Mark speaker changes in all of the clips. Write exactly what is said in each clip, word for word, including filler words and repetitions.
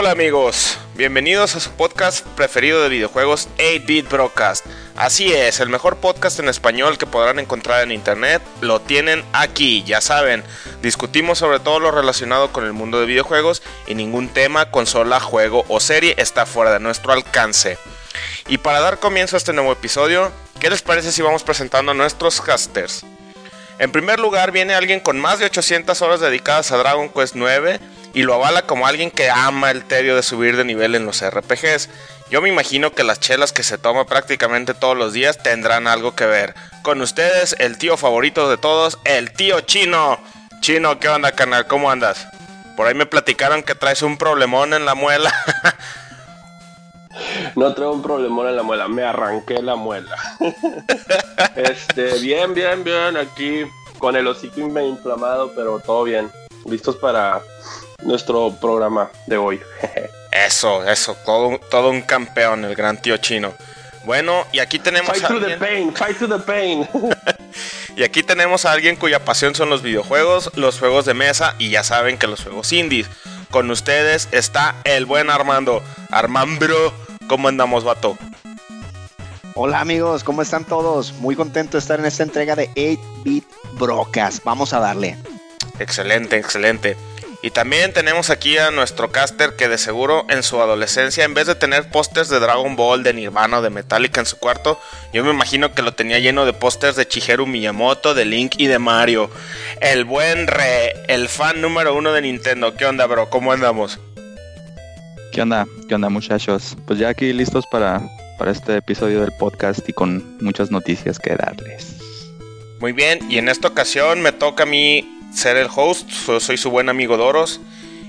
Speaker 1: Hola amigos, bienvenidos a su podcast preferido de videojuegos ocho bit Broadcast. Así es, el mejor podcast en español que podrán encontrar en internet lo tienen aquí, ya saben. Discutimos sobre todo lo relacionado con el mundo de videojuegos y ningún tema, consola, juego o serie está fuera de nuestro alcance. Y para dar comienzo a este nuevo episodio, ¿qué les parece si vamos presentando a nuestros casters? En primer lugar viene alguien con más de ochocientas horas dedicadas a Dragon Quest nueve y lo avala como alguien que ama el tedio de subir de nivel en los R P Gs. Yo me imagino que las chelas que se toma prácticamente todos los días tendrán algo que ver. Con ustedes, el tío favorito de todos, el tío Chino. Chino, ¿qué onda, carnal? ¿Cómo andas? Por ahí me platicaron que traes un problemón en la muela.
Speaker 2: No traigo un problemón en la muela, me arranqué la muela. Este, bien, bien, bien, aquí con el hocico inflamado, pero todo bien. Listos para nuestro programa de hoy.
Speaker 1: Eso, eso, todo, todo un campeón, el gran tío Chino. Bueno, y aquí tenemos
Speaker 2: fight
Speaker 1: a
Speaker 2: to
Speaker 1: alguien...
Speaker 2: the pain, fight to the pain.
Speaker 1: Y aquí tenemos a alguien cuya pasión son los videojuegos, los juegos de mesa y ya saben que los juegos indies. Con ustedes está el buen Armando. Armando, ¿cómo andamos, vato?
Speaker 3: Hola amigos, ¿cómo están todos? Muy contento de estar en esta entrega de ocho bit Broadcast. Vamos a darle.
Speaker 1: Excelente, excelente. Y también tenemos aquí a nuestro caster que de seguro en su adolescencia, en vez de tener pósters de Dragon Ball, de Nirvana o de Metallica en su cuarto, yo me imagino que lo tenía lleno de pósters de Shigeru Miyamoto, de Link y de Mario. El buen Re, el fan número uno de Nintendo. ¿Qué onda, bro? ¿Cómo andamos?
Speaker 4: ¿Qué onda? ¿Qué onda, muchachos? Pues ya aquí listos para, para este episodio del podcast y con muchas noticias que darles.
Speaker 1: Muy bien, y en esta ocasión me toca a mí ser el host, soy su buen amigo Doros.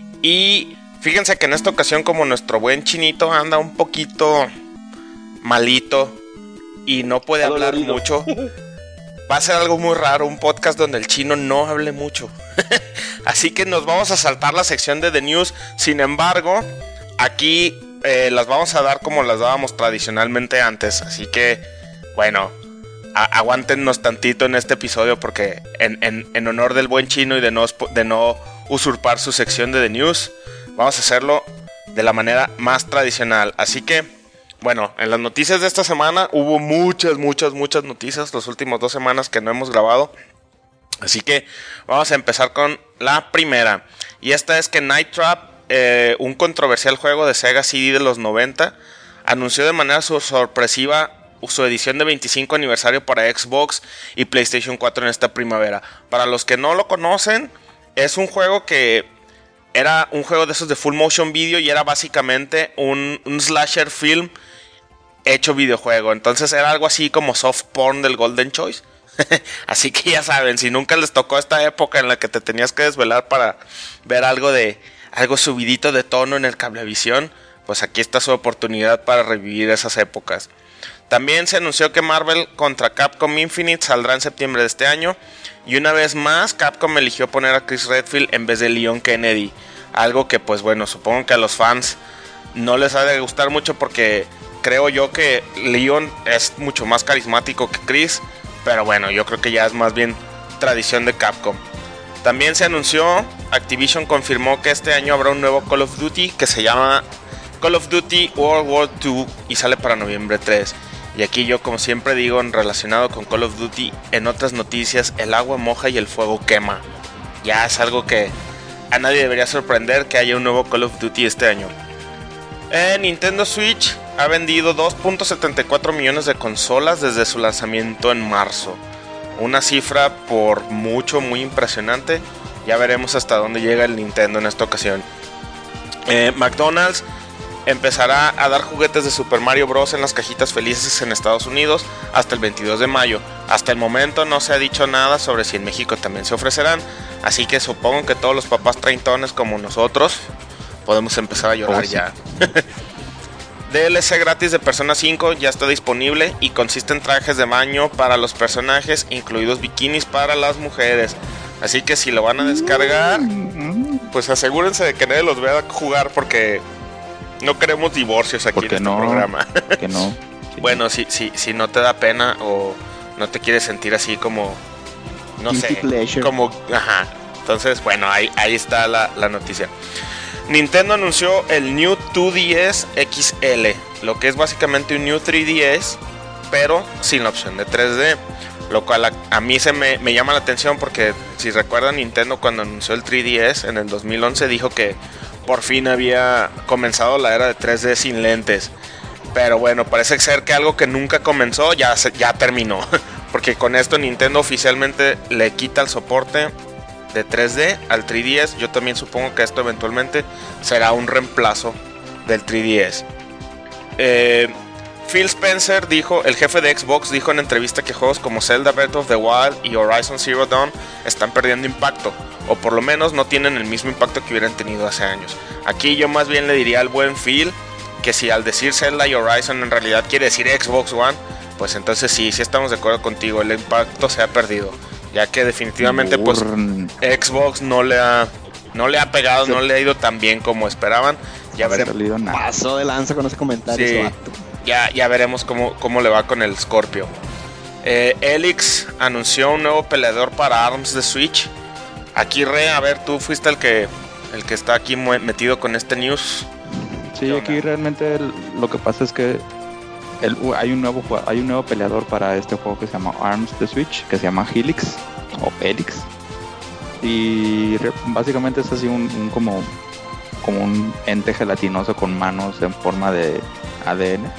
Speaker 1: Y fíjense que en esta ocasión, como nuestro buen Chinito anda un poquito malito y no puede hablar mucho, va a ser algo muy raro, un podcast donde el Chino no hable mucho. Así que nos vamos a saltar la sección de The News. Sin embargo, aquí eh, las vamos a dar como las dábamos tradicionalmente antes. Así que, bueno, aguántennos tantito en este episodio porque en, en, en honor del buen Chino y de no, de no usurpar su sección de The News, vamos a hacerlo de la manera más tradicional. Así que, bueno, en las noticias de esta semana hubo muchas, muchas, muchas noticias las últimas dos semanas que no hemos grabado. Así que vamos a empezar con la primera. Y esta es que Night Trap, eh, un controversial juego de Sega C D de los noventa, anunció de manera sorpresiva su edición de veinticinco aniversario para Xbox y PlayStation cuatro en esta primavera. Para los que no lo conocen, es un juego que era un juego de esos de full motion video y era básicamente un, un slasher film hecho videojuego. Entonces era algo así como soft porn del Golden Choice. Así que ya saben, si nunca les tocó esta época en la que te tenías que desvelar para ver algo de algo subidito de tono en el Cablevisión, pues aquí está su oportunidad para revivir esas épocas. También se anunció que Marvel contra Capcom Infinite saldrá en septiembre de este año. Y una vez más, Capcom eligió poner a Chris Redfield en vez de Leon Kennedy. Algo que, pues bueno, supongo que a los fans no les ha de gustar mucho porque creo yo que Leon es mucho más carismático que Chris. Pero bueno, yo creo que ya es más bien tradición de Capcom. También se anunció, Activision confirmó que este año habrá un nuevo Call of Duty que se llama Call of Duty World War dos y sale para noviembre tres. Y aquí yo, como siempre digo, en relacionado con Call of Duty, en otras noticias, el agua moja y el fuego quema. Ya es algo que a nadie debería sorprender que haya un nuevo Call of Duty este año. Eh, Nintendo Switch ha vendido dos punto setenta y cuatro millones de consolas desde su lanzamiento en marzo. Una cifra por mucho muy impresionante. Ya veremos hasta dónde llega el Nintendo en esta ocasión. Eh, McDonald's empezará a dar juguetes de Super Mario Bros. En las cajitas felices en Estados Unidos hasta el veintidós de mayo. Hasta el momento no se ha dicho nada sobre si en México también se ofrecerán. Así que supongo que todos los papás treintones como nosotros podemos empezar a llorar oh, sí. ya. D L C gratis de Persona cinco ya está disponible y consiste en trajes de baño para los personajes, incluidos bikinis para las mujeres. Así que si lo van a descargar, pues asegúrense de que nadie los vea jugar porque no queremos divorcios aquí en este
Speaker 4: no,
Speaker 1: programa.
Speaker 4: Que no. Sí.
Speaker 1: Bueno, si, si, si no te da pena o no te quieres sentir así como, no
Speaker 3: Guilty
Speaker 1: sé,
Speaker 3: pleasure.
Speaker 1: como, ajá. Entonces, bueno, ahí, ahí está la, la noticia. Nintendo anunció el New dos D S X L, lo que es básicamente un New tres D S, pero sin la opción de tres D. Lo cual a, a mí se me, me llama la atención porque, si recuerdan, Nintendo cuando anunció el tres D S en el dos mil once dijo que por fin había comenzado la era de tres D sin lentes. Pero bueno, parece ser que algo que nunca comenzó ya, se, ya terminó. Porque con esto Nintendo oficialmente le quita el soporte de tres D al tres D S. Yo también supongo que esto eventualmente será un reemplazo del tres D S. Eh... Phil Spencer dijo, el jefe de Xbox dijo en entrevista que juegos como Zelda Breath of the Wild y Horizon Zero Dawn están perdiendo impacto, o por lo menos no tienen el mismo impacto que hubieran tenido hace años. Aquí yo más bien le diría al buen Phil que si al decir Zelda y Horizon en realidad quiere decir Xbox One, pues entonces sí, sí estamos de acuerdo contigo, el impacto se ha perdido, ya que definitivamente pues Xbox no le ha, no le ha pegado, no le ha ido tan bien como esperaban. Ya
Speaker 3: se pasó de lanza con ese comentario.
Speaker 1: Sí. Ya, ya veremos cómo, cómo le va con el Scorpio. eh, Helix anunció un nuevo peleador para ARMS de Switch. Aquí, Re, a ver, tú fuiste el que el que está aquí metido con este news.
Speaker 4: Sí, aquí realmente el, lo que pasa es que el, hay, un nuevo, hay un nuevo peleador para este juego que se llama ARMS de Switch, que se llama Helix o Helix. Y re, básicamente es así un, un como, como un ente gelatinoso con manos en forma de A D N.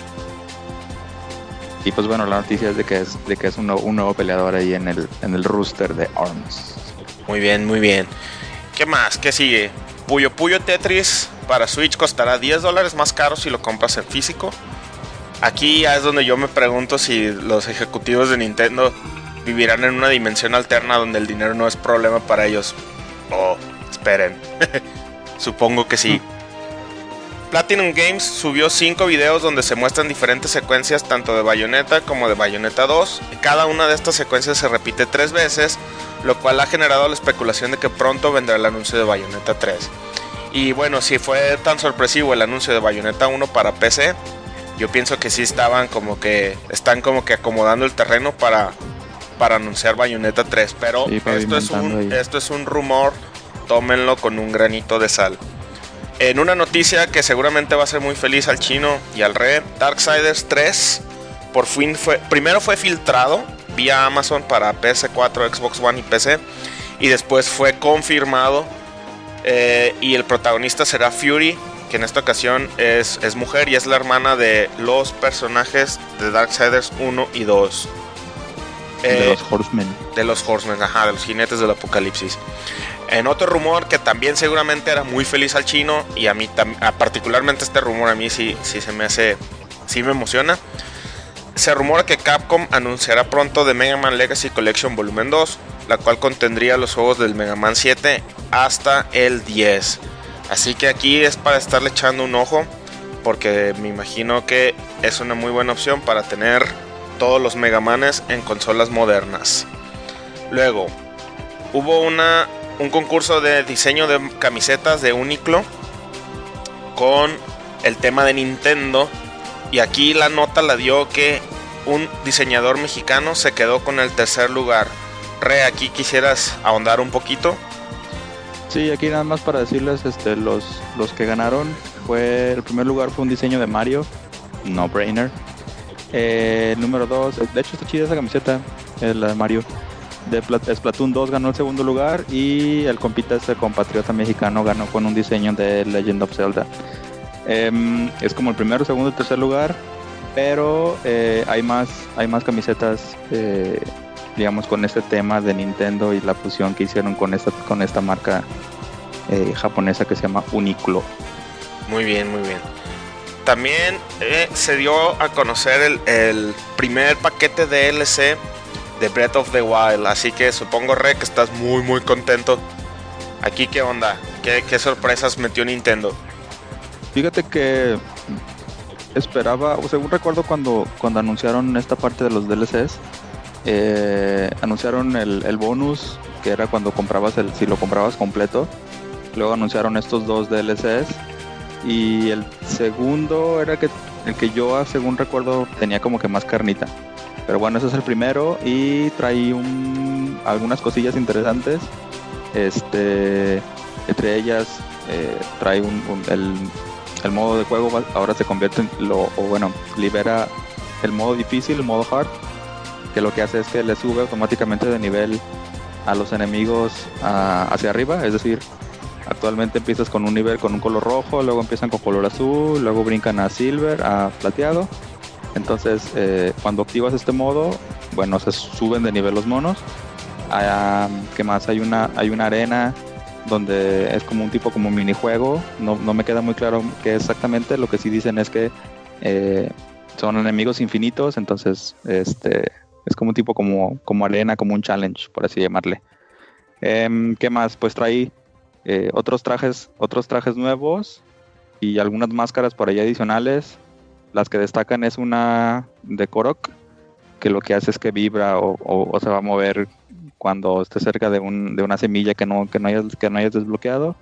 Speaker 4: Y pues bueno, la noticia es de que es, de que es un, nuevo, un nuevo peleador ahí en el, en el roster de ARMS.
Speaker 1: Muy bien, muy bien. ¿Qué más? ¿Qué sigue? Puyo Puyo Tetris para Switch costará diez dólares más caro si lo compras en físico. Aquí ya es donde yo me pregunto si los ejecutivos de Nintendo vivirán en una dimensión alterna donde el dinero no es problema para ellos. Oh, esperen. Supongo que sí. Platinum Games subió cinco videos donde se muestran diferentes secuencias tanto de Bayonetta como de Bayonetta dos. Cada una de estas secuencias se repite tres veces, lo cual ha generado la especulación de que pronto vendrá el anuncio de Bayonetta tres. Y bueno, si fue tan sorpresivo el anuncio de Bayonetta uno para P C, yo pienso que sí estaban como que están como que acomodando el terreno para, para anunciar Bayonetta tres. Pero sí, esto, es un, esto es un rumor, tómenlo con un granito de sal. En una noticia que seguramente va a ser muy feliz al Chino y al Red, Darksiders tres por fin fue, primero fue filtrado vía Amazon para P S cuatro, Xbox One y P C, y después fue confirmado, eh, y el protagonista será Fury, que en esta ocasión es, es mujer y es la hermana de los personajes de Darksiders uno y dos.
Speaker 4: Eh, de los Horsemen.
Speaker 1: De los Horsemen, ajá, de los jinetes del apocalipsis. En otro rumor que también seguramente era muy feliz al Chino, y a mí tam- a particularmente este rumor a mí sí, sí se me hace, sí me emociona. Se rumora que Capcom anunciará pronto The Mega Man Legacy Collection Volumen dos, la cual contendría los juegos del Mega Man siete hasta el diez. Así que aquí es para estarle echando un ojo, porque me imagino que es una muy buena opción para tener todos los Mega Manes en consolas modernas. Luego, hubo una... un concurso de diseño de camisetas de Uniqlo con el tema de Nintendo, y aquí la nota la dio que un diseñador mexicano se quedó con el tercer lugar. Re, aquí quisieras ahondar un poquito.
Speaker 4: Sí, aquí nada más para decirles, este, los, los que ganaron fue, el primer lugar fue un diseño de Mario, no brainer. Eh, el número dos, de hecho está chida esa camiseta, es la de Mario. De Splatoon dos ganó el segundo lugar, y el compita este compatriota mexicano ganó con un diseño de Legend of Zelda. Eh, es como el primero, segundo y tercer lugar, pero eh, hay más hay más camisetas, eh, digamos, con este tema de Nintendo y la fusión que hicieron con esta con esta marca eh, japonesa que se llama Uniqlo.
Speaker 1: Muy bien, muy bien. También eh, se dio a conocer el, el primer paquete de D L C de Breath of the Wild, así que supongo, Re, que estás muy muy contento. Aquí, ¿qué onda? ¿Qué, qué sorpresas metió Nintendo?
Speaker 4: Fíjate que esperaba, o según recuerdo cuando, cuando anunciaron esta parte de los D L Cs, eh, anunciaron el, el bonus, que era cuando comprabas el, si lo comprabas completo. Luego anunciaron estos dos D L Cs, y el segundo era que el que yo, según recuerdo, tenía como que más carnita. Pero bueno, ese es el primero, y trae un, algunas cosillas interesantes. Este, Entre ellas eh, trae un, un- el, el modo de juego va- ahora se convierte en lo, o bueno, libera el modo difícil, el modo hard, que lo que hace es que le sube automáticamente de nivel a los enemigos ah, hacia arriba. Es decir, actualmente empiezas con un nivel con un color rojo, luego empiezan con color azul, luego brincan a silver, a plateado. Entonces eh, cuando activas este modo, bueno, se suben de nivel los monos. Ah, ¿qué más? Hay una, hay una arena donde es como un tipo como minijuego. No, no me queda muy claro qué exactamente. Lo que sí dicen es que eh, son enemigos infinitos, entonces este es como un tipo como, como arena, como un challenge, por así llamarle. Em, ¿qué más? Pues trae eh, otros trajes, otros trajes nuevos y algunas máscaras por ahí adicionales. Las que destacan es una de Korok, que lo que hace es que vibra o, o- o se va a mover cuando esté cerca de, un, de una semilla que no, que no hayas, que no hayas desbloqueado.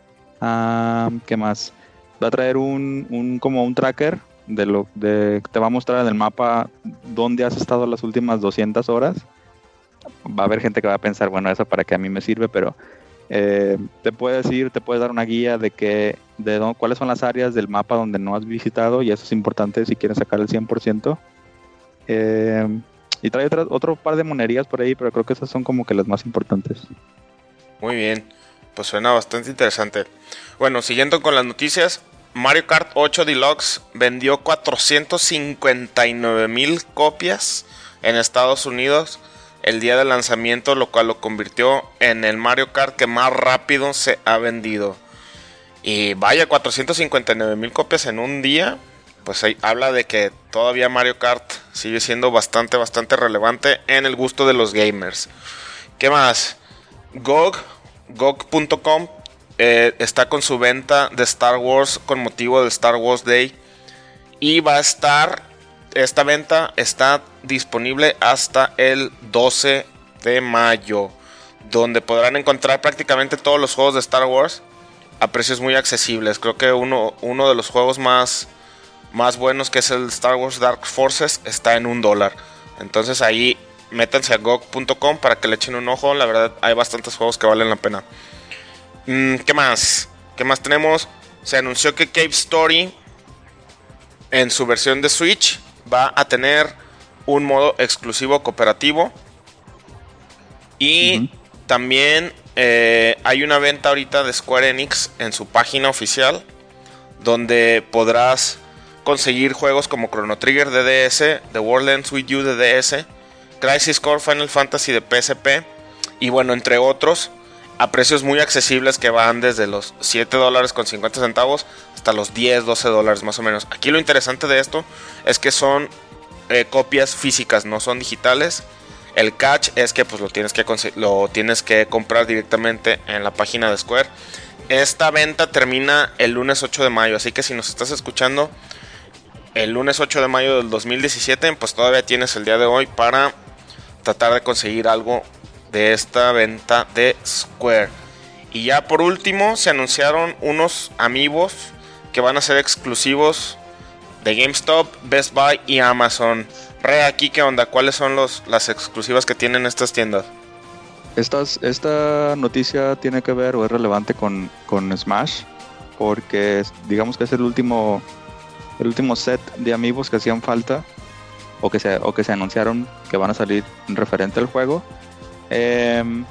Speaker 4: Ah, ¿qué más? Va a traer un, un como un tracker de lo de te va a mostrar en el mapa dónde has estado las últimas doscientas horas. Va a haber gente que va a pensar, bueno, eso para qué a mí me sirve, pero eh, te puede decir, te puede dar una guía de que de dónde, cuáles son las áreas del mapa donde no has visitado, y eso es importante si quieres sacar el cien por ciento. Eh, y trae otra- otro par de monerías por ahí, pero creo que esas son como que las más importantes.
Speaker 1: Muy bien, pues suena bastante interesante. Bueno, siguiendo con las noticias, Mario Kart ocho Deluxe vendió cuatrocientos cincuenta y nueve mil copias en Estados Unidos el día del lanzamiento, lo cual lo convirtió en el Mario Kart que más rápido se ha vendido. Y vaya, cuatrocientos cincuenta y nueve mil copias en un día, pues ahí habla de que todavía Mario Kart sigue siendo bastante, bastante relevante en el gusto de los gamers. ¿Qué más? G O G, G O G punto com eh, está con su venta de Star Wars con motivo del Star Wars Day. Y va a estar, esta venta está disponible hasta el doce de mayo, donde podrán encontrar prácticamente todos los juegos de Star Wars a precios muy accesibles. Creo que uno, uno de los juegos más, más buenos, que es el Star Wars Dark Forces, está en un dólar. Entonces ahí métanse a G O G punto com para que le echen un ojo. La verdad hay bastantes juegos que valen la pena. Mm, ¿Qué más? ¿Qué más tenemos? Se anunció que Cave Story en su versión de Switch va a tener un modo exclusivo cooperativo. Y
Speaker 4: Ujú.
Speaker 1: también eh, hay una venta ahorita de Square Enix en su página oficial, donde podrás conseguir juegos como Chrono Trigger de D S, The World Ends With You de D S, Crisis Core Final Fantasy de P S P, y bueno, entre otros, a precios muy accesibles que van desde los siete dólares con cincuenta centavos hasta los diez, doce dólares más o menos. Aquí lo interesante de esto es que son eh, copias físicas, no son digitales. El catch es que pues lo tienes que conse- lo tienes que comprar directamente en la página de Square. Esta venta termina el lunes ocho de mayo, así que si nos estás escuchando el lunes ocho de mayo del dos mil diecisiete, pues todavía tienes el día de hoy para tratar de conseguir algo de esta venta de Square. Y ya por último se anunciaron unos amigos que van a ser exclusivos de GameStop, Best Buy y Amazon. Re, aquí qué onda, ¿cuáles son los, las exclusivas que tienen estas tiendas?
Speaker 4: Estas, esta noticia tiene que ver o es relevante con, con Smash, porque es- digamos que es el último, el último set de amigos que hacían falta o que se, o que se anunciaron que van a salir referente al juego. Em,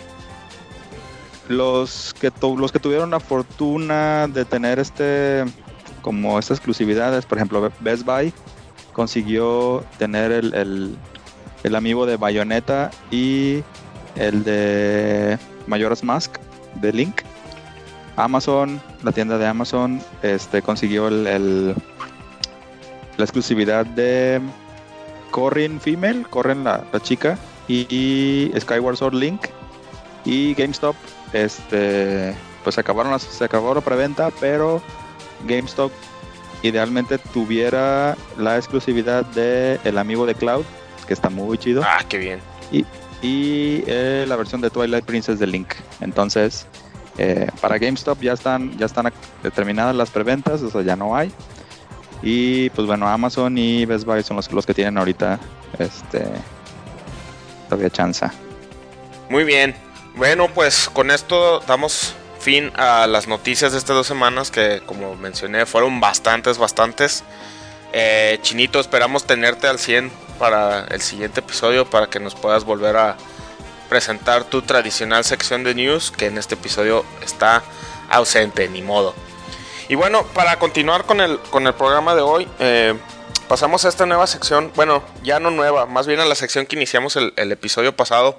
Speaker 4: los, que tu- los que tuvieron la fortuna de tener este como estas exclusividades, por ejemplo, Best Buy consiguió tener el, el, el amiibo de Bayonetta y el de Majora's Mask de Link. Amazon, la tienda de Amazon, este consiguió el, el- la exclusividad de Corrin Female, Corrin la, la chica, y, y Skyward Sword Link. Y GameStop, este, pues se acabaron las, se acabó la preventa, pero GameStop idealmente tuviera la exclusividad de el amigo de Cloud, que está muy chido,
Speaker 1: Ah, qué bien.
Speaker 4: y, y eh, la versión de Twilight Princess de Link. Entonces, eh, para GameStop ya están ya están determinadas las preventas, o sea, ya no hay. Y pues bueno, Amazon y Best Buy son los, los que tienen ahorita este todavía chance.
Speaker 1: Muy bien. Bueno, pues con esto damos fin a las noticias de estas dos semanas, que como mencioné fueron bastantes, bastantes. Eh, Chinito, esperamos tenerte al cien para el siguiente episodio, para que nos puedas volver a presentar tu tradicional sección de news, que en este episodio está ausente, ni modo. Y bueno, para continuar con el, con el programa de hoy, eh, pasamos a esta nueva sección. Bueno, ya no nueva, más bien a la sección que iniciamos el, el episodio pasado,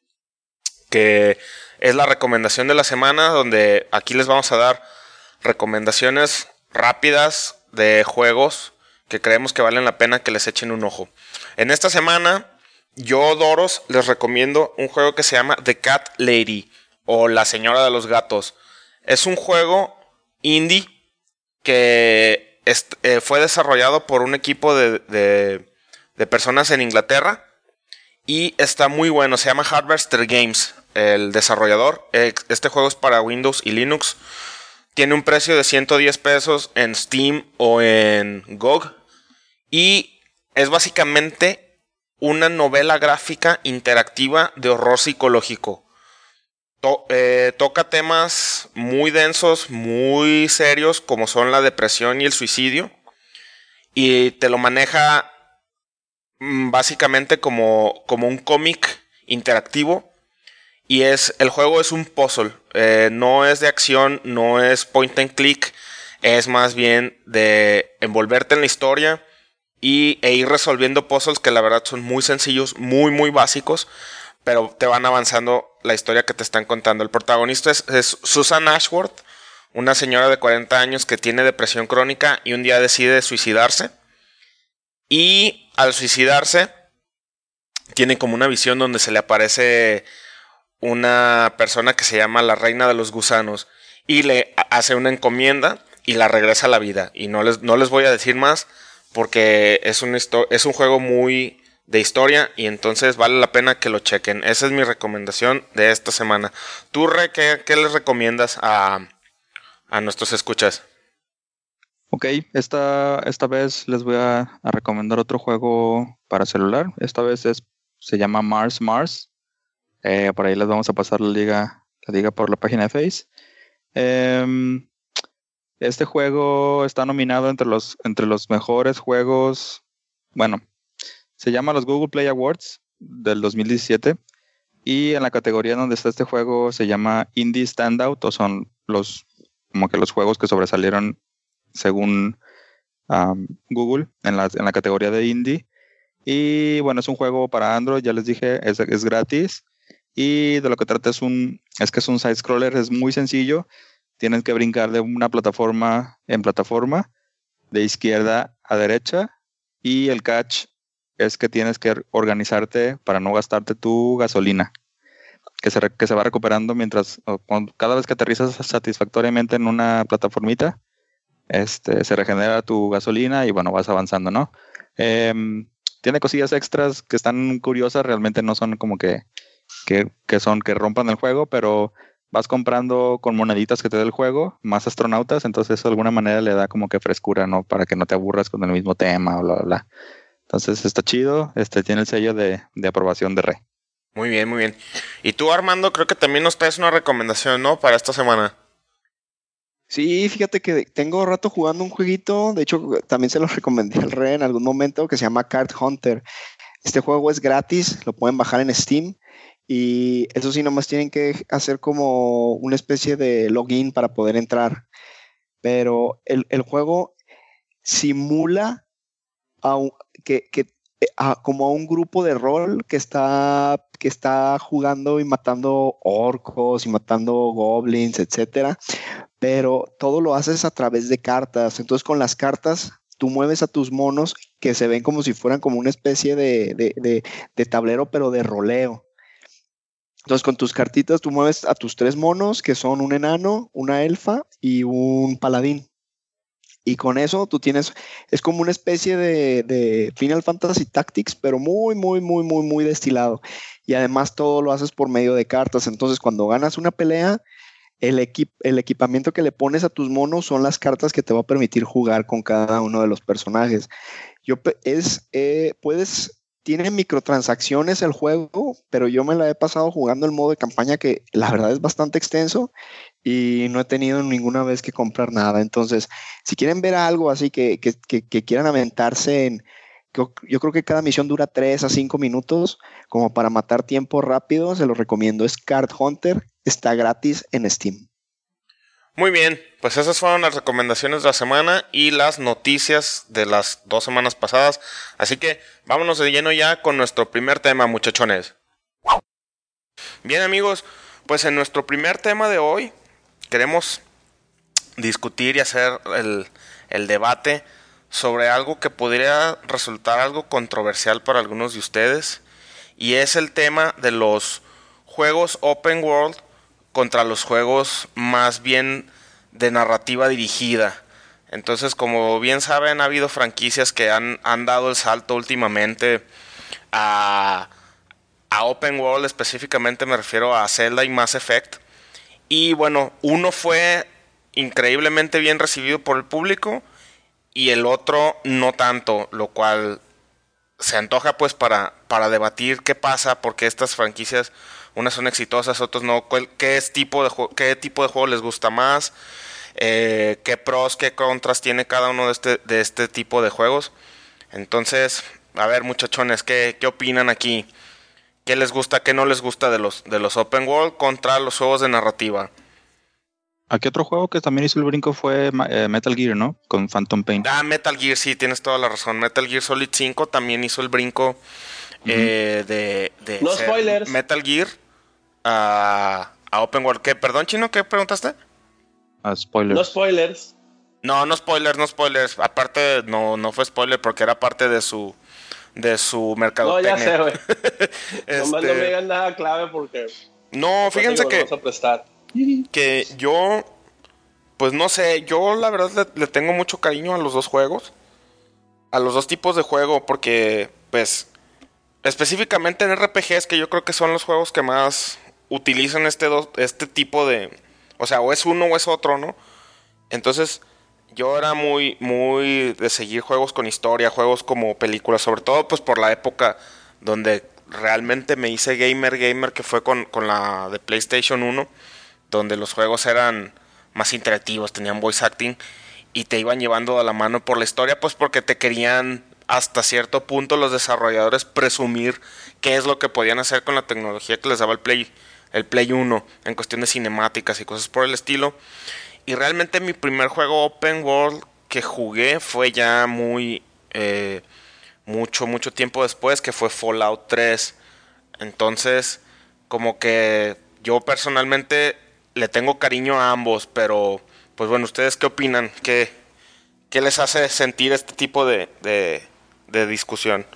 Speaker 1: que es la recomendación de la semana, donde aquí les vamos a dar recomendaciones rápidas de juegos que creemos que valen la pena que les echen un ojo. En esta semana, yo, Doros, les recomiendo un juego que se llama The Cat Lady, o La Señora de los Gatos. Es un juego indie que est- eh, fue desarrollado por un equipo de, de, de personas en Inglaterra, y está muy bueno. Se llama Harvester Games, el desarrollador. Este juego es para Windows y Linux. Tiene un precio de ciento diez pesos en Steam o en G O G. Y es básicamente una novela gráfica interactiva de horror psicológico. To- eh, toca temas muy densos, muy serios, como son la depresión y el suicidio. Y te lo maneja mm, básicamente como, como un cómic interactivo. Y es, el juego es un puzzle, eh, no es de acción, no es point and click, es más bien de envolverte en la historia y, e ir resolviendo puzzles que la verdad son muy sencillos, muy muy básicos, pero te van avanzando la historia que te están contando. El protagonista es, es Susan Ashworth, una señora de cuarenta años que tiene depresión crónica y un día decide suicidarse. Y al suicidarse tiene como una visión donde se le aparece una persona que se llama la Reina de los Gusanos y le hace una encomienda y la regresa a la vida. Y no les, no les voy a decir más porque es un, histo- es un juego muy de historia y entonces vale la pena que lo chequen. Esa es mi recomendación de esta semana. ¿Tú, Re, qué, qué les recomiendas a, a nuestros escuchas?
Speaker 4: Ok, esta, esta vez les voy a, a recomendar otro juego para celular. Esta vez es, se llama Mars Mars. Eh, por ahí les vamos a pasar la liga, la liga por la página de Face. Em, este juego está nominado entre los, entre los mejores juegos. Bueno, se llama los Google Play Awards del dos mil diecisiete. Y en la categoría donde está este juego se llama Indie Standout, o son los, como que los juegos que sobresalieron según um, Google en la, en la categoría de Indie. Y bueno, es un juego para Android, ya les dije, es, es gratis. Y de lo que trata es un es que es un side scroller, es muy sencillo. Tienes que brincar de una plataforma en plataforma, de izquierda a derecha, y el catch es que tienes que organizarte para no gastarte tu gasolina, que se, que se va recuperando mientras, cada vez que aterrizas satisfactoriamente en una plataformita, este, se regenera tu gasolina y bueno, vas avanzando, ¿no? Eh, tiene cosillas extras que están curiosas, realmente no son como que Que, que son que rompan el juego, pero vas comprando con moneditas que te da el juego, más astronautas, entonces eso de alguna manera le da como que frescura, ¿no? Para que no te aburras con el mismo tema, bla, bla, bla. Entonces está chido, este tiene el sello de, de aprobación de Re.
Speaker 1: Muy bien, muy bien. Y tú, Armando, creo que también nos traes una recomendación, ¿no? Para esta semana.
Speaker 3: Sí, fíjate que tengo rato jugando un jueguito, de hecho también se lo recomendé al Re en algún momento, que se llama Card Hunter. Este juego es gratis, lo pueden bajar en Steam. Y eso sí, nomás tienen que hacer como una especie de login para poder entrar. Pero el, el juego simula a un, que, que, a, como a un grupo de rol que está, que está jugando y matando orcos y matando goblins, etcétera. Pero todo lo haces a través de cartas. Entonces con las cartas tú mueves a tus monos que se ven como si fueran como una especie de, de, de, de tablero, pero de roleo. Entonces, con tus cartitas, tú mueves a tus tres monos, que son un enano, una elfa y un paladín. Y con eso tú tienes, es como una especie de, de Final Fantasy Tactics, pero muy, muy, muy, muy, muy destilado. Y además todo lo haces por medio de cartas. Entonces, cuando ganas una pelea, el, equip, el equipamiento que le pones a tus monos son las cartas que te va a permitir jugar con cada uno de los personajes. Yo, es, eh, puedes... tiene microtransacciones el juego, pero yo me la he pasado jugando el modo de campaña que la verdad es bastante extenso y no he tenido ninguna vez que comprar nada. Entonces, si quieren ver algo así que, que, que, que quieran aventarse en... Yo, yo creo que cada misión dura tres a cinco minutos, como para matar tiempo rápido, se lo recomiendo. Es Card Hunter, está gratis en Steam.
Speaker 1: Muy bien, pues esas fueron las recomendaciones de la semana y las noticias de las dos semanas pasadas. Así que vámonos de lleno ya con nuestro primer tema, muchachones. Bien, amigos, pues en nuestro primer tema de hoy queremos discutir y hacer el, el debate sobre algo que podría resultar algo controversial para algunos de ustedes. Y es el tema de los juegos open world contra los juegos más bien de narrativa dirigida. Entonces, como bien saben, ha habido franquicias que han, han dado el salto últimamente a, a open world. Específicamente me refiero a Zelda y Mass Effect. Y bueno, uno fue increíblemente bien recibido por el público y el otro no tanto, lo cual se antoja pues para, para debatir qué pasa, porque estas franquicias, unas son exitosas, otras no, qué, es tipo de juego, qué tipo de juego les gusta más, eh, qué pros, qué contras tiene cada uno de este, de este tipo de juegos. Entonces, a ver, muchachones, ¿qué, qué opinan aquí? ¿Qué les gusta, qué no les gusta de los, de los open world contra los juegos de narrativa?
Speaker 4: Aquí otro juego que también hizo el brinco fue eh, Metal Gear, ¿no? Con Phantom Pain.
Speaker 1: Ah, Metal Gear, sí, tienes toda la razón. Metal Gear Solid cinco también hizo el brinco uh-huh. eh, de, de
Speaker 2: no spoilers.
Speaker 1: Metal Gear a, a Open World. ¿Qué? Perdón, Chino, ¿qué preguntaste?
Speaker 4: Uh, spoilers.
Speaker 2: No spoilers.
Speaker 1: No, no spoilers, no spoilers. Aparte, no, no fue spoiler porque era parte de su de su mercadotecnia.
Speaker 2: No, ya sé, güey. este... Nomás no me digan nada clave porque...
Speaker 1: No, fíjense que...
Speaker 2: Vamos a prestar.
Speaker 1: Que yo... Pues no sé, yo la verdad le, le tengo mucho cariño a los dos juegos. A los dos tipos de juego porque, pues... Específicamente en R P Gs, que yo creo que son los juegos que más utilizan este, do, este tipo de... O sea, o es uno o es otro, ¿no? Entonces... Yo era muy, muy de seguir juegos con historia, juegos como películas, sobre todo pues por la época donde realmente me hice gamer, gamer, que fue con, con la de PlayStation uno, donde los juegos eran más interactivos, tenían voice acting y te iban llevando a la mano por la historia, pues porque te querían hasta cierto punto los desarrolladores presumir qué es lo que podían hacer con la tecnología que les daba el Play, el Play uno en cuestión de cinemáticas y cosas por el estilo. Y realmente mi primer juego open world que jugué fue ya muy... Eh, mucho, mucho tiempo después, que fue Fallout tres. Entonces, como que yo personalmente le tengo cariño a ambos, pero pues bueno, ¿ustedes qué opinan? ¿Qué, qué les hace sentir este tipo de, de, de discusión?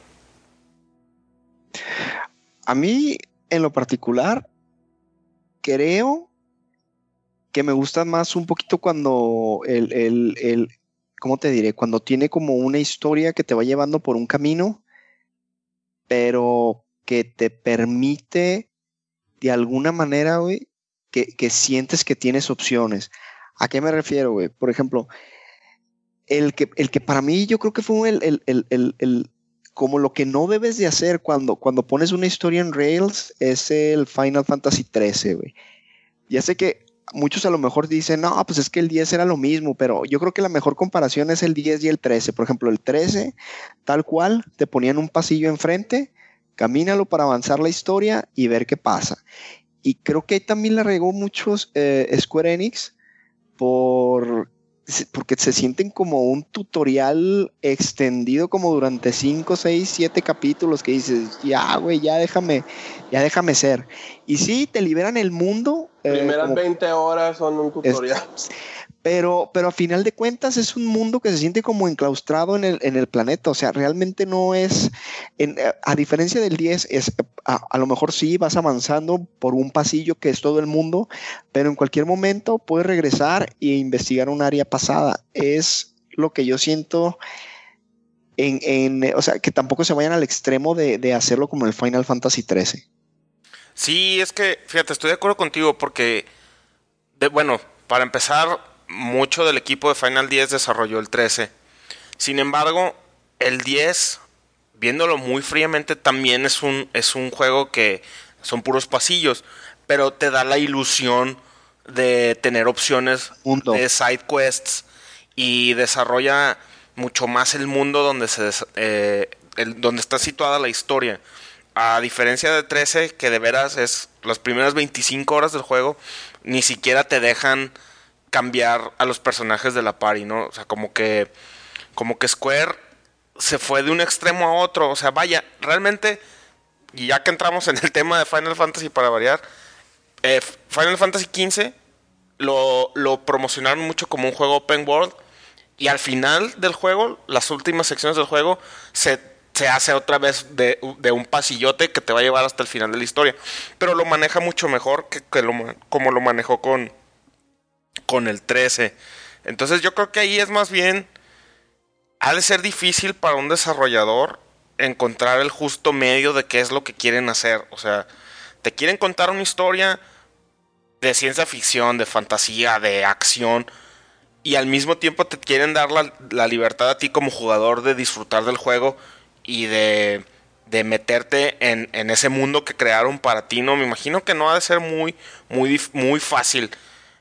Speaker 3: A mí, en lo particular, creo que me gusta más un poquito cuando el, el, el, ¿cómo te diré? Cuando tiene como una historia que te va llevando por un camino, pero que te permite de alguna manera, güey, que, que sientes que tienes opciones. ¿A qué me refiero, güey? Por ejemplo, el que, el que para mí yo creo que fue el, el, el, el, el como lo que no debes de hacer cuando, cuando pones una historia en Rails es el Final Fantasy trece, güey. Ya sé que muchos a lo mejor dicen, no, pues es que el diez era lo mismo, pero yo creo que la mejor comparación es el diez y el trece. Por ejemplo, el trece, tal cual, te ponían un pasillo enfrente, camínalo para avanzar la historia y ver qué pasa. Y creo que ahí también le regó muchos eh, Square Enix por, porque se sienten como un tutorial extendido como durante cinco, seis, siete capítulos que dices, ya, güey, ya déjame, ya déjame ser. Y sí, te liberan el mundo.
Speaker 2: Primeras
Speaker 3: eh, como,
Speaker 2: veinte horas son un tutorial.
Speaker 3: Es, pero, pero a final de cuentas es un mundo que se siente como enclaustrado en el, en el planeta. O sea, realmente no es, en, a diferencia del diez, es, a, a lo mejor sí vas avanzando por un pasillo que es todo el mundo, pero en cualquier momento puedes regresar e investigar un área pasada. Es lo que yo siento en, en o sea, que tampoco se vayan al extremo de, de hacerlo como el Final Fantasy trece.
Speaker 1: Sí, es que, fíjate, estoy de acuerdo contigo porque, de, bueno, para empezar, mucho del equipo de Final diez desarrolló el trece. Sin embargo, el diez viéndolo muy fríamente, también es un, es un juego que son puros pasillos, pero te da la ilusión de tener opciones
Speaker 3: Mundo.
Speaker 1: de side quests y desarrolla mucho más el mundo donde se eh, el, donde está situada la historia. A diferencia de trece, que de veras es las primeras veinticinco horas del juego, ni siquiera te dejan cambiar a los personajes de la party, ¿no? O sea, como que como que Square se fue de un extremo a otro. O sea, vaya, realmente, y ya que entramos en el tema de Final Fantasy para variar, eh, Final Fantasy quince lo, lo promocionaron mucho como un juego open world, y al final del juego, las últimas secciones del juego, se, se hace otra vez de, de un pasillote que te va a llevar hasta el final de la historia. Pero lo maneja mucho mejor que, que lo, como lo manejó con, con el trece. Entonces yo creo que ahí es más bien, ha de ser difícil para un desarrollador encontrar el justo medio de qué es lo que quieren hacer. O sea, te quieren contar una historia de ciencia ficción, de fantasía, de acción, y al mismo tiempo te quieren dar la, la libertad a ti como jugador de disfrutar del juego y de, de meterte en, en ese mundo que crearon para ti, ¿no? Me imagino que no ha de ser muy, muy, muy fácil.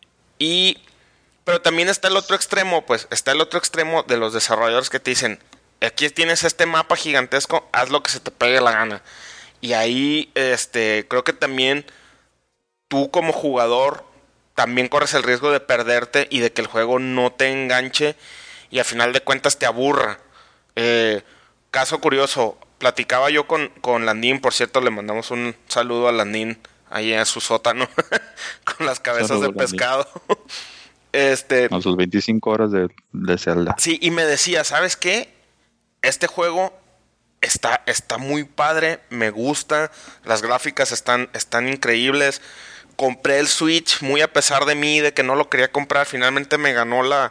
Speaker 1: Y pero también está el otro extremo, pues está el otro extremo de los desarrolladores que te dicen, aquí tienes este mapa gigantesco, haz lo que se te pegue la gana. Y ahí este creo que también tú como jugador también corres el riesgo de perderte y de que el juego no te enganche y al final de cuentas te aburra. Eh, caso curioso, platicaba yo con, con Landín, por cierto, le mandamos un saludo a Landín ahí en su sótano con las cabezas Saludo, de pescado. Este,
Speaker 4: a sus veinticinco horas de, de Zelda.
Speaker 1: Sí, y me decía, ¿sabes qué? Este juego está, está muy padre, me gusta, las gráficas están, están increíbles. Compré el Switch muy a pesar de mí, de que no lo quería comprar. Finalmente me ganó la...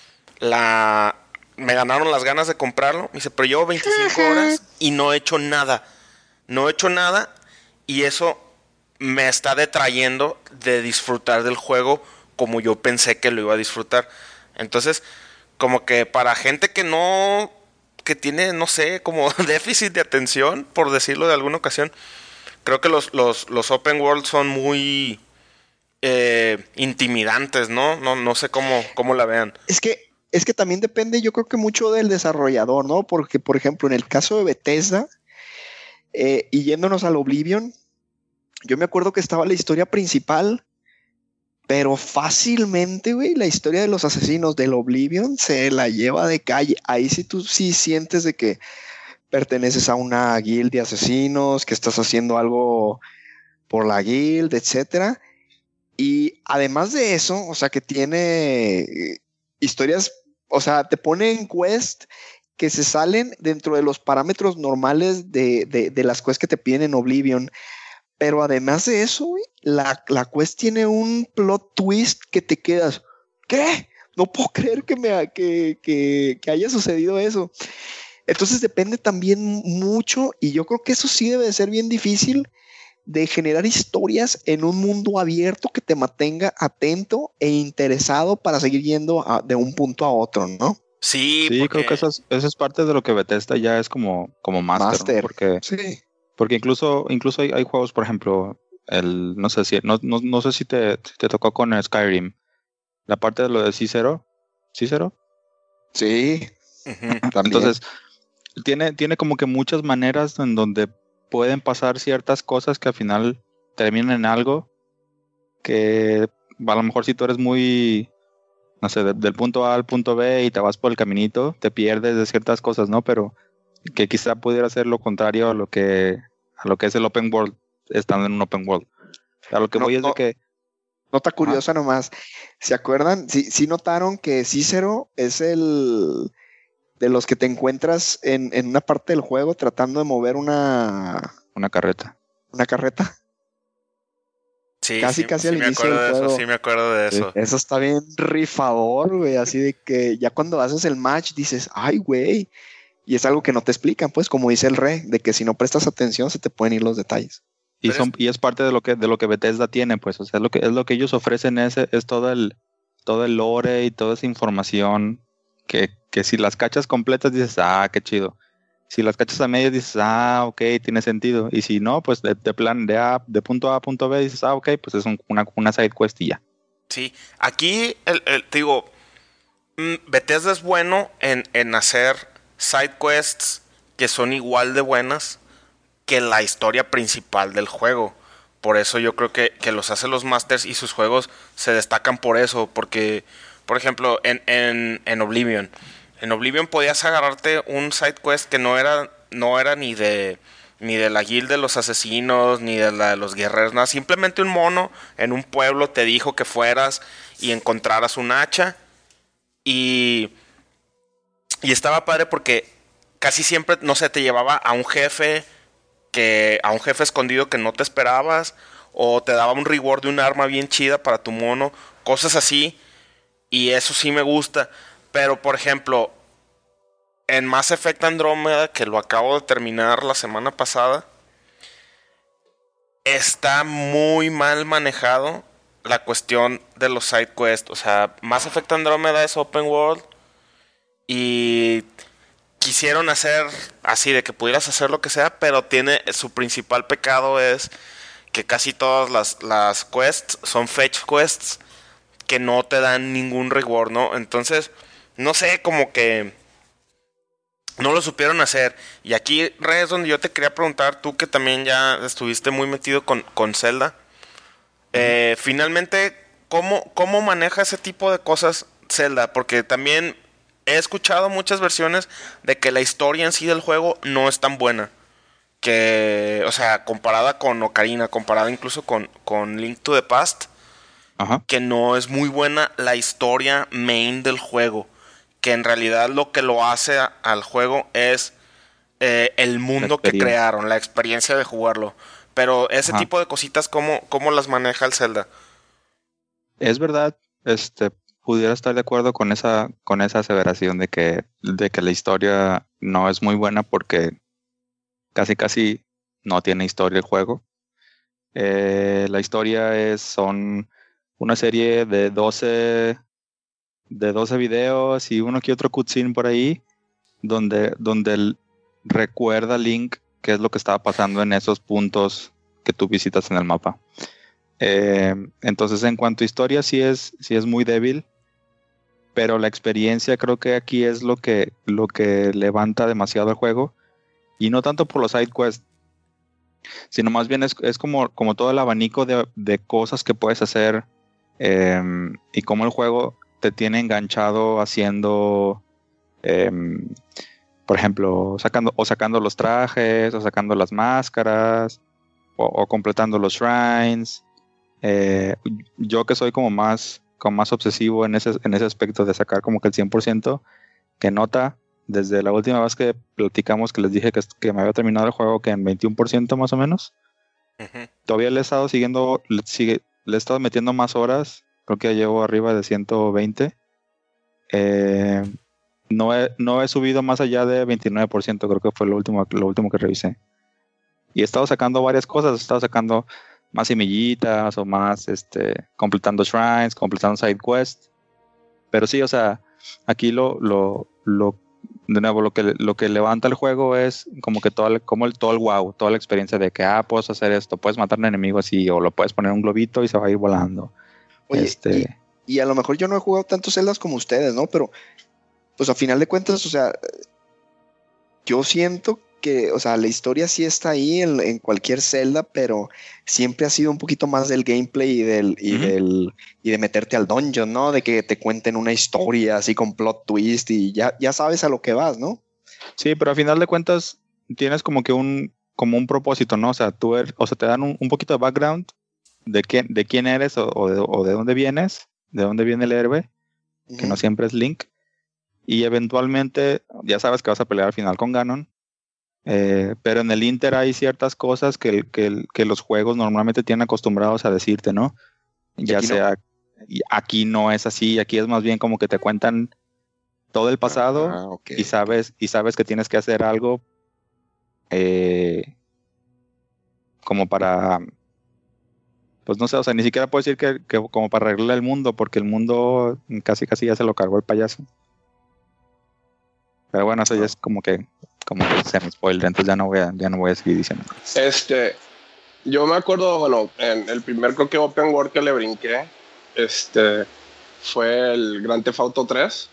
Speaker 1: la me ganaron las ganas de comprarlo. Me dice, pero llevo veinticinco horas y no he hecho nada. No he hecho nada y eso me está detrayendo de disfrutar del juego como yo pensé que lo iba a disfrutar. Entonces, como que para gente que no, que tiene, no sé, como déficit de atención, por decirlo de alguna ocasión, creo que los, los, los open world son muy eh, intimidantes, ¿no? No, no sé cómo, cómo la vean.
Speaker 3: Es que, es que también depende, yo creo que mucho del desarrollador, ¿no? Porque, por ejemplo, en el caso de Bethesda, eh, y yéndonos al Oblivion, yo me acuerdo que estaba la historia principal, pero fácilmente, güey, la historia de los asesinos del Oblivion se la lleva de calle. Ahí sí tú sí sientes de que perteneces a una guild de asesinos, que estás haciendo algo por la guild, etcétera. Y además de eso, o sea, que tiene historias, o sea, te pone en quest que se salen dentro de los parámetros normales de, de, de las quests que te piden en Oblivion. Pero además de eso, güey, la, la quest tiene un plot twist que te quedas, ¿qué? No puedo creer que, me, que, que, que haya sucedido eso. Entonces depende también mucho, y yo creo que eso sí debe de ser bien difícil, de generar historias en un mundo abierto que te mantenga atento e interesado para seguir yendo a, de un punto a otro, ¿no?
Speaker 1: Sí,
Speaker 4: sí
Speaker 1: porque...
Speaker 4: creo que eso es, eso es parte de lo que Bethesda ya es como, como master,
Speaker 3: master,
Speaker 4: ¿no? Porque...
Speaker 3: sí.
Speaker 4: Porque incluso, incluso hay, hay juegos, por ejemplo, el no sé si no, no, no sé si te, si te tocó con Skyrim, la parte de lo de Cicero, ¿Cicero?
Speaker 3: Sí.
Speaker 1: Uh-huh.
Speaker 4: Entonces, tiene, tiene como que muchas maneras en donde pueden pasar ciertas cosas que al final terminan en algo que a lo mejor si tú eres muy, no sé, de, del punto A al punto B y te vas por el caminito, te pierdes de ciertas cosas, ¿no? Pero que quizá pudiera ser lo contrario a lo que a lo que es el open world estando en un open world. A lo que
Speaker 3: no,
Speaker 4: voy es
Speaker 3: no,
Speaker 4: de que
Speaker 3: nota curiosa, ajá, nomás, ¿se acuerdan? Sí, sí notaron que Cicero es el de los que te encuentras en, en una parte del juego tratando de mover una
Speaker 4: una carreta.
Speaker 3: Una carreta.
Speaker 1: Sí,
Speaker 3: casi
Speaker 1: sí,
Speaker 3: casi
Speaker 1: sí
Speaker 3: al
Speaker 1: me
Speaker 3: inicio
Speaker 1: acuerdo
Speaker 3: del
Speaker 1: de
Speaker 3: juego.
Speaker 1: eso, sí me acuerdo de eso.
Speaker 3: Sí, eso está bien rifador, güey, así de que ya cuando haces el match dices, ay, güey. Y es algo que no te explican, pues, como dice el rey, de que si no prestas atención se te pueden ir los detalles.
Speaker 4: Y son, es... y es parte de lo que de lo que Bethesda tiene, pues, o sea, es lo que es lo que ellos ofrecen es, es todo el todo el lore y toda esa información que, que si las cachas completas dices, ah, qué chido. si las cachas a medias dices, ah, ok, tiene sentido. Y si no, pues de, de plan de A, de punto A a punto B dices, ah, ok, pues es un, una, una side quest y ya.
Speaker 1: Sí, aquí el, el- te digo, mm, Bethesda es bueno en, en hacer side quests que son igual de buenas que la historia principal del juego. Por eso yo creo que, que los hace los masters y sus juegos se destacan por eso. Porque, por ejemplo, en, en, en Oblivion. En Oblivion podías agarrarte un side quest que no era, no era ni de ni de la guild de los asesinos, ni de la de los guerreros, nada. Simplemente un mono en un pueblo te dijo que fueras y encontraras un hacha. Y, y estaba padre porque casi siempre, no sé, te llevaba a un jefe que a un jefe escondido que no te esperabas, o te daba un reward de un arma bien chida para tu mono, cosas así, y eso sí me gusta. Pero por ejemplo, en Mass Effect Andromeda, que lo acabo de terminar la semana pasada, está muy mal manejado la cuestión de los side quests. O sea, Mass Effect Andromeda es open world y quisieron hacer así de que pudieras hacer lo que sea, pero tiene su principal pecado es que casi todas las, las quests son fetch quests que no te dan ningún reward, ¿no? Entonces, no sé, como que no lo supieron hacer. Y aquí, Re, es donde yo te quería preguntar, tú que también ya estuviste muy metido con, con Zelda, eh, finalmente, ¿cómo, ¿cómo maneja ese tipo de cosas Zelda? Porque también he escuchado muchas versiones de que la historia en sí del juego no es tan buena. Que, o sea, comparada con Ocarina, comparada incluso con, con Link to the Past,
Speaker 4: Ajá.
Speaker 1: que no es muy buena la historia main del juego. Que en realidad lo que lo hace a- al juego es eh, el
Speaker 4: La
Speaker 1: mundo que
Speaker 4: experiencia.
Speaker 1: crearon, la experiencia de jugarlo. Pero ese
Speaker 4: Ajá.
Speaker 1: tipo de cositas, ¿cómo, cómo las maneja el Zelda?
Speaker 4: Es verdad, este, pudiera estar de acuerdo con esa, con esa aseveración de que, de que la historia no es muy buena porque casi casi no tiene historia el juego. Eh, la historia es, son una serie de doce de doce videos y uno que otro cutscene por ahí, donde, donde el- recuerda Link qué es lo que estaba pasando en esos puntos que tú visitas en el mapa. Eh, entonces, en cuanto a historia, sí es, sí es muy débil, pero la experiencia creo que aquí es lo que, lo que levanta demasiado el juego, y no tanto por los side quests, sino más bien es, es como, como todo el abanico de, de cosas que puedes hacer, eh, y cómo el juego te tiene enganchado haciendo, eh, por ejemplo, sacando o sacando los trajes, o sacando las máscaras, o, o completando los shrines. Eh, yo que soy como más, como más obsesivo en ese, en ese aspecto de sacar como que el cien por ciento, que nota desde la última vez que platicamos que les dije que, que me había terminado el juego que en veintiuno por ciento más o menos.
Speaker 1: Ujú.
Speaker 4: Todavía le he estado siguiendo, le, sigue, le he estado metiendo más horas, creo que ya llevo arriba de ciento veinte. Eh, no, he, no he subido más allá de veintinueve por ciento, creo que fue lo último, lo último que revisé. Y he estado sacando varias cosas, he estado sacando más semillitas o más, este, completando shrines, completando side quests. Pero sí, o sea, aquí lo, lo, lo de nuevo, lo que, lo que levanta el juego es como que todo el, como el, todo el wow, toda la experiencia de que, ah, puedes hacer esto, puedes matar a un enemigo así, o lo puedes poner un globito y se va a ir volando.
Speaker 3: Oye, y,
Speaker 4: Este,
Speaker 3: y a lo mejor yo no he jugado tantos Zeldas como ustedes, ¿no? Pero, pues a final de cuentas, o sea, yo siento que, o sea, la historia sí está ahí en, en cualquier Zelda, pero siempre ha sido un poquito más del gameplay y del, y
Speaker 4: Ujú.
Speaker 3: del, y de meterte al dungeon, ¿no? De que te cuenten una historia así con plot twist y ya, ya sabes a lo que vas, ¿no?
Speaker 4: Sí, pero a final de cuentas tienes como que un, como un propósito, ¿no? O sea, tú eres- o sea, te dan un, un poquito de background de quién, de quién eres o, o de, o de dónde vienes, de dónde viene el héroe, que no
Speaker 3: Ujú.
Speaker 4: siempre es Link. Y eventualmente ya sabes que vas a pelear al final con Ganon. Eh, pero en el Inter hay ciertas cosas que, que, que los juegos normalmente tienen acostumbrados a decirte, ¿no?
Speaker 3: Y
Speaker 4: Ya
Speaker 3: aquí no.
Speaker 4: sea, y aquí no es así, aquí es más bien como que te cuentan todo el pasado
Speaker 3: Ah, ok,
Speaker 4: y
Speaker 3: ok.
Speaker 4: sabes, y sabes que tienes que hacer algo, eh, como para, pues no sé, o sea, ni siquiera puedo decir que, que como para arreglar el mundo, porque el mundo casi casi ya se lo cargó el payaso. Pero bueno, eso ya
Speaker 3: Ah,
Speaker 4: es como que como que semi-spoiler, entonces ya no voy a, ya no voy a seguir diciendo.
Speaker 2: Este, yo me acuerdo, bueno, en el primer creo que Open World que le brinqué, este, fue el Grand Theft Auto tres.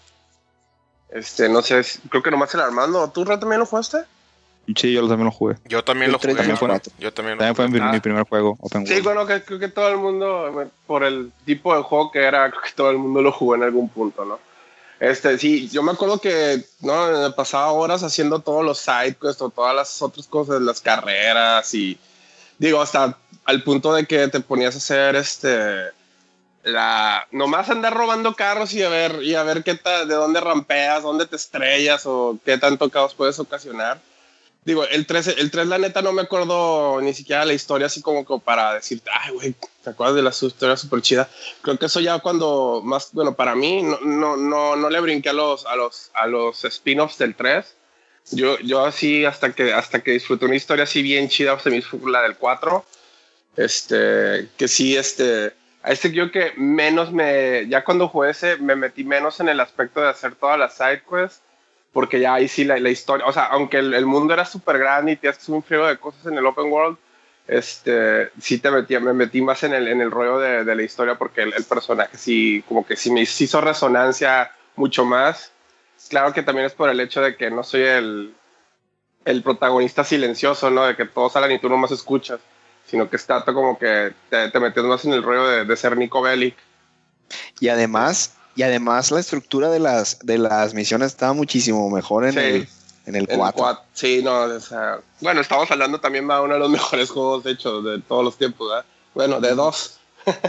Speaker 2: Este, no sé, creo que nomás el Armando. ¿Tú Red, también lo jugaste?
Speaker 4: Sí, yo también lo jugué.
Speaker 1: Yo también
Speaker 3: El
Speaker 1: lo jugué.
Speaker 3: tres también fue-
Speaker 1: bueno, yo también lo
Speaker 4: También fue
Speaker 1: jugué.
Speaker 4: mi,
Speaker 2: Ah.
Speaker 4: mi primer juego, Open
Speaker 2: Sí,
Speaker 4: World.
Speaker 2: bueno, que, creo que todo el mundo, por el tipo de juego que era, creo que todo el mundo lo jugó en algún punto, ¿no? Este, sí, yo me acuerdo que, no, me pasaba horas haciendo todos los sidequests o todas las otras cosas, las carreras y, digo, hasta al punto de que te ponías a hacer, este, la, nomás andar robando carros y a ver, y a ver qué tal, de dónde rampeas, dónde te estrellas o qué tanto caos puedes ocasionar. Digo, el tres, el tres la neta no me acuerdo ni siquiera la historia así como, como para decirte, ay, güey, ¿te acuerdas de la su- historia súper chida? Creo que eso ya cuando más, bueno, para mí no, no, no, no le brinqué a los, a los, a los spin-offs del tres. Yo, yo así hasta que, hasta que disfruté una historia así bien chida, se me hizo la del cuatro. Este, que sí, este, a este yo que menos me, ya cuando jugué ese, me metí menos en el aspecto de hacer todas las sidequests, porque ya ahí sí la, la historia, o sea, aunque el, el mundo era súper grande y te haces un frío de cosas en el open world, este, sí te metí, me metí más en el, en el rollo de, de la historia, porque el, el personaje sí, como que sí me hizo resonancia mucho más. Claro que también es por el hecho de que no soy el, el protagonista silencioso, ¿no? De que todos hablan y tú nomás escuchas, sino que está como que te, te metes más en el rollo de, de ser Nico Bellic.
Speaker 3: Y además, y además la estructura de las, de las misiones estaba muchísimo mejor en
Speaker 2: Sí.
Speaker 3: el, en el
Speaker 2: El
Speaker 3: cuatro.
Speaker 2: cuat- Sí, no, o sea, bueno, estamos hablando también de uno de los mejores juegos, de hecho, de todos los tiempos, ¿verdad? Bueno, de dos.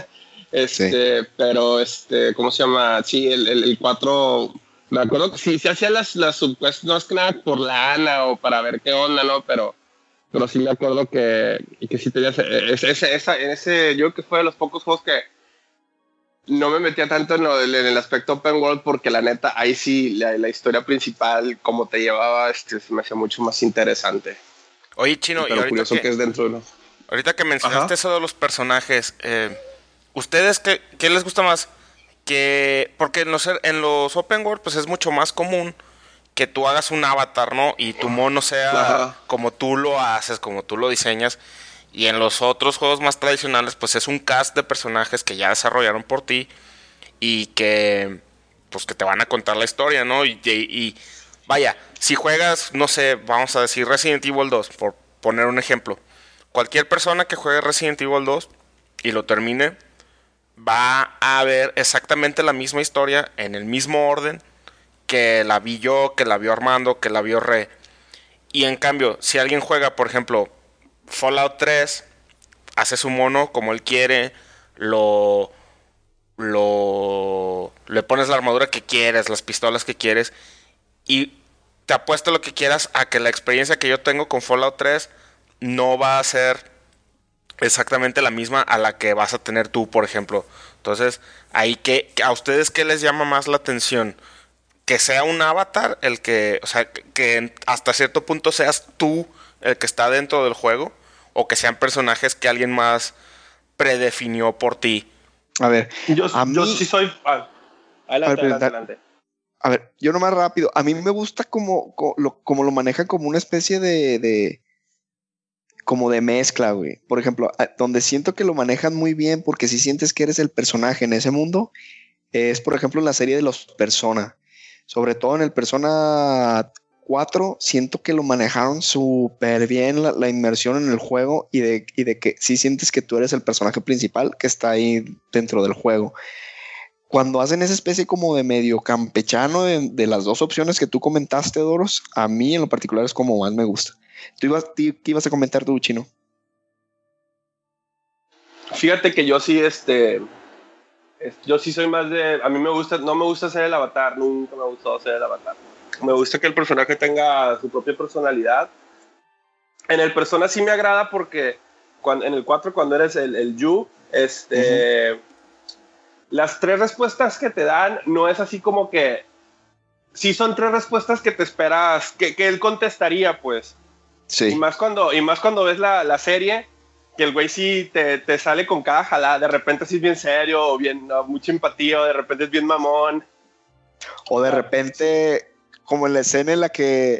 Speaker 2: este, pero, este, ¿cómo se llama? Sí, el, el, el cuatro, me acuerdo que sí, se hacía las, las subquests, no es que nada por lana o para ver qué onda, ¿no? Pero, pero sí me acuerdo que, que sí tenías, ese, ese, esa, ese, yo creo que fue de los pocos juegos que no me metía tanto en, lo, en el aspecto open world, porque la neta, ahí sí, la, la historia principal, cómo te llevaba, este, se me hacía mucho más interesante.
Speaker 1: Oye, Chino, y
Speaker 2: Pero
Speaker 1: ahorita
Speaker 2: curioso
Speaker 1: que,
Speaker 2: que es dentro de uno.
Speaker 1: ahorita que mencionaste
Speaker 2: Ajá.
Speaker 1: eso de los personajes, eh, ¿ustedes qué, qué les gusta más? Que, porque en los, en los open world pues es mucho más común que tú hagas un avatar, ¿no? Y tu mono sea
Speaker 2: Ajá.
Speaker 1: como tú lo haces, como tú lo diseñas. Y en los otros juegos más tradicionales pues es un cast de personajes que ya desarrollaron por ti y que pues que te van a contar la historia, ¿no? Y, y, y vaya, si juegas, no sé, vamos a decir Resident Evil dos, por poner un ejemplo. Cualquier persona que juegue Resident Evil dos y lo termine, va a ver exactamente la misma historia en el mismo orden que la vi yo, que la vio Armando, que la vio Re. Y en cambio, si alguien juega, por ejemplo, Fallout tres, hace su mono como él quiere, lo, lo, le pones la armadura que quieres, las pistolas que quieres, y te apuesto lo que quieras a que la experiencia que yo tengo con Fallout tres no va a ser exactamente la misma a la que vas a tener tú, por ejemplo. Entonces, ahí que a ustedes qué les llama más la atención, que sea un avatar el que, o sea, que hasta cierto punto seas tú el que está dentro del juego, o que sean personajes que alguien más predefinió por ti.
Speaker 3: A ver,
Speaker 2: Yo,
Speaker 3: a
Speaker 2: yo
Speaker 3: mí-
Speaker 2: sí soy... Ah, adelante,
Speaker 3: A ver,
Speaker 2: adelante,
Speaker 3: pero-
Speaker 2: adelante.
Speaker 3: a ver, yo nomás rápido. A mí me gusta como, co- lo, como lo manejan como una especie de, de como de mezcla, güey. Por ejemplo, a- donde siento que lo manejan muy bien, porque si sientes que eres el personaje en ese mundo, es por ejemplo en la serie de los Persona. Sobre todo en el Persona cuatro, siento que lo manejaron súper bien la, la inmersión en el juego y de, y de que sí sientes que tú eres el personaje principal que está ahí dentro del juego. Cuando hacen esa especie como de medio campechano de, de las dos opciones que tú comentaste, Doros, a mí en lo particular es como más me gusta. ¿Tú ibas, ¿Qué ibas a comentar tú, Chino?
Speaker 2: Fíjate que yo sí, este... es- Yo sí soy más de... A mí me gusta... No me gusta ser el avatar. Nunca me ha gustado ser el avatar. Me gusta que el personaje tenga su propia personalidad. En el Persona sí me agrada porque... Cuando, en el cuatro, cuando eres el, el Yu, este... Uh-huh. Las tres respuestas que te dan no es así como que... Sí son tres respuestas que te esperas... Que, que él contestaría, pues.
Speaker 3: Sí.
Speaker 2: Y más cuando, y más cuando ves la, la serie, que el güey sí te, te sale con cada jalada. De repente sí es bien serio, o bien, no, mucha empatía, o de repente es bien mamón.
Speaker 3: O de repente, como en la escena en la que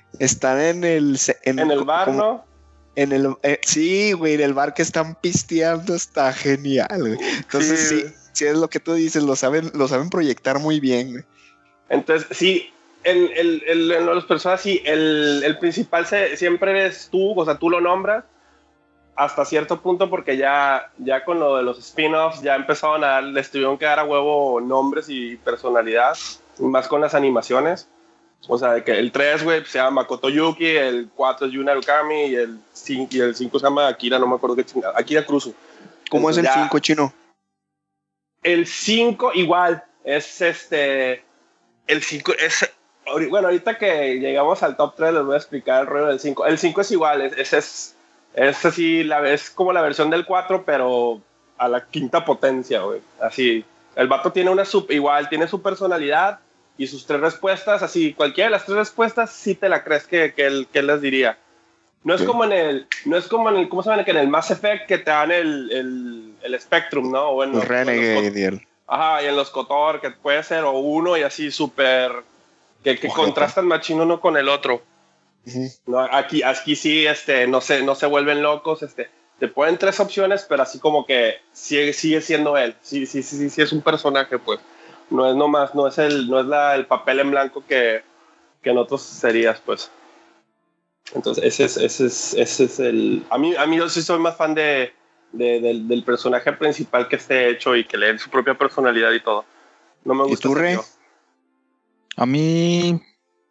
Speaker 3: Están en el...
Speaker 2: En, en el bar, como, ¿no?
Speaker 3: En el... Eh, sí, güey, en el bar que están pisteando está genial, güey. Entonces, sí, sí, sí es lo que tú dices, lo saben, lo saben proyectar muy bien, güey.
Speaker 2: Entonces, sí, el, el, el, en las personas, sí, el, el principal se, siempre eres tú, o sea, tú lo nombras, hasta cierto punto, porque ya, ya con lo de los spin-offs ya empezaron a dar, les tuvieron que dar a huevo nombres y personalidad, más con las animaciones. O sea, de que el tres, güey, se llama Makoto Yuki, el cuatro es Yuna Arukami y el cinco, y el cinco se llama Akira, no me acuerdo qué chingada, Akira Kurusu.
Speaker 3: ¿Cómo Entonces, es el cinco, chino?
Speaker 2: El cinco igual, es este, el cinco es, bueno, ahorita que llegamos al top tres les voy a explicar el rollo del cinco. El cinco es igual, es, es, es así, la, es como la versión del cuatro, pero a la quinta potencia, güey, así. El vato tiene una, sub, igual, tiene su personalidad, y sus tres respuestas, así, cualquiera de las tres respuestas, sí te la crees que, que, él, que él les diría. No es sí. como en el, no es como en el, ¿cómo se llama? Que en el Mass Effect que te dan el, el, el Spectrum, ¿no? O en los,
Speaker 3: Renegade y el...
Speaker 2: Ajá, y en los KOTOR, que puede ser o uno y así súper, que, que contrastan machín uno con el otro. Uh-huh. No, aquí, aquí sí, este, no se, no se vuelven locos, este, te ponen tres opciones, pero así como que sigue, sigue siendo él, sí, sí, sí, sí, sí es un personaje, pues. No es nomás, no es el, no es la, el papel en blanco que, que en otros serías, pues. Entonces, ese es, ese es, ese es el... A mí, a mí yo sí soy más fan de, de, del, del personaje principal que esté hecho y que le dé su propia personalidad y todo. No me gusta.
Speaker 3: ¿Y tú, Rey?
Speaker 4: A mí...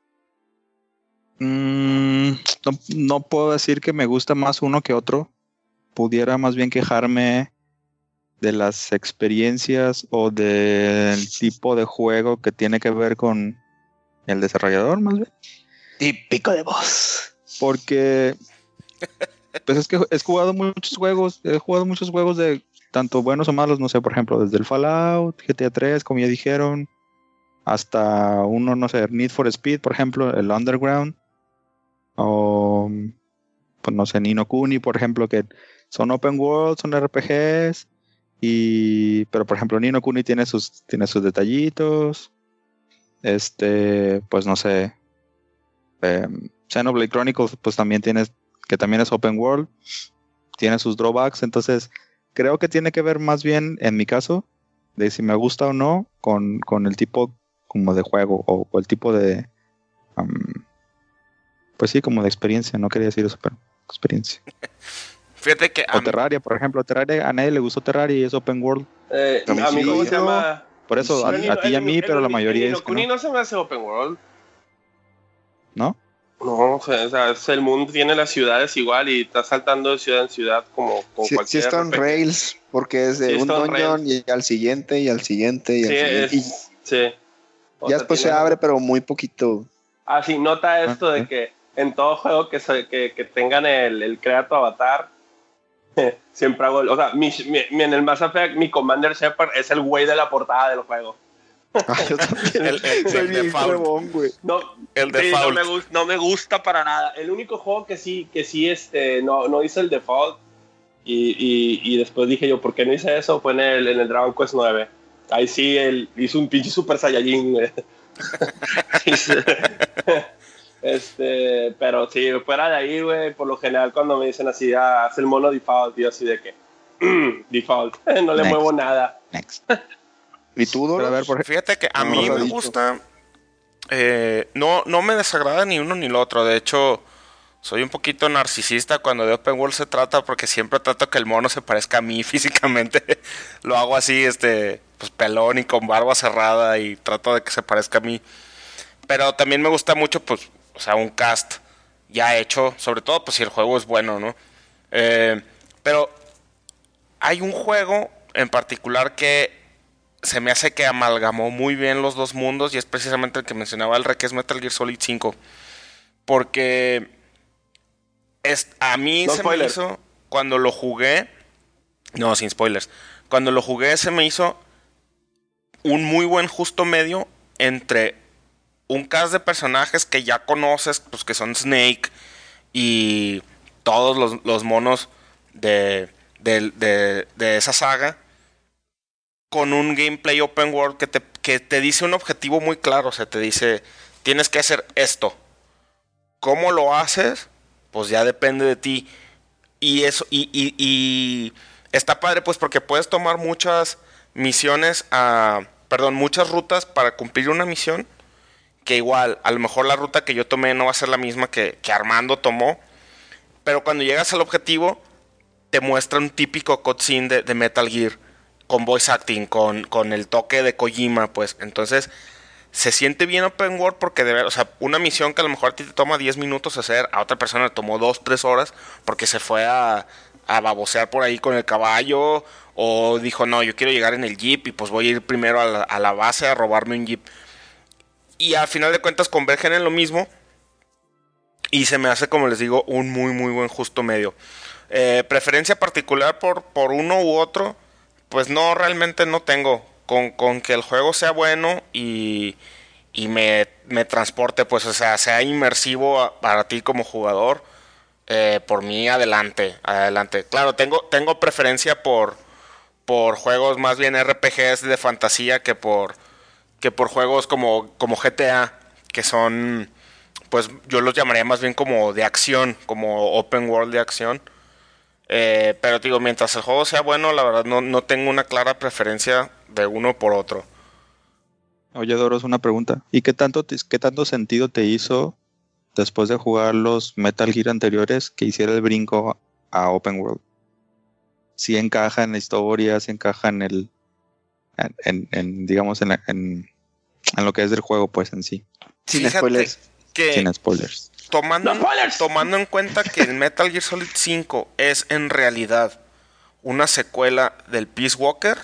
Speaker 4: Mmm, no, no puedo decir que me gusta más uno que otro. Pudiera más bien quejarme de las experiencias o del tipo de juego que tiene que ver con el desarrollador, más bien.
Speaker 3: Típico de vos.
Speaker 4: Porque pues es que he jugado muchos juegos, he jugado muchos juegos de tanto buenos o malos, no sé, por ejemplo, desde el Fallout, G T A tres, como ya dijeron, hasta uno, no sé, Need for Speed, por ejemplo, el Underground, o pues no sé, Ni no Kuni, por ejemplo, que son open world, son R P Gs. Y pero por ejemplo Ni no Kuni tiene sus tiene sus detallitos, este pues no sé, eh, Xenoblade Chronicles pues también tienes, que también es open world, tiene sus drawbacks. Entonces creo que tiene que ver más bien en mi caso de si me gusta o no con, con el tipo como de juego o, o el tipo de um, pues sí, como de experiencia. No quería decir eso, pero experiencia.
Speaker 1: Fíjate que
Speaker 4: o Terraria, por ejemplo, Terraria, a nadie le gustó Terraria y es open world.
Speaker 2: Eh, a mí sí, se llama...
Speaker 4: Por eso, a, a ti y a mí, pero la mayoría es
Speaker 2: que no. no se me hace open world.
Speaker 4: ¿No?
Speaker 2: No, o sea, o sea, es el mundo tiene las ciudades igual y está saltando de ciudad en ciudad como, como
Speaker 3: sí,
Speaker 2: cualquier
Speaker 3: sí está en Rails, porque es de sí un dungeon y al siguiente y al siguiente y
Speaker 2: sí,
Speaker 3: al siguiente.
Speaker 2: Es, y sí.
Speaker 3: O ya sea, después se abre, una... pero muy poquito.
Speaker 2: Ah, sí, nota esto ah, de que en todo juego que, se, que, que tengan el, el crea tu avatar, siempre hago, o sea, mi, mi, en el Mass Effect mi Commander Shepard es el güey de la portada del juego.
Speaker 3: Ah, yo también.
Speaker 1: el, el,
Speaker 3: Soy
Speaker 1: el
Speaker 3: bien huevón, güey.
Speaker 2: No,
Speaker 1: el
Speaker 2: sí,
Speaker 1: default.
Speaker 2: No me, gusta, no me gusta para nada. El único juego que sí, que sí este, no, no hice el default y, y, y después dije yo, ¿por qué no hice eso? Fue en el, en el Dragon Quest nueve. Ahí sí, él hizo un pinche Super Saiyajin, güey. Este, pero sí, fuera de ahí, güey, por lo general cuando me dicen así, ah, haz el mono default, yo así de que, default, no le
Speaker 3: Next.
Speaker 2: muevo nada.
Speaker 3: Next. ¿Y tú, Doros?
Speaker 1: A ver, por... Fíjate que a no, mí me dicho. gusta, eh, no, no me desagrada ni uno ni lo otro. De hecho, soy un poquito narcisista cuando de open world se trata, porque siempre trato que el mono se parezca a mí físicamente. Lo hago así, este, pues pelón y con barba cerrada, y trato de que se parezca a mí. Pero también me gusta mucho, pues, o sea, un cast ya hecho, sobre todo pues si el juego es bueno, ¿no? Eh, pero hay un juego en particular que se me hace que amalgamó muy bien los dos mundos, y es precisamente el que mencionaba el Re, que es Metal Gear Solid cinco. Porque es, a mí
Speaker 2: no
Speaker 1: se
Speaker 2: spoiler.
Speaker 1: me hizo, cuando lo jugué, no, sin spoilers, cuando lo jugué se me hizo un muy buen justo medio entre un cast de personajes que ya conoces, pues que son Snake y todos los, los monos de, de, de, de esa saga, con un gameplay open world que te, que te dice un objetivo muy claro. O sea, te dice, tienes que hacer esto. ¿Cómo lo haces? Pues ya depende de ti. Y eso, y, y, y está padre, pues, porque puedes tomar muchas misiones, a, perdón, muchas rutas para cumplir una misión. Que igual, a lo mejor la ruta que yo tomé no va a ser la misma que, que Armando tomó. Pero cuando llegas al objetivo, te muestra un típico cutscene de, de Metal Gear. Con voice acting, con, con el toque de Kojima, pues. Entonces, se siente bien open world porque de ver, o sea, una misión que a lo mejor a ti te toma diez minutos hacer, a otra persona le tomó dos, tres horas porque se fue a, a babosear por ahí con el caballo, o dijo, no, yo quiero llegar en el jeep y pues voy a ir primero a la, a la base a robarme un jeep. Y al final de cuentas convergen en lo mismo y se me hace, como les digo, un muy, muy buen justo medio. Eh, preferencia particular por, por uno u otro, pues no, realmente no tengo. Con, con que el juego sea bueno y, y me, me transporte, pues, o sea, sea inmersivo a, para ti como jugador, eh, por mí, adelante, adelante. Claro, tengo, tengo preferencia por, por juegos más bien R P Gs de fantasía que por, que por juegos como, como G T A, que son, pues, yo los llamaría más bien como de acción, como open world de acción. Eh, pero digo, mientras el juego sea bueno, la verdad no, no tengo una clara preferencia de uno por otro.
Speaker 4: Oye, Doros, una pregunta. ¿Y qué tanto, te- qué tanto sentido te hizo después de jugar los Metal Gear anteriores que hiciera el brinco a Open World? Si encaja en la historia, si encaja en el, en, en- en, digamos, en, la- en, en lo que es del juego, pues en sí,
Speaker 3: Sin
Speaker 1: Fíjate
Speaker 3: spoilers.
Speaker 1: que
Speaker 4: sin spoilers.
Speaker 1: tomando,
Speaker 2: ¡No spoilers!
Speaker 1: tomando en cuenta que el Metal Gear Solid cinco es en realidad una secuela del Peace Walker,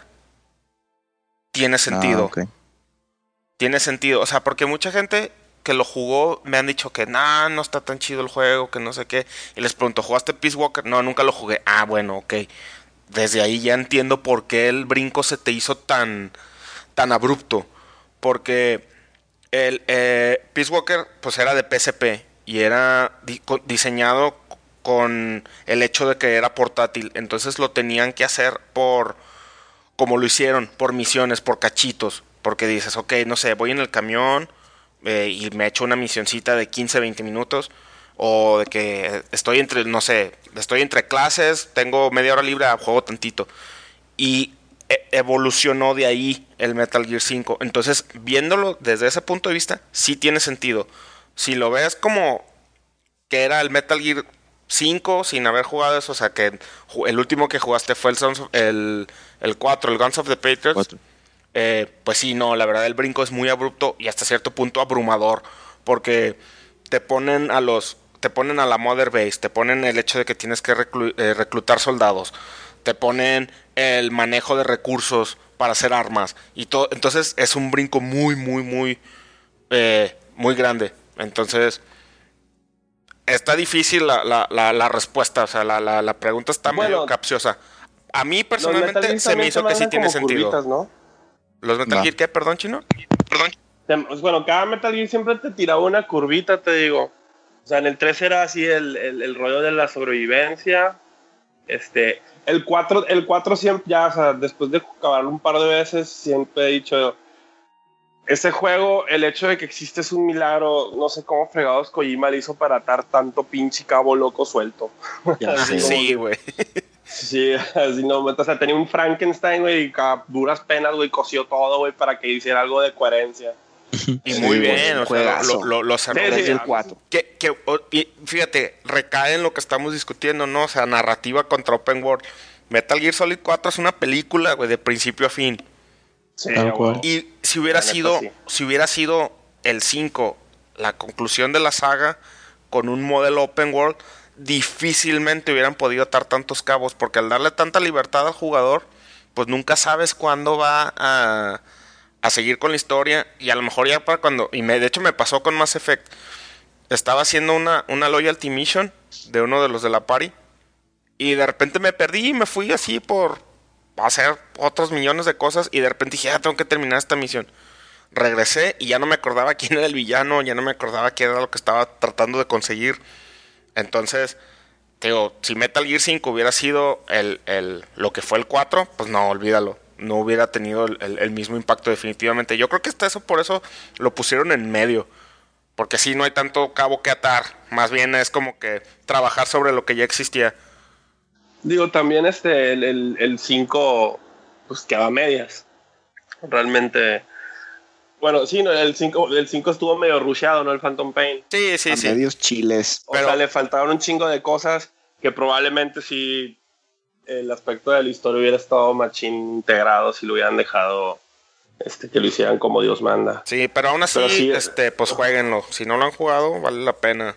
Speaker 1: tiene
Speaker 4: Ah,
Speaker 1: sentido.
Speaker 4: ok.
Speaker 1: Tiene sentido. O sea, porque mucha gente que lo jugó me han dicho que nah, no está tan chido el juego, que no sé qué. Y les pregunto, ¿jugaste Peace Walker? No, nunca lo jugué. Ah, bueno, ok. Desde ahí ya entiendo por qué el brinco se te hizo tan, tan abrupto. Porque el eh, Peace Walker pues era de P S P y era di- co- diseñado con el hecho de que era portátil. Entonces lo tenían que hacer por como lo hicieron, por misiones, por cachitos. Porque dices, ok, no sé, voy en el camión eh, y me echo una misioncita de quince, veinte minutos. O de que estoy entre, no sé, estoy entre clases, tengo media hora libre, juego tantito. Y e- evolucionó de ahí el Metal Gear cinco. Entonces, viéndolo desde ese punto de vista, sí tiene sentido. Si lo ves como que era el Metal Gear cinco sin haber jugado eso, o sea que ju- el último que jugaste fue el, Sons of- el, el cuatro, el Guns of the Patriots,
Speaker 4: Cuatro.
Speaker 1: eh, pues sí, no, la verdad el brinco es muy abrupto y hasta cierto punto abrumador, porque te ponen a los, te ponen a la Mother Base, te ponen el hecho de que tienes que reclu- eh, reclutar soldados, te ponen el manejo de recursos para hacer armas y todo, entonces es un brinco muy, muy, muy, eh, muy grande. Entonces está difícil la, la, la, la respuesta, o sea, la, la, la pregunta está medio
Speaker 2: Bueno,
Speaker 1: capciosa. A mí
Speaker 2: los Metal
Speaker 1: personalmente
Speaker 2: Gear
Speaker 1: se me
Speaker 2: también te
Speaker 1: hizo que sí
Speaker 2: mandan
Speaker 1: tiene
Speaker 2: como
Speaker 1: sentido.
Speaker 2: curvitas, ¿no?
Speaker 1: ¿Los Metal
Speaker 4: Va.
Speaker 1: Gear qué? Perdón, chino.
Speaker 2: Te- pues, bueno, cada Metal Gear siempre te tiraba una curvita, te digo. O sea, en el tres era así el, el, el rollo de la sobrevivencia. Este, el cuatro, el cuatro siempre, ya, o sea, después de acabarlo un par de veces, siempre he dicho, ese juego, el hecho de que existe es un milagro. No sé cómo fregados Kojima le hizo para atar tanto pinche cabo loco suelto.
Speaker 3: Ya
Speaker 2: Así
Speaker 3: sé.
Speaker 2: como
Speaker 1: Sí,
Speaker 2: que-
Speaker 1: güey.
Speaker 2: Sí, así no, o sea, tenía un Frankenstein, güey, y a duras penas, güey, cosió todo, güey, para que hiciera algo de coherencia.
Speaker 1: Y
Speaker 3: Sí,
Speaker 1: muy
Speaker 3: güey,
Speaker 1: bien, o sea, lo,
Speaker 3: juegazo.
Speaker 1: lo, lo, lo cerró
Speaker 2: Sí, sí,
Speaker 1: muy
Speaker 3: Desde el
Speaker 1: bien.
Speaker 3: cuatro.
Speaker 1: Que, que, o- y fíjate, recae en lo que estamos discutiendo, ¿no? O sea, narrativa contra Open World. Metal Gear Solid cuatro es una película, güey, de principio a fin.
Speaker 2: Sí,
Speaker 4: Tal
Speaker 2: a
Speaker 4: cual.
Speaker 2: huevo.
Speaker 1: Y si hubiera
Speaker 2: La neta,
Speaker 1: sido,
Speaker 2: sí.
Speaker 1: si hubiera sido el cinco, la conclusión de la saga, con un modelo open world, difícilmente hubieran podido atar tantos cabos, porque al darle tanta libertad al jugador, pues nunca sabes cuándo va a, a seguir con la historia, y a lo mejor ya para cuando, y me, de hecho me pasó con Mass Effect, estaba haciendo una, una loyalty mission de uno de los de la party, y de repente me perdí y me fui así por hacer otros millones de cosas, y de repente dije, ah, tengo que terminar esta misión. Regresé y ya no me acordaba quién era el villano, ya no me acordaba qué era lo que estaba tratando de conseguir. Entonces, te digo, si Metal Gear cinco hubiera sido el, el, lo que fue el cuatro, pues no, olvídalo. No hubiera tenido el, el, el mismo impacto definitivamente. Yo creo que hasta eso, por eso lo pusieron en medio. Porque sí, no hay tanto cabo que atar. Más bien es como que trabajar sobre lo que ya existía.
Speaker 2: Digo, también este, el cinco pues quedaba a medias. Realmente. Bueno, sí, no, el cinco el cinco estuvo medio rusheado, ¿no? El Phantom Pain.
Speaker 1: Sí, sí,
Speaker 3: a
Speaker 1: sí.
Speaker 3: medios chiles.
Speaker 2: O
Speaker 1: Pero-
Speaker 2: sea, le faltaron un chingo de cosas que probablemente sí el aspecto de la historia hubiera estado machín integrado si lo hubieran dejado este, que lo hicieran como Dios manda.
Speaker 1: Sí, pero aún así,
Speaker 2: Pero sí,
Speaker 1: este, pues jueguenlo. Si no lo han jugado, vale la pena.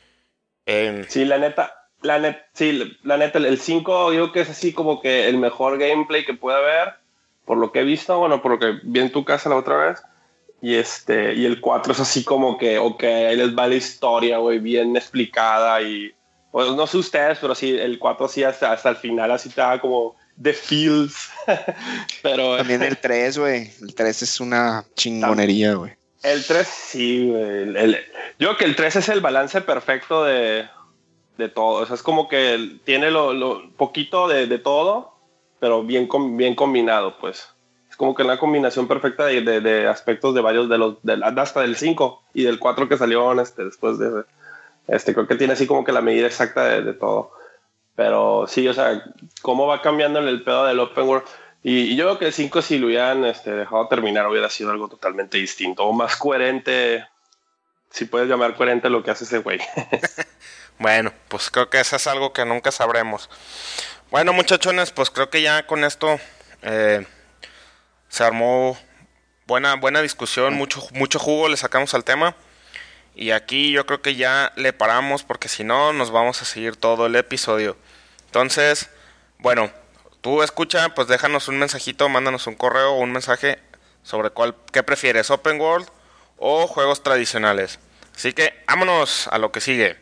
Speaker 1: Eh,
Speaker 2: sí, la neta, la net, sí, la neta, el cinco yo creo que es así como que el mejor gameplay que puede haber, por lo que he visto, bueno, por lo que vi en tu casa la otra vez. Y este, y el cuatro es así como que, ok, ahí les va la historia, güey, bien explicada y, pues no sé ustedes, pero sí, el cuatro sí hasta, hasta el final así te da como the feels. Pero
Speaker 3: También el tres, güey. El tres es una chingonería, güey.
Speaker 2: el tres sí, güey. El, el, yo creo que el tres es el balance perfecto de, de todo. O sea, es como que el- tiene lo, lo poquito de, de todo, pero bien, com- bien combinado, pues. Es como que una combinación perfecta de, de, de aspectos de varios de los, de, hasta del cinco y del cuatro que salió este, después de este. Creo que tiene así como que la medida exacta de, de todo. Pero sí, o sea, cómo va cambiando el pedo del open world. Y, y yo creo que el cinco, si lo hubieran este, dejado terminar, hubiera sido algo totalmente distinto o más coherente. Si puedes llamar coherente lo que hace ese güey.
Speaker 1: bueno, pues creo que eso es algo que nunca sabremos. Bueno, muchachones, pues creo que ya con esto eh, se armó buena, buena discusión, mucho, mucho jugo le sacamos al tema. Y aquí yo creo que ya le paramos porque si no nos vamos a seguir todo el episodio. Entonces, bueno, tú escucha, pues déjanos un mensajito, mándanos un correo o un mensaje sobre cuál, qué prefieres, open world o juegos tradicionales. Así que vámonos a lo que sigue.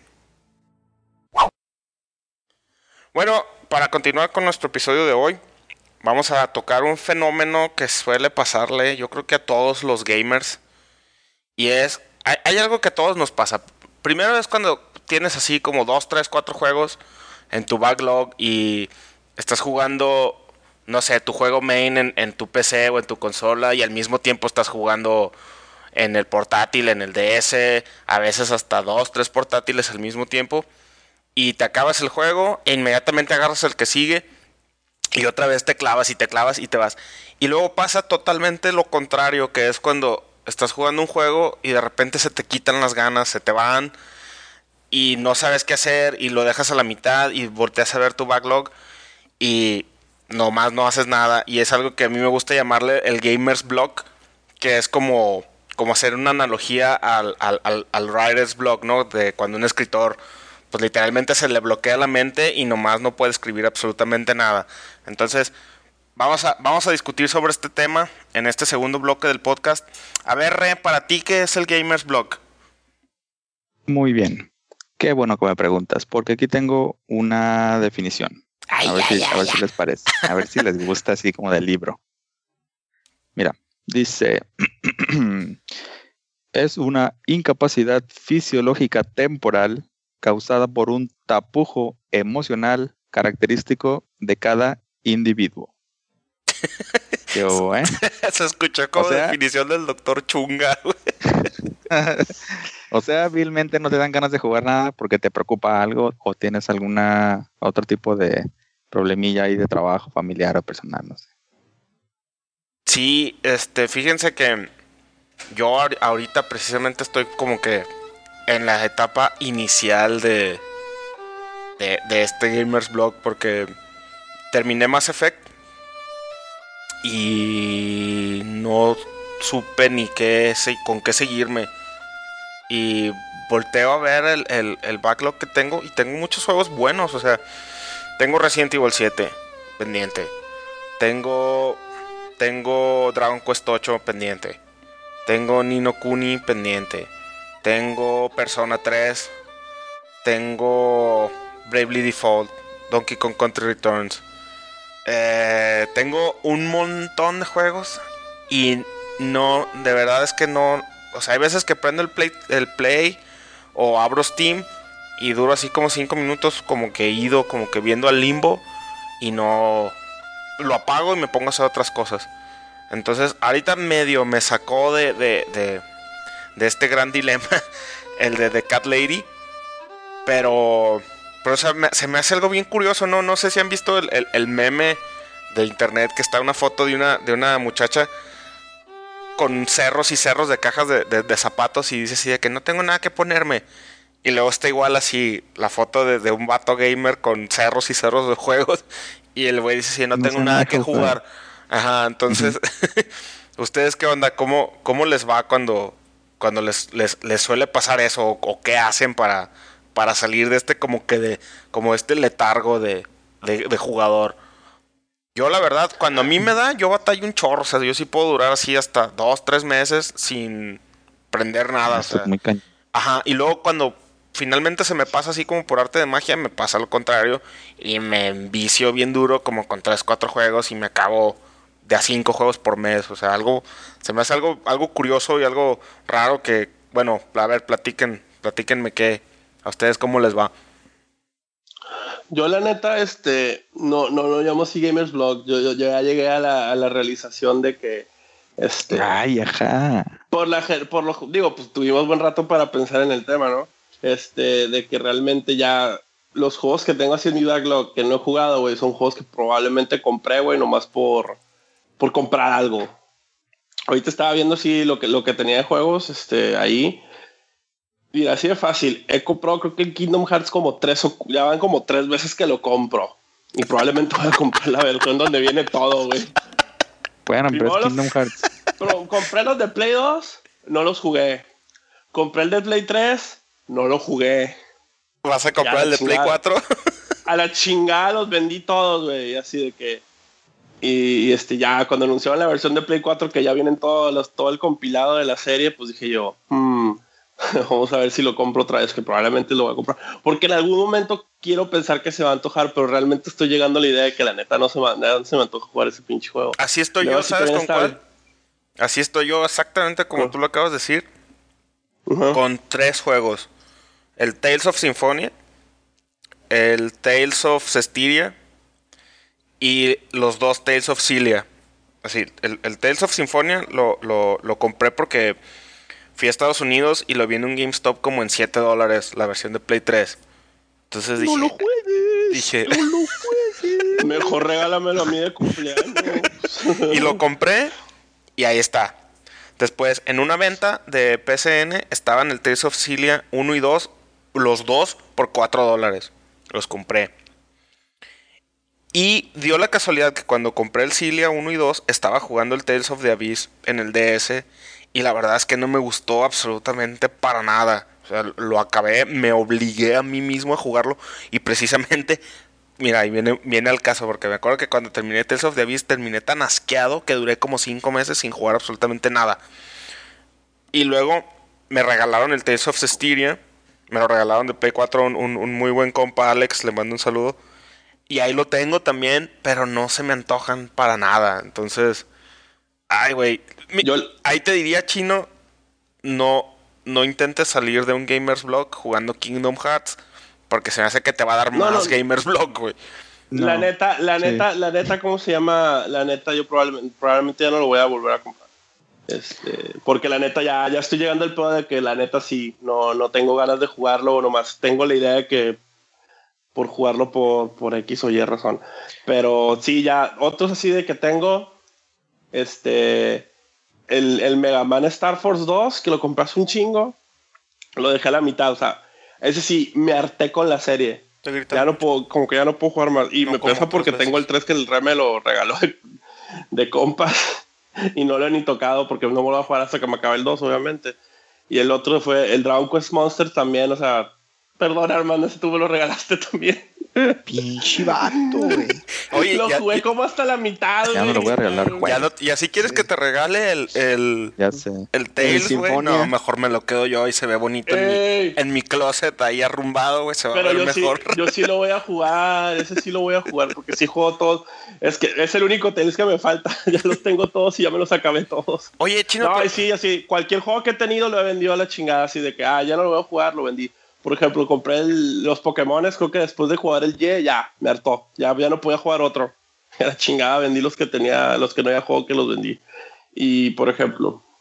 Speaker 1: Bueno, para continuar con nuestro episodio de hoy, vamos a tocar un fenómeno que suele pasarle, yo creo que a todos los gamers. Y es, hay, hay algo que a todos nos pasa. Primero es cuando tienes así como dos, tres, cuatro juegos en tu backlog y estás jugando, no sé, tu juego main en, en tu P C o en tu consola y al mismo tiempo estás jugando en el portátil, en el D S, a veces hasta dos, tres portátiles al mismo tiempo. Y te acabas el juego e inmediatamente agarras el que sigue y otra vez te clavas y te clavas y te vas. Y luego pasa totalmente lo contrario, que es cuando estás jugando un juego y de repente se te quitan las ganas, se te van y no sabes qué hacer y lo dejas a la mitad y volteas a ver tu backlog y nomás no haces nada. Y es algo que a mí me gusta llamarle el gamer's block, que es como, como hacer una analogía al, al, al, al writer's block, ¿no? De cuando un escritor pues literalmente se le bloquea la mente y nomás no puede escribir absolutamente nada. Entonces, vamos a, vamos a discutir sobre este tema en este segundo bloque del podcast. A ver, Re, para ti, ¿qué es el Gamers Block?
Speaker 4: Muy bien. Qué bueno que me preguntas, porque aquí tengo una definición.
Speaker 1: Ay,
Speaker 4: a ver,
Speaker 1: ay,
Speaker 4: si,
Speaker 1: ay,
Speaker 4: a ver
Speaker 1: ay.
Speaker 4: si les parece. A ver si les gusta así como del libro. Mira, dice... es una incapacidad fisiológica temporal causada por un tapujo emocional característico de cada individuo. Yo, ¿eh?
Speaker 1: Se escuchó como
Speaker 4: O sea-
Speaker 1: definición del doctor Chunga.
Speaker 4: O sea, vilmente no te dan ganas de jugar nada porque te preocupa algo o tienes alguna otro tipo de problemilla ahí de trabajo familiar o personal, no sé.
Speaker 1: Sí, este, fíjense que yo ahor- ahorita precisamente estoy como que en la etapa inicial de, de, de este Gamers Block porque terminé Mass Effect y no supe ni qué se- con qué seguirme. Y volteo a ver el, el, el backlog que tengo y tengo muchos juegos buenos. O sea, tengo Resident Evil siete pendiente. Tengo, tengo Dragon Quest ocho pendiente. Tengo Ni no Kuni pendiente. Tengo Persona tres. Tengo Bravely Default. Donkey Kong Country Returns. Eh, tengo un montón de juegos y no, de verdad es que no, o sea, hay veces que prendo el play, el play o abro Steam y duro así como cinco minutos como que ido, como que viendo al limbo y no, lo apago y me pongo a hacer otras cosas. Entonces, ahorita medio me sacó de, de, de, de este gran dilema, el de The Cat Lady. Pero, pero o sea, me, se me hace algo bien curioso, ¿no? No sé si han visto el, el, el meme de internet que está una foto de una, de una muchacha con cerros y cerros de cajas de, de, de zapatos y dice así de que no tengo nada que ponerme. Y luego está igual así la foto de, de un vato gamer con cerros y cerros de juegos. Y el güey dice, sí, no, no tengo nada que jugar. Ajá, entonces, uh-huh. ¿Ustedes qué onda? ¿Cómo, cómo les va cuando, cuando les, les, les suele pasar eso? ¿O, o qué hacen para, para salir de este como que de, como este letargo de, de, de jugador? Yo la verdad, cuando a mí me da, yo batallo un chorro. O sea, yo sí puedo durar así hasta dos, tres meses sin prender nada. O sea,
Speaker 4: muy cañón.
Speaker 1: Ajá, y luego cuando finalmente se me pasa así como por arte de magia, me pasa lo contrario y me envicio bien duro como con tres, cuatro juegos y me acabo de a cinco juegos por mes. O sea, algo, se me hace algo, algo curioso y algo raro que, bueno, a ver, platiquen, platíquenme qué, a ustedes cómo les va.
Speaker 2: Yo la neta, este, no, no lo llamo así Gamers Blog. Yo, yo, yo ya llegué a la, a la realización de que, este,
Speaker 4: ay, ajá.
Speaker 2: Por la, por lo, digo, pues tuvimos buen rato para pensar en el tema, ¿no? Este, de que realmente ya los juegos que tengo así en mi backlog que no he jugado, güey, son juegos que probablemente compré, güey, nomás por, por comprar algo. Ahorita estaba viendo así lo que, lo que tenía de juegos, este, ahí. Mira, así de fácil. He comprado, creo que el Kingdom Hearts como tres o ya van como tres veces que lo compro. Y probablemente voy a comprar la versión donde viene todo, güey.
Speaker 4: Bueno, pero es
Speaker 2: los,
Speaker 4: Kingdom Hearts.
Speaker 2: Pero compré los de Play dos, no los jugué. Compré el de Play tres, no lo jugué.
Speaker 1: ¿Vas a comprar el de chingada, Play cuatro?
Speaker 2: A la chingada los vendí todos, güey. Así de que... Y, y este ya cuando anunciaron la versión de Play cuatro, que ya vienen todos los, todo el compilado de la serie, pues dije yo... Hmm, vamos a ver si lo compro otra vez, que probablemente lo voy a comprar. Porque en algún momento quiero pensar que se va a antojar, pero realmente estoy llegando a la idea de que la neta no se me, no se me antoja jugar ese pinche juego.
Speaker 1: Así estoy yo, ¿sabes con cuál? Así estoy yo exactamente como tú lo acabas de decir. Uh-huh. Con tres juegos. El Tales of Symphonia, el Tales of Cestiria y los dos Tales of Cilia. Así, el, el Tales of Symphonia lo, lo, lo compré porque fui a Estados Unidos y lo vi en un GameStop como en siete dólares, la versión de Play tres. Entonces dije...
Speaker 2: ¡No lo juegues!
Speaker 1: Dije...
Speaker 2: ¡No lo juegues! Mejor regálamelo a mí de cumpleaños.
Speaker 1: Y lo compré y ahí está. Después, en una venta de P C N estaban el Tales of Cilia uno y dos, los dos por cuatro dólares. Los compré. Y dio la casualidad que cuando compré el Cilia uno y dos estaba jugando el Tales of the Abyss en el D S. Y la verdad es que no me gustó absolutamente para nada. O sea, lo acabé, me obligué a mí mismo a jugarlo. Y precisamente, mira, ahí viene, viene al caso. Porque me acuerdo que cuando terminé Tales of the Abyss terminé tan asqueado que duré como cinco meses sin jugar absolutamente nada. Y luego me regalaron el Tales of Cestiria. Me lo regalaron de Play cuatro un, un, un muy buen compa, Alex. Le mando un saludo. Y ahí lo tengo también, pero no se me antojan para nada. Entonces, ay, güey. Yo ahí te diría, Chino, no, no intentes salir de un Gamers Blog jugando Kingdom Hearts, porque se me hace que te va a dar no, más no. Gamers Blog, güey.
Speaker 2: No. La neta, la neta, sí. la neta, ¿cómo se llama? La neta, yo probablemente, probablemente ya no lo voy a volver a comprar. Este, porque la neta ya, ya estoy llegando al punto de que la neta sí, no, no tengo ganas de jugarlo, nomás tengo la idea de que por jugarlo por, por X o Y razón. Pero sí, ya, otros así de que tengo, este... El, el Mega Man Star Force dos, que lo compraste un chingo, lo dejé a la mitad, o sea, ese sí, me harté con la serie. Ya no puedo, como que ya no puedo jugar más. Y no, me pesa porque tengo el tres que el Re me lo regaló de, de compas y no lo he ni tocado porque no vuelvo a jugar hasta que me acabe el dos, obviamente. Y el otro fue el Dragon Quest Monsters también, o sea, perdona, hermano, ese tú me lo regalaste también.
Speaker 3: Pinche vato, güey.
Speaker 2: Oye, lo ya, jugué ya, como hasta la mitad, güey.
Speaker 4: Ya no lo voy a regalar, güey.
Speaker 1: No, y así quieres que te regale el el,
Speaker 4: ya sé.
Speaker 1: el Tales, güey. No, mejor me lo quedo yo y se ve bonito en mi, en mi closet ahí arrumbado, güey. Se va Pero a ver
Speaker 2: yo
Speaker 1: mejor.
Speaker 2: Sí, yo sí lo voy a jugar, ese sí lo voy a jugar porque sí juego todos. Es que es el único Tales que me falta. Ya los tengo todos y ya me los acabé todos.
Speaker 1: Oye, Chino.
Speaker 2: No,
Speaker 1: pero...
Speaker 2: sí, así. Cualquier juego que he tenido lo he vendido a la chingada, así de que, ah, ya no lo voy a jugar, lo vendí. Por ejemplo, compré el, los Pokémones, creo que después de jugar el Y, ya, me hartó. Ya, ya no podía jugar otro. Era chingada, vendí los que tenía, los que no había juego que los vendí. Y, por ejemplo,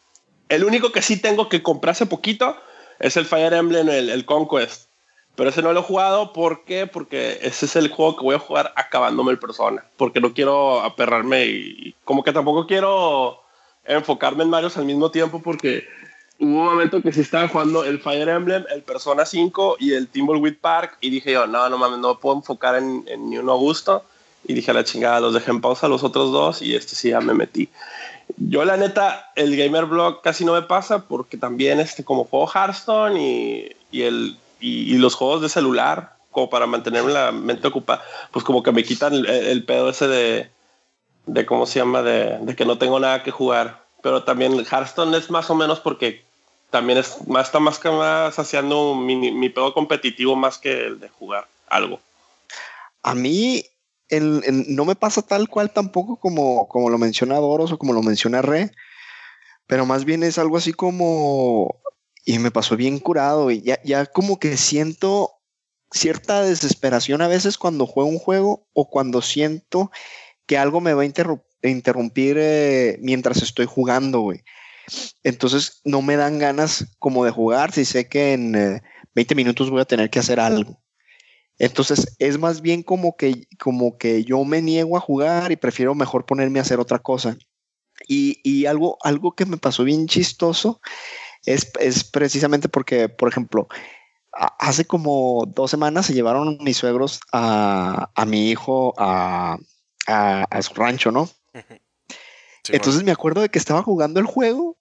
Speaker 2: El único que sí tengo que compré hace poquito es el Fire Emblem, el, el Conquest. Pero ese no lo he jugado. ¿Por qué? Porque ese es el juego que voy a jugar acabándome el Persona. Porque no quiero aperrarme y como que tampoco quiero enfocarme en varios al mismo tiempo porque hubo un momento que sí estaba jugando el Fire Emblem, el Persona cinco y el Thimbleweed Park y dije yo, no, no mames, no me puedo enfocar en, en ni uno a gusto. Y dije a la chingada, los dejé en pausa los otros dos y este sí ya me metí. Yo la neta, el Gamer Blog casi no me pasa porque también este, como juego Hearthstone y, y, el, y, y los juegos de celular, como para mantenerme la mente ocupada, pues como que me quitan el, el pedo ese de, de ¿cómo se llama? De, de que no tengo nada que jugar. Pero también Hearthstone es más o menos porque también es, más, está más que más haciendo mi, mi pedo competitivo más que el de jugar algo.
Speaker 3: A mí el, el, no me pasa tal cual tampoco como, como lo menciona Doros o como lo menciona Re, pero más bien es algo así como, y me pasó bien curado, y ya, ya como que siento cierta desesperación a veces cuando juego un juego o cuando siento que algo me va a interrumpir, interrumpir eh, mientras estoy jugando, güey. Entonces no me dan ganas como de jugar si sé que en eh, veinte minutos voy a tener que hacer algo. Entonces es más bien como que, como que yo me niego a jugar y prefiero mejor ponerme a hacer otra cosa. Y, y algo, algo que me pasó bien chistoso es, es precisamente porque, por ejemplo, a, hace como dos semanas se llevaron mis suegros a, a mi hijo a, a, a su rancho, ¿no? Sí, entonces bueno, me acuerdo de que estaba jugando el juego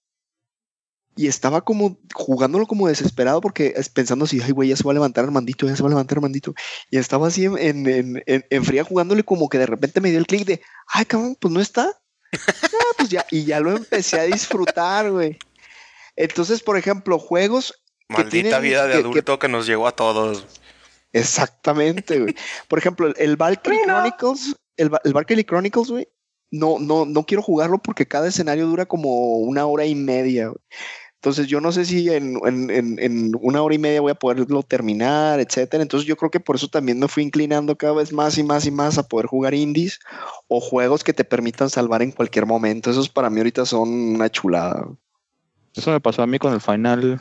Speaker 3: y estaba como jugándolo como desesperado porque pensando así, ay, güey, ya se va a levantar Armandito, ya se va a levantar Armandito. Y estaba así en, en, en, en fría jugándole como que de repente me dio el clic de, ay, cabrón, pues no está. Ah, pues ya, y ya lo empecé a disfrutar, güey. Entonces, por ejemplo, juegos
Speaker 1: Maldita que tienen, vida de que, adulto que, que nos llegó a todos.
Speaker 3: Exactamente, güey. Por ejemplo, el, el Valkyrie Chronicles, el, el Valkyrie Chronicles, güey, no, no, no quiero jugarlo porque cada escenario dura como una hora y media, güey. Entonces yo no sé si en, en, en, en una hora y media voy a poderlo terminar, etcétera. Entonces yo creo que por eso también me fui inclinando cada vez más y más y más a poder jugar indies o juegos que te permitan salvar en cualquier momento. Esos para mí ahorita son una chulada.
Speaker 4: Eso me pasó a mí con el Final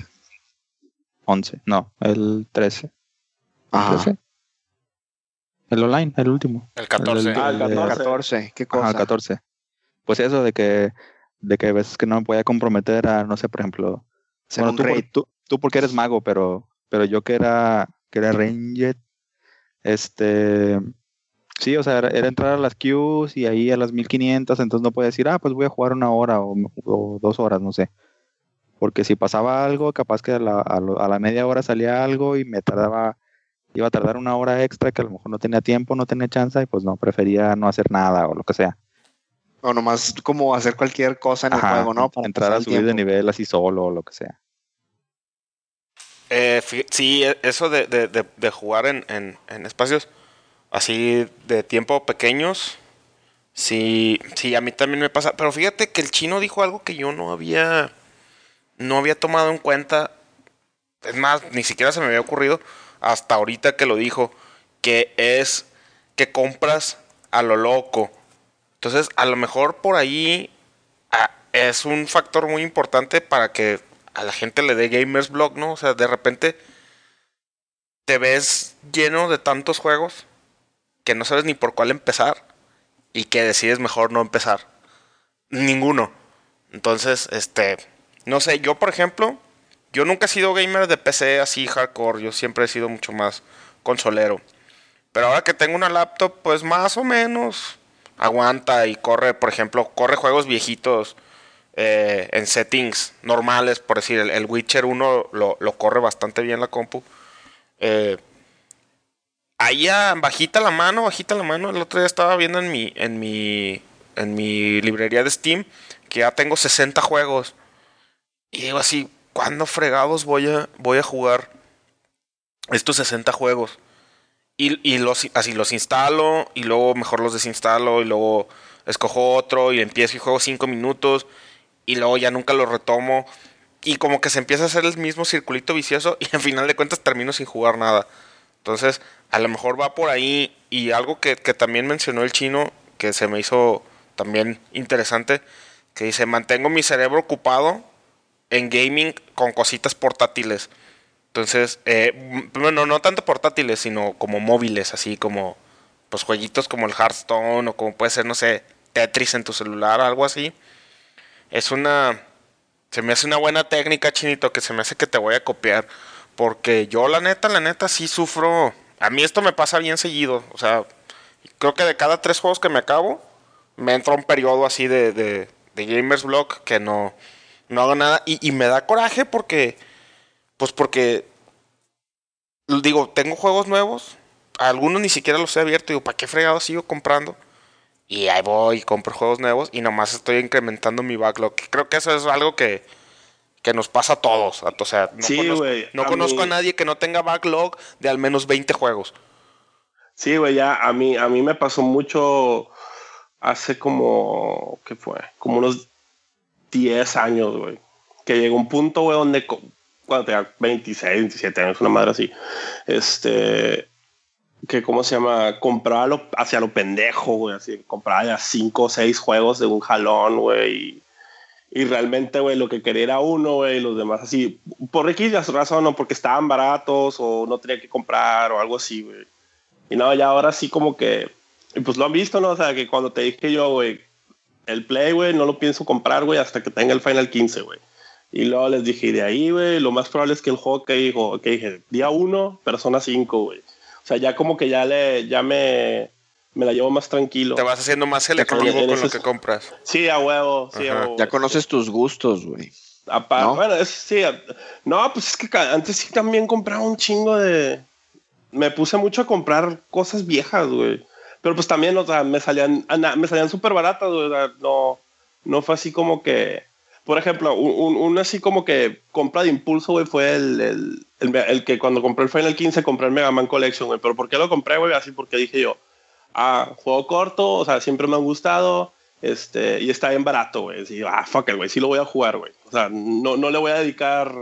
Speaker 4: once, no, el trece.
Speaker 3: Ajá. ¿trece?
Speaker 4: El online, el último.
Speaker 1: El catorce.
Speaker 3: El, el, el, el, el catorce. ¿Qué cosa?
Speaker 4: Ajá, catorce. Pues eso de que de que a veces que no me podía comprometer a, no sé, por ejemplo, bueno, tú, por, tú, tú porque eres mago, pero, pero yo que era, que era ranger, este, sí, o sea, era, era entrar a las queues y ahí a las mil quinientas, entonces no podía decir, ah, pues voy a jugar una hora o, o dos horas, no sé, porque si pasaba algo, capaz que a la, a, lo, a la media hora salía algo y me tardaba, iba a tardar una hora extra que a lo mejor no tenía tiempo, no tenía chance y pues no, prefería no hacer nada o lo que sea.
Speaker 3: O nomás como hacer cualquier cosa en
Speaker 4: Ajá,
Speaker 3: el juego, ¿no?
Speaker 4: Para entrar a subir tiempo. de nivel así solo o lo que sea.
Speaker 1: Eh, sí, eso de, de, de, de jugar en, en, en espacios así de tiempo pequeños, sí, sí, a mí también me pasa. Pero fíjate que el chino dijo algo que yo no había, no había tomado en cuenta. Es más, ni siquiera se me había ocurrido hasta ahorita que lo dijo, que es que compras a lo loco. Entonces, a lo mejor por ahí ah, es un factor muy importante para que a la gente le dé Gamers Blog, ¿no? O sea, de repente te ves lleno de tantos juegos que no sabes ni por cuál empezar y que decides mejor no empezar. Ninguno. Entonces, este, no sé, yo por ejemplo, yo nunca he sido gamer de P C así hardcore, yo siempre he sido mucho más consolero. Pero ahora que tengo una laptop, pues más o menos aguanta y corre, por ejemplo, corre juegos viejitos eh, en settings normales, por decir, el, el Witcher uno lo, lo corre bastante bien la compu. Eh, ahí a, bajita la mano, bajita la mano, el otro día estaba viendo en mi, en mi, en mi librería de Steam que ya tengo sesenta juegos. Y digo así, ¿cuándo fregados voy a, voy a jugar estos sesenta juegos? Y, y los, así los instalo y luego mejor los desinstalo y luego escojo otro y empiezo y juego cinco minutos y luego ya nunca lo retomo y como que se empieza a hacer el mismo circulito vicioso y al final de cuentas termino sin jugar nada. Entonces a lo mejor va por ahí. Y algo que, que también mencionó el chino que se me hizo también interesante, que dice, mantengo mi cerebro ocupado en gaming con cositas portátiles. Entonces, eh, bueno, no tanto portátiles, sino como móviles, así como pues jueguitos como el Hearthstone o como puede ser, no sé, Tetris en tu celular, algo así. Es una... Se me hace una buena técnica, Chinito, que se me hace que te voy a copiar. Porque yo, la neta, la neta, sí sufro... A mí esto me pasa bien seguido. O sea, creo que de cada tres juegos que me acabo, me entra un periodo así de, de, de Gamers Block que no, no hago nada. Y, y me da coraje porque... Pues porque... Digo, tengo juegos nuevos. Algunos ni siquiera los he abierto. Digo, ¿para qué fregado sigo comprando? Y ahí voy y compro juegos nuevos y nomás estoy incrementando mi backlog. Creo que eso es algo que, que nos pasa a todos. O sea, no
Speaker 2: sí,
Speaker 1: conozco,
Speaker 2: wey,
Speaker 1: no
Speaker 2: a,
Speaker 1: conozco
Speaker 2: mí...
Speaker 1: a nadie que no tenga backlog de al menos veinte juegos.
Speaker 2: Sí, güey, ya a mí, a mí me pasó mucho hace como, ¿qué fue? Como unos diez años, güey. Que llegó un punto, güey, donde cuando tenía veintiséis, veintisiete años, una madre así, este... que cómo se llama, compraba lo, hacia lo pendejo, güey, así, compraba ya cinco o seis juegos de un jalón, güey, y, y realmente, güey, lo que quería era uno, güey, y los demás así, por X razón, no, porque estaban baratos o no tenía que comprar o algo así, güey. Y no, ya ahora sí como que, y pues lo han visto, ¿no? O sea, que cuando te dije yo, güey, el Play, güey, no lo pienso comprar, güey, hasta que tenga el Final quince, güey. Y luego les dije, y de ahí, güey, lo más probable es que el juego que dijo, que dije, día uno, Persona cinco, güey. O sea, ya como que ya le, ya me, me la llevo más tranquilo.
Speaker 1: Te vas haciendo más selectivo
Speaker 2: en, en
Speaker 1: con
Speaker 2: ese...
Speaker 1: lo que compras.
Speaker 2: Sí, a huevo, sí,
Speaker 1: Ajá.
Speaker 2: a huevo.
Speaker 3: Ya conoces tus gustos, güey.
Speaker 2: Aparte,
Speaker 3: ¿no?
Speaker 2: Bueno, es, sí. No, pues es que antes sí también compraba un chingo de... Me puse mucho a comprar cosas viejas, güey. Pero pues también, o sea, me salían, me salían súper baratas, güey. O sea, no, no fue así como que... Por ejemplo, un, un, un así como que compra de impulso, güey, fue el, el, el, el que cuando compré el Final quince compré el Mega Man Collection, güey. Pero ¿por qué lo compré, güey? Así porque dije yo, ah, juego corto, o sea, siempre me han gustado, este, y está bien barato, güey. Así, ah, fuck it, güey, sí lo voy a jugar, güey. O sea, no, no le voy a dedicar,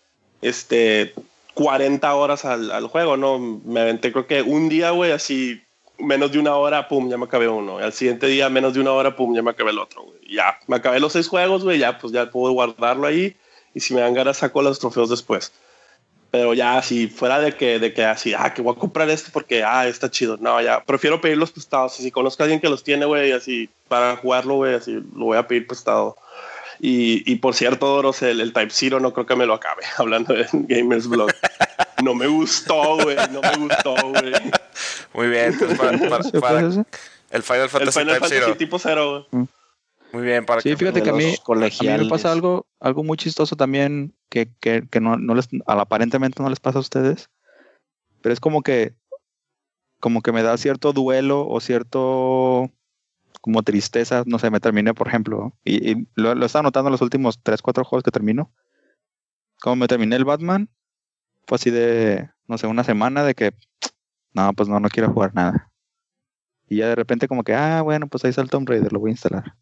Speaker 2: este, cuarenta horas al, al juego, ¿no? Me aventé creo que un día, güey, así, menos de una hora, pum, ya me acabé uno. Y al siguiente día, menos de una hora, pum, ya me acabé el otro, güey. Ya, me acabé los seis juegos, güey, ya, pues ya puedo guardarlo ahí. Y si me dan ganas, saco los trofeos después. Pero ya, si fuera de que, de que así, ah, que voy a comprar este porque, ah, está chido. No, ya, prefiero pedirlos prestados. Si conozco a alguien que los tiene, güey, así, para jugarlo, güey, así, lo voy a pedir prestado. Y, y por cierto, Doros, el, el Type Zero no creo que me lo acabe, hablando de Gamers Blog. No me gustó, güey, no me gustó, güey.
Speaker 1: Muy bien, entonces para, para,
Speaker 4: ¿Sí,
Speaker 1: para
Speaker 4: pues, ese?
Speaker 1: el Final Fantasy
Speaker 2: El Final
Speaker 1: Type
Speaker 2: Fantasy
Speaker 1: Zero.
Speaker 2: tipo cero, güey.
Speaker 1: Muy bien, para
Speaker 4: Sí,
Speaker 1: que...
Speaker 4: fíjate
Speaker 3: de
Speaker 4: que a mí,
Speaker 3: los
Speaker 4: a mí
Speaker 3: colegiales.
Speaker 4: me pasa algo, algo muy chistoso también que, que, que no, no les, aparentemente no les pasa a ustedes, pero es como que, como que me da cierto duelo o cierto como tristeza, no sé, me terminé, por ejemplo, y, y lo, lo he estado notando en los últimos tres, cuatro juegos que termino, como me terminé el Batman, fue así de, no sé, una semana de que, no, pues no, no quiero jugar nada. Y ya de repente como que, ah, bueno, pues ahí está el Tomb Raider, lo voy a instalar.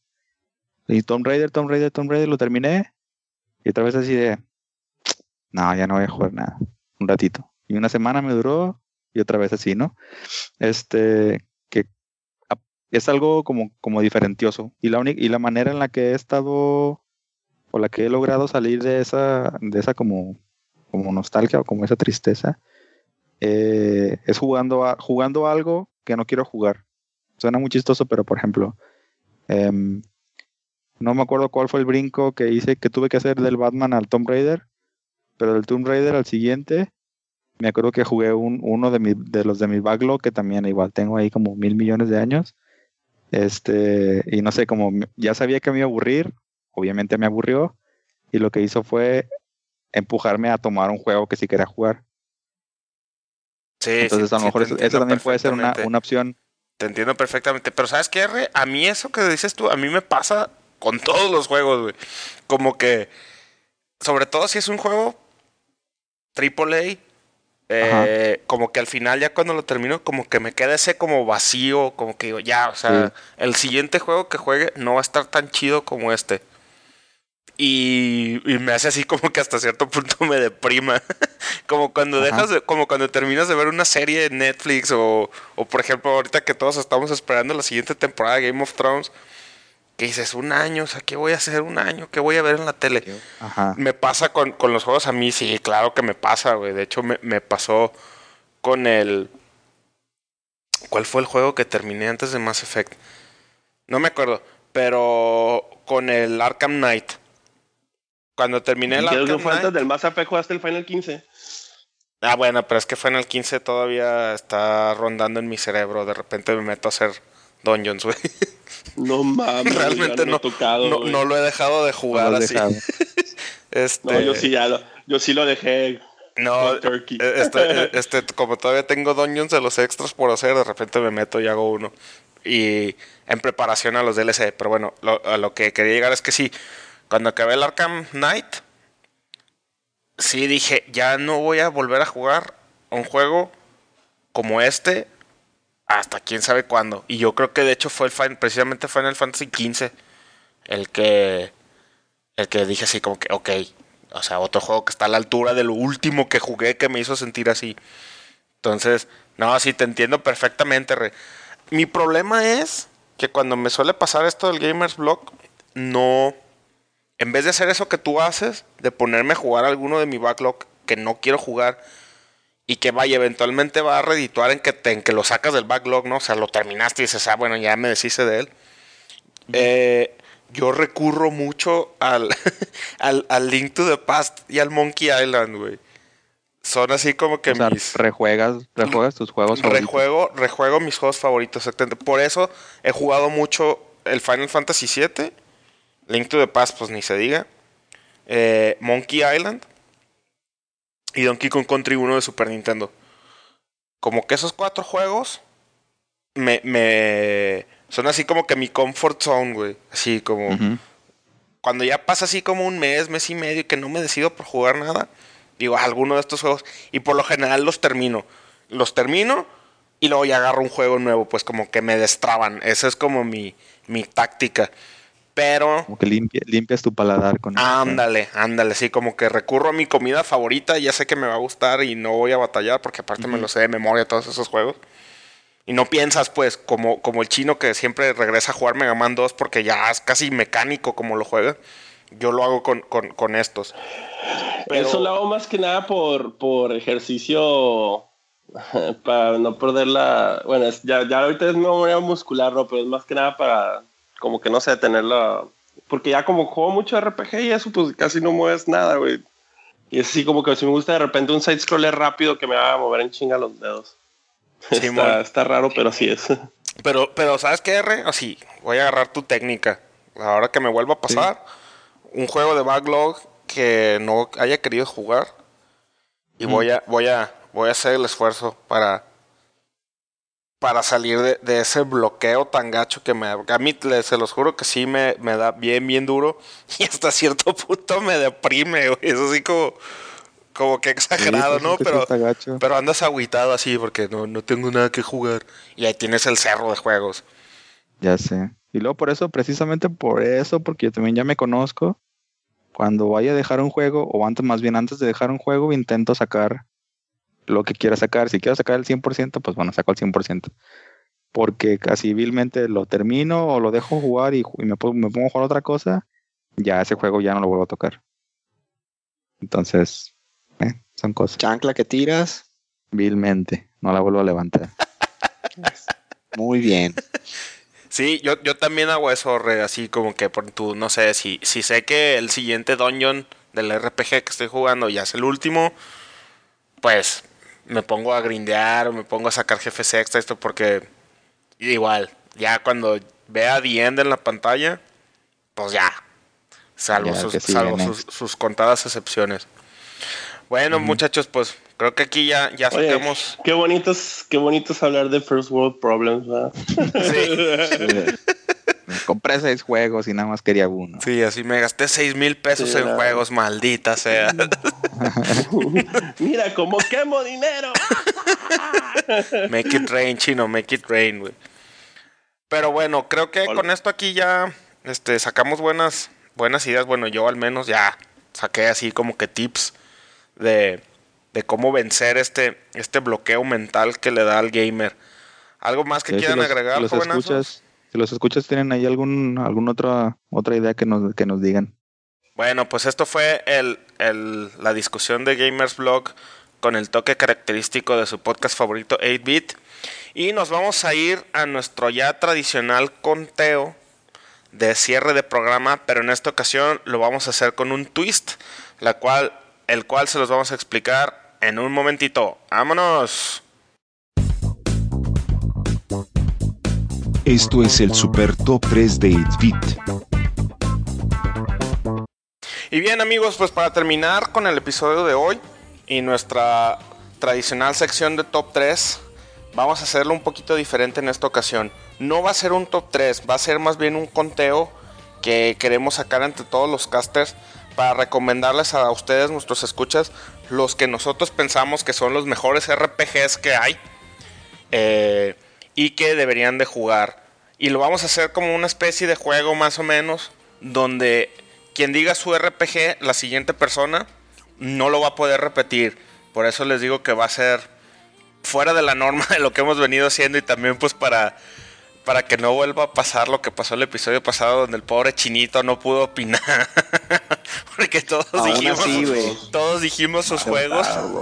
Speaker 4: Y Tomb Raider, Tomb Raider, Tomb Raider, lo terminé. Y otra vez así de, no, ya no voy a jugar nada. Un ratito. Y una semana me duró y otra vez así, ¿no? Este, que es algo como, como diferentioso. Y la, única, y la manera en la que he estado, o la que he logrado salir de esa, de esa como, como nostalgia o como esa tristeza, eh, es jugando, a, jugando algo que no quiero jugar. Suena muy chistoso, pero por ejemplo, eh, no me acuerdo cuál fue el brinco que hice, que tuve que hacer del Batman al Tomb Raider, pero del Tomb Raider al siguiente, me acuerdo que jugué un, uno de, mi, de los de mi backlog, que también igual tengo ahí como mil millones de años, este, y no sé, como ya sabía que me iba a aburrir, obviamente me aburrió, y lo que hizo fue empujarme a tomar un juego que sí quería jugar.
Speaker 1: Sí,
Speaker 4: Entonces
Speaker 1: sí,
Speaker 4: a lo
Speaker 1: sí,
Speaker 4: mejor eso, eso también puede ser una, una opción.
Speaker 1: Te entiendo perfectamente. Pero ¿sabes qué, R? A mí eso que dices tú, a mí me pasa con todos los juegos, güey. Como que, sobre todo si es un juego triple A, eh, como que al final ya cuando lo termino, como que me queda ese como vacío, como que digo, ya, o sea, sí. El siguiente juego que juegue no va a estar tan chido como este. Y, y me hace así como que hasta cierto punto me deprima. Como cuando Ajá. dejas de, como cuando terminas de ver una serie en Netflix o, o por ejemplo ahorita que todos estamos esperando la siguiente temporada de Game of Thrones que dices, un año, o sea, ¿qué voy a hacer un año? ¿Qué voy a ver en la tele?
Speaker 4: Ajá.
Speaker 1: Me pasa con, con los juegos a mí, sí, claro que me pasa, güey. De hecho, me, me pasó con el... ¿Cuál fue el juego que terminé antes de Mass Effect? No me acuerdo, pero con el Arkham Knight. Cuando terminé el
Speaker 2: Creo
Speaker 1: Arkham
Speaker 2: que fue
Speaker 1: Knight...
Speaker 2: antes del Mass Effect, jugaste el Final quince.
Speaker 1: Ah, bueno, pero es que Final quince todavía está rondando en mi cerebro. De repente me meto a hacer dungeons, güey.
Speaker 2: No mames,
Speaker 1: Realmente
Speaker 2: no,
Speaker 1: no,
Speaker 2: he tocado,
Speaker 1: no, no lo he dejado de jugar
Speaker 4: No lo has
Speaker 1: así.
Speaker 4: dejado.
Speaker 1: este,
Speaker 2: No, yo sí ya lo, yo sí lo dejé.
Speaker 1: No,
Speaker 2: Cold turkey.
Speaker 1: este, este, como todavía tengo dungeons de los extras por hacer, de repente me meto y hago uno. Y en preparación a los D L C. Pero bueno, lo, a lo que quería llegar es que sí, cuando acabé el Arkham Knight, sí dije, ya no voy a volver a jugar un juego como este hasta quién sabe cuándo. Y yo creo que de hecho fue el fin, precisamente Final Fantasy quince el que el que dije así como que, ok, o sea, otro juego que está a la altura de lo último que jugué que me hizo sentir así. Entonces, no, sí, te entiendo perfectamente, Re. Mi problema es que cuando me suele pasar esto del Gamers Block, no... En vez de hacer eso que tú haces, de ponerme a jugar alguno de mi backlog que no quiero jugar y que vaya, eventualmente va a redituar en que, te, en que lo sacas del backlog, ¿no? O sea, lo terminaste y dices, ah, bueno, ya me deshice de él. Uh-huh. Eh, yo recurro mucho al, al, al Link to the Past y al Monkey Island, güey. Son así como que
Speaker 4: o sea,
Speaker 1: mis...
Speaker 4: rejuegas, rejuegas tus juegos favoritos.
Speaker 1: Rejuego, rejuego mis juegos favoritos, exactamente. Por eso he jugado mucho el Final Fantasy siete, Link to the Past, pues ni se diga, eh, Monkey Island y Donkey Kong Country uno de Super Nintendo. Como que esos cuatro juegos me, me son así como que mi comfort zone, güey. Así como... Uh-huh. Cuando ya pasa así como un mes, mes y medio y que no me decido por jugar nada, digo, alguno de estos juegos. Y por lo general los termino. Los termino y luego ya agarro un juego nuevo. Pues como que me destraban. Esa es como mi, mi táctica. Pero...
Speaker 4: Como que limpia, limpias tu paladar con eso.
Speaker 1: Ándale, ándale. Sí, como que recurro a mi comida favorita. Ya sé que me va a gustar y no voy a batallar. Porque aparte uh-huh. me lo sé de memoria todos esos juegos. Y no piensas, pues, como, como el chino que siempre regresa a jugar Mega Man dos porque ya es casi mecánico como lo juega. Yo lo hago con, con, con estos.
Speaker 2: Pero... Eso lo hago más que nada por, por ejercicio, para no perder la... Bueno, es, ya, ya ahorita es memoria muscular, ¿no? Pero es más que nada para, como que no sé, tenerla... Porque ya como juego mucho R P G y eso, pues casi no mueves nada, güey. Y es así como que si me gusta de repente un side-scroller rápido que me va a mover en chinga los dedos. Sí, está, está raro, pero así es.
Speaker 1: Pero, pero ¿sabes qué, R? O sí, voy a agarrar tu técnica. Ahora que me vuelva a pasar, sí. un juego de backlog que no haya querido jugar. Y mm. voy a, voy a, voy a hacer el esfuerzo para, para salir de, de ese bloqueo tan gacho que me... A mí, se los juro que sí me, me da bien, bien duro. Y hasta cierto punto me deprime, güey. Es así como... Como que exagerado, sí, ¿no? Pero, pero andas agüitado así porque no, no tengo nada que jugar. Y ahí tienes el cerro de juegos.
Speaker 4: Ya sé. Y luego por eso, precisamente por eso, porque yo también ya me conozco, cuando vaya a dejar un juego, o antes más bien antes de dejar un juego, intento sacar lo que quiera sacar. Si quiero sacar el cien por ciento, pues bueno, saco el cien por ciento. Porque casi vilmente lo termino o lo dejo jugar y, y me, pongo, me pongo a jugar otra cosa, ya ese juego ya no lo vuelvo a tocar. Entonces... Eh, son cosas.
Speaker 3: Chancla que tiras.
Speaker 4: Vilmente. No la vuelvo a levantar.
Speaker 3: Muy bien.
Speaker 1: Sí, yo, yo también hago eso, re, así como que por tu, no sé, si, si sé que el siguiente dungeon del R P G que estoy jugando ya es el último, pues me pongo a grindear o me pongo a sacar jefes extra, esto porque igual, ya cuando vea The End en la pantalla, pues ya. Salvo, ya, sus, sí, salvo sus, sus contadas excepciones. Bueno, uh-huh. muchachos, pues creo que aquí ya, ya sacamos...
Speaker 2: Qué bonitos, qué bonitos hablar de First World Problems, ¿verdad?
Speaker 1: Sí.
Speaker 4: Me compré seis juegos y nada más quería uno.
Speaker 1: Sí, así me gasté seis mil pesos sí, en la... juegos, maldita sea.
Speaker 2: Mira cómo quemo dinero.
Speaker 1: Make it rain, chino, make it rain, güey. Pero bueno, creo que Hola. con esto aquí ya este, sacamos buenas, buenas ideas. Bueno, yo al menos ya saqué así como que tips De, de cómo vencer este, este bloqueo mental que le da al gamer. ¿Algo más que sí, quieran
Speaker 4: si los,
Speaker 1: agregar,
Speaker 4: si los escuchas, Si los escuchas tienen ahí algún alguna otra otra idea que nos que nos digan.
Speaker 1: Bueno, pues esto fue el, el la discusión de Gamers Blog con el toque característico de su podcast favorito ocho bit. Y nos vamos a ir a nuestro ya tradicional conteo de cierre de programa, pero en esta ocasión lo vamos a hacer con un twist, la cual, el cual se los vamos a explicar en un momentito. ¡Vámonos!
Speaker 5: Esto es el Super Top tres de ocho bit.
Speaker 1: Y bien, amigos, pues para terminar con el episodio de hoy y nuestra tradicional sección de Top tres, vamos a hacerlo un poquito diferente en esta ocasión. No va a ser un top tres, va a ser más bien un conteo que queremos sacar entre todos los casters para recomendarles a ustedes, nuestros escuchas, los que nosotros pensamos que son los mejores R P Gs que hay eh, y que deberían de jugar. Y lo vamos a hacer como una especie de juego más o menos, donde quien diga su R P G, la siguiente persona no lo va a poder repetir. Por eso les digo que va a ser fuera de la norma de lo que hemos venido haciendo, y también pues para, para que no vuelva a pasar lo que pasó el episodio pasado, donde el pobre Chinito no pudo opinar. Porque todos
Speaker 3: Aún
Speaker 1: dijimos
Speaker 3: así, güey.
Speaker 1: todos dijimos sus juegos.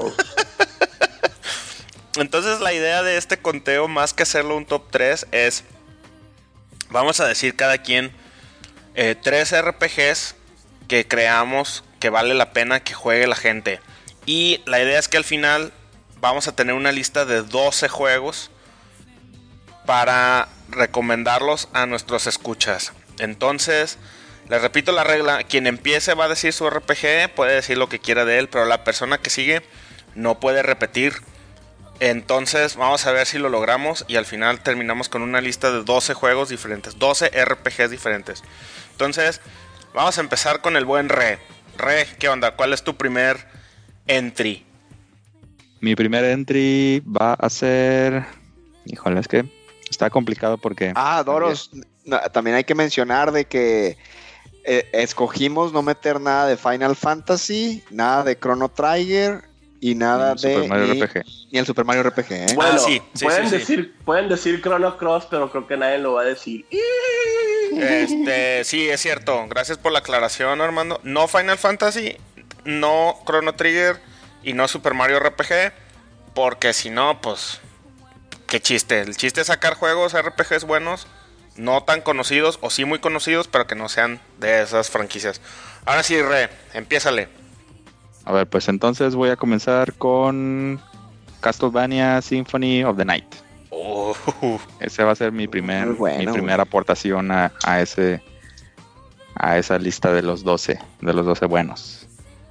Speaker 1: Entonces la idea de este conteo, más que hacerlo un top tres, es vamos a decir cada quien eh, tres R P Gs que creamos que vale la pena que juegue la gente. Y la idea es que al final vamos a tener una lista de doce juegos para recomendarlos a nuestros escuchas. Entonces, les repito la regla: quien empiece va a decir su R P G, puede decir lo que quiera de él, pero la persona que sigue no puede repetir. Entonces, vamos a ver si lo logramos y al final terminamos con una lista de doce juegos diferentes, doce R P Gs diferentes. Entonces, vamos a empezar con el buen Re. Re, ¿qué onda? ¿Cuál es tu primer entry?
Speaker 4: Mi primer entry va a ser... Híjole, es que está complicado porque...
Speaker 3: Ah, Doros, no, también hay que mencionar de que eh, escogimos no meter nada de Final Fantasy, nada de Chrono Trigger y nada
Speaker 4: Ni
Speaker 3: de...
Speaker 4: Super Mario
Speaker 3: ni,
Speaker 4: R P G.
Speaker 3: Ni el Super Mario R P G, ¿eh?
Speaker 2: Bueno,
Speaker 1: Ah, sí, sí,
Speaker 2: pueden,
Speaker 1: sí, sí.
Speaker 2: decir, pueden decir Chrono Cross, pero creo que nadie lo va a decir.
Speaker 1: Este, sí, es cierto. Gracias por la aclaración, Armando. No Final Fantasy, no Chrono Trigger y no Super Mario R P G, porque si no, pues qué chiste. El chiste es sacar juegos R P Gs buenos, no tan conocidos, o sí muy conocidos, pero que no sean de esas franquicias. Ahora sí, Re, empiézale.
Speaker 4: A ver, pues entonces voy a comenzar con Castlevania Symphony of the Night.
Speaker 1: Oh,
Speaker 4: Ese va a ser mi primer,
Speaker 3: Muy bueno,
Speaker 4: mi primera aportación a, a ese a esa lista de los doce, de los doce buenos.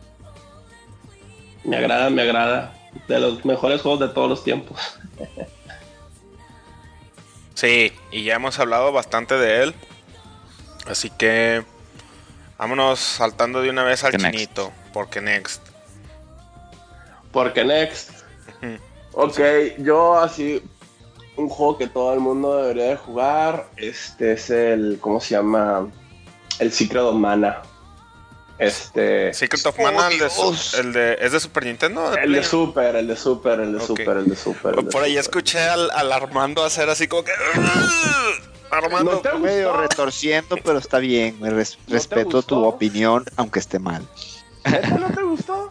Speaker 2: Me agrada, me agrada. De los mejores juegos de todos los tiempos.
Speaker 1: sí, y ya hemos hablado bastante de él. Así que vámonos saltando de una vez al
Speaker 4: Que
Speaker 1: Chinito, porque next.
Speaker 2: Porque Next. Ok, yo así, un juego que todo el mundo debería de jugar, este es el, ¿cómo se llama? El Secret of Mana. Este...
Speaker 1: Secret of
Speaker 3: Oh,
Speaker 1: Mana, el de, su-
Speaker 3: Dios.
Speaker 1: el de- ¿es de Super Nintendo? ¿De
Speaker 2: El de
Speaker 1: Play?
Speaker 2: Super, el de Super, el de
Speaker 1: Ok.
Speaker 2: Super, el de Super. el de
Speaker 1: Por ahí
Speaker 2: Super.
Speaker 1: escuché al, al Armando hacer así como que... Armando,
Speaker 2: ¿No te
Speaker 3: Medio
Speaker 2: gustó?
Speaker 3: retorciendo, pero está bien. Me res-
Speaker 2: te
Speaker 3: respeto tu
Speaker 2: gustó?
Speaker 3: opinión, aunque esté mal.
Speaker 2: ¿Neta no te gustó?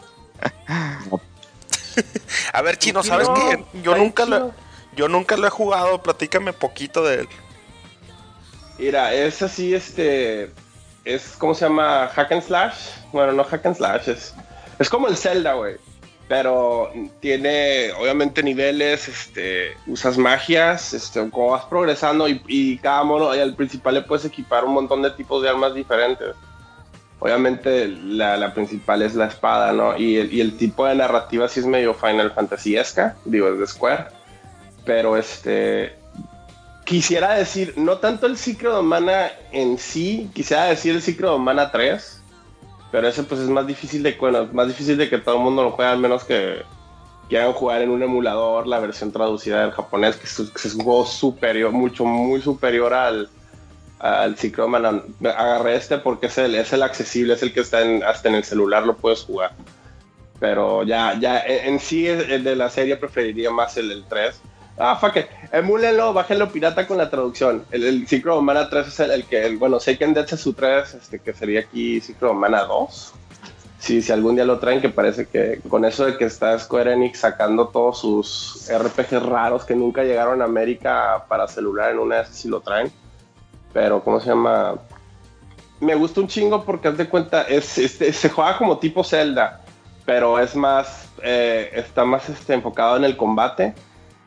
Speaker 1: a ver, Chino,
Speaker 2: Sí,
Speaker 1: ¿sabes
Speaker 2: no,
Speaker 1: qué? Yo
Speaker 2: está
Speaker 1: nunca, lo,
Speaker 2: chido.
Speaker 1: yo nunca lo he jugado, platícame poquito de él.
Speaker 2: Mira, es así, este... Es, ¿cómo se llama? Hack and Slash. Bueno, no Hack and Slash, es, es como el Zelda, güey. Pero tiene, obviamente, niveles, este, usas magias, este, como vas progresando y, y cada mono, y al principal le puedes equipar un montón de tipos de armas diferentes. Obviamente, la, la principal es la espada, ¿no? Y el, y el tipo de narrativa sí es medio Final Fantasy-esca, digo, es de Square. Pero, este... Quisiera decir, no tanto el Secret of Mana en sí, quisiera decir el Secret of Mana tres, pero ese pues es más difícil de, bueno, es más difícil de que todo el mundo lo juegue, al menos que quieran jugar en un emulador la versión traducida del japonés, que es, que es un juego superior, mucho, muy superior al, al Secret of Mana. Agarré este porque es el, es el accesible, es el que está en, hasta en el celular lo puedes jugar. Pero ya, ya en, en sí de la serie preferiría más el, el tres. Ah, fuck it. Emúlenlo, bájenlo pirata con la traducción. El, el Secret of Mana tres es el, el que, el, bueno, Seiken Densetsu tres, este, que sería aquí Secret of Mana dos. Sí, si algún día lo traen, que parece que con eso de que está Square Enix sacando todos sus R P Gs raros que nunca llegaron a América para celular, en una de esas sí lo traen. Pero, ¿cómo se llama? Me gusta un chingo porque, haz de cuenta, es, es, es, se juega como tipo Zelda, pero es más, eh, está más este, enfocado en el combate.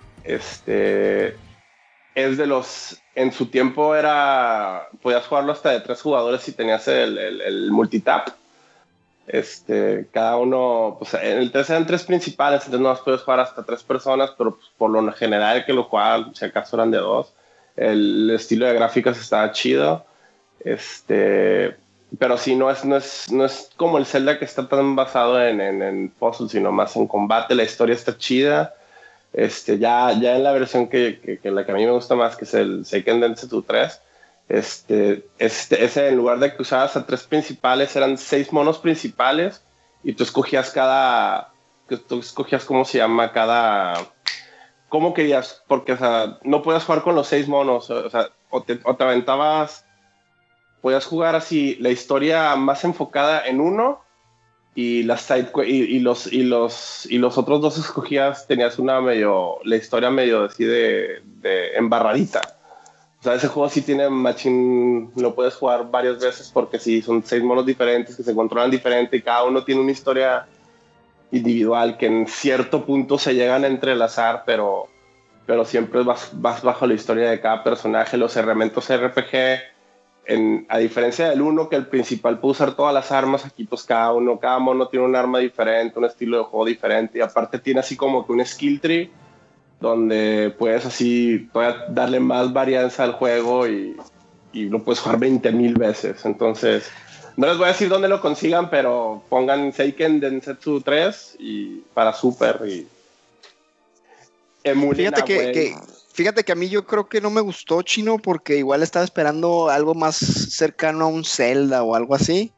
Speaker 2: Este, es de los, en su tiempo era, podías jugarlo hasta de tres jugadores si tenías el, el, el multitap. Este, cada uno, pues en el tres eran tres principales, entonces no puedes jugar hasta tres personas, pero pues, por lo general que lo jugaban, si acaso eran de dos. El estilo de gráficos estaba chido, este, pero sí, no es, no, es, no es como el Zelda que está tan basado en, en, en puzzles, sino más en combate. La historia está chida. Este, ya, ya en la versión que, que, que la que a mí me gusta más, que es el Seiken Densetsu tres, Este, este, ese en lugar de que usabas a tres principales, eran seis monos principales y tú escogías cada, tú escogías cómo se llama cada, cómo querías, porque o sea, no podías jugar con los seis monos, o sea, o te, o te aventabas, podías jugar así la historia más enfocada en uno y las side y, y los y los y los otros dos escogías, tenías una medio, la historia medio así de, de embarradita. O sea, ese juego sí tiene machín, lo puedes jugar varias veces porque sí, son seis monos diferentes que se controlan diferente y cada uno tiene una historia individual que en cierto punto se llegan a entrelazar, pero, pero siempre vas, vas bajo la historia de cada personaje. Los elementos R P G, en, a diferencia del uno, que el principal puede usar todas las armas, aquí pues cada uno, cada mono tiene un arma diferente, un estilo de juego diferente y aparte tiene así como que un skill tree donde puedes así todavía darle más varianza al juego y, y lo puedes jugar veinte mil veces. Entonces, no les voy a decir dónde lo consigan, pero pongan Seiken Densetsu tres y para Super y emulen.
Speaker 3: Fíjate que, que, fíjate que a mí yo creo que no me gustó, Chino, porque igual estaba esperando algo más cercano a un Zelda o algo así.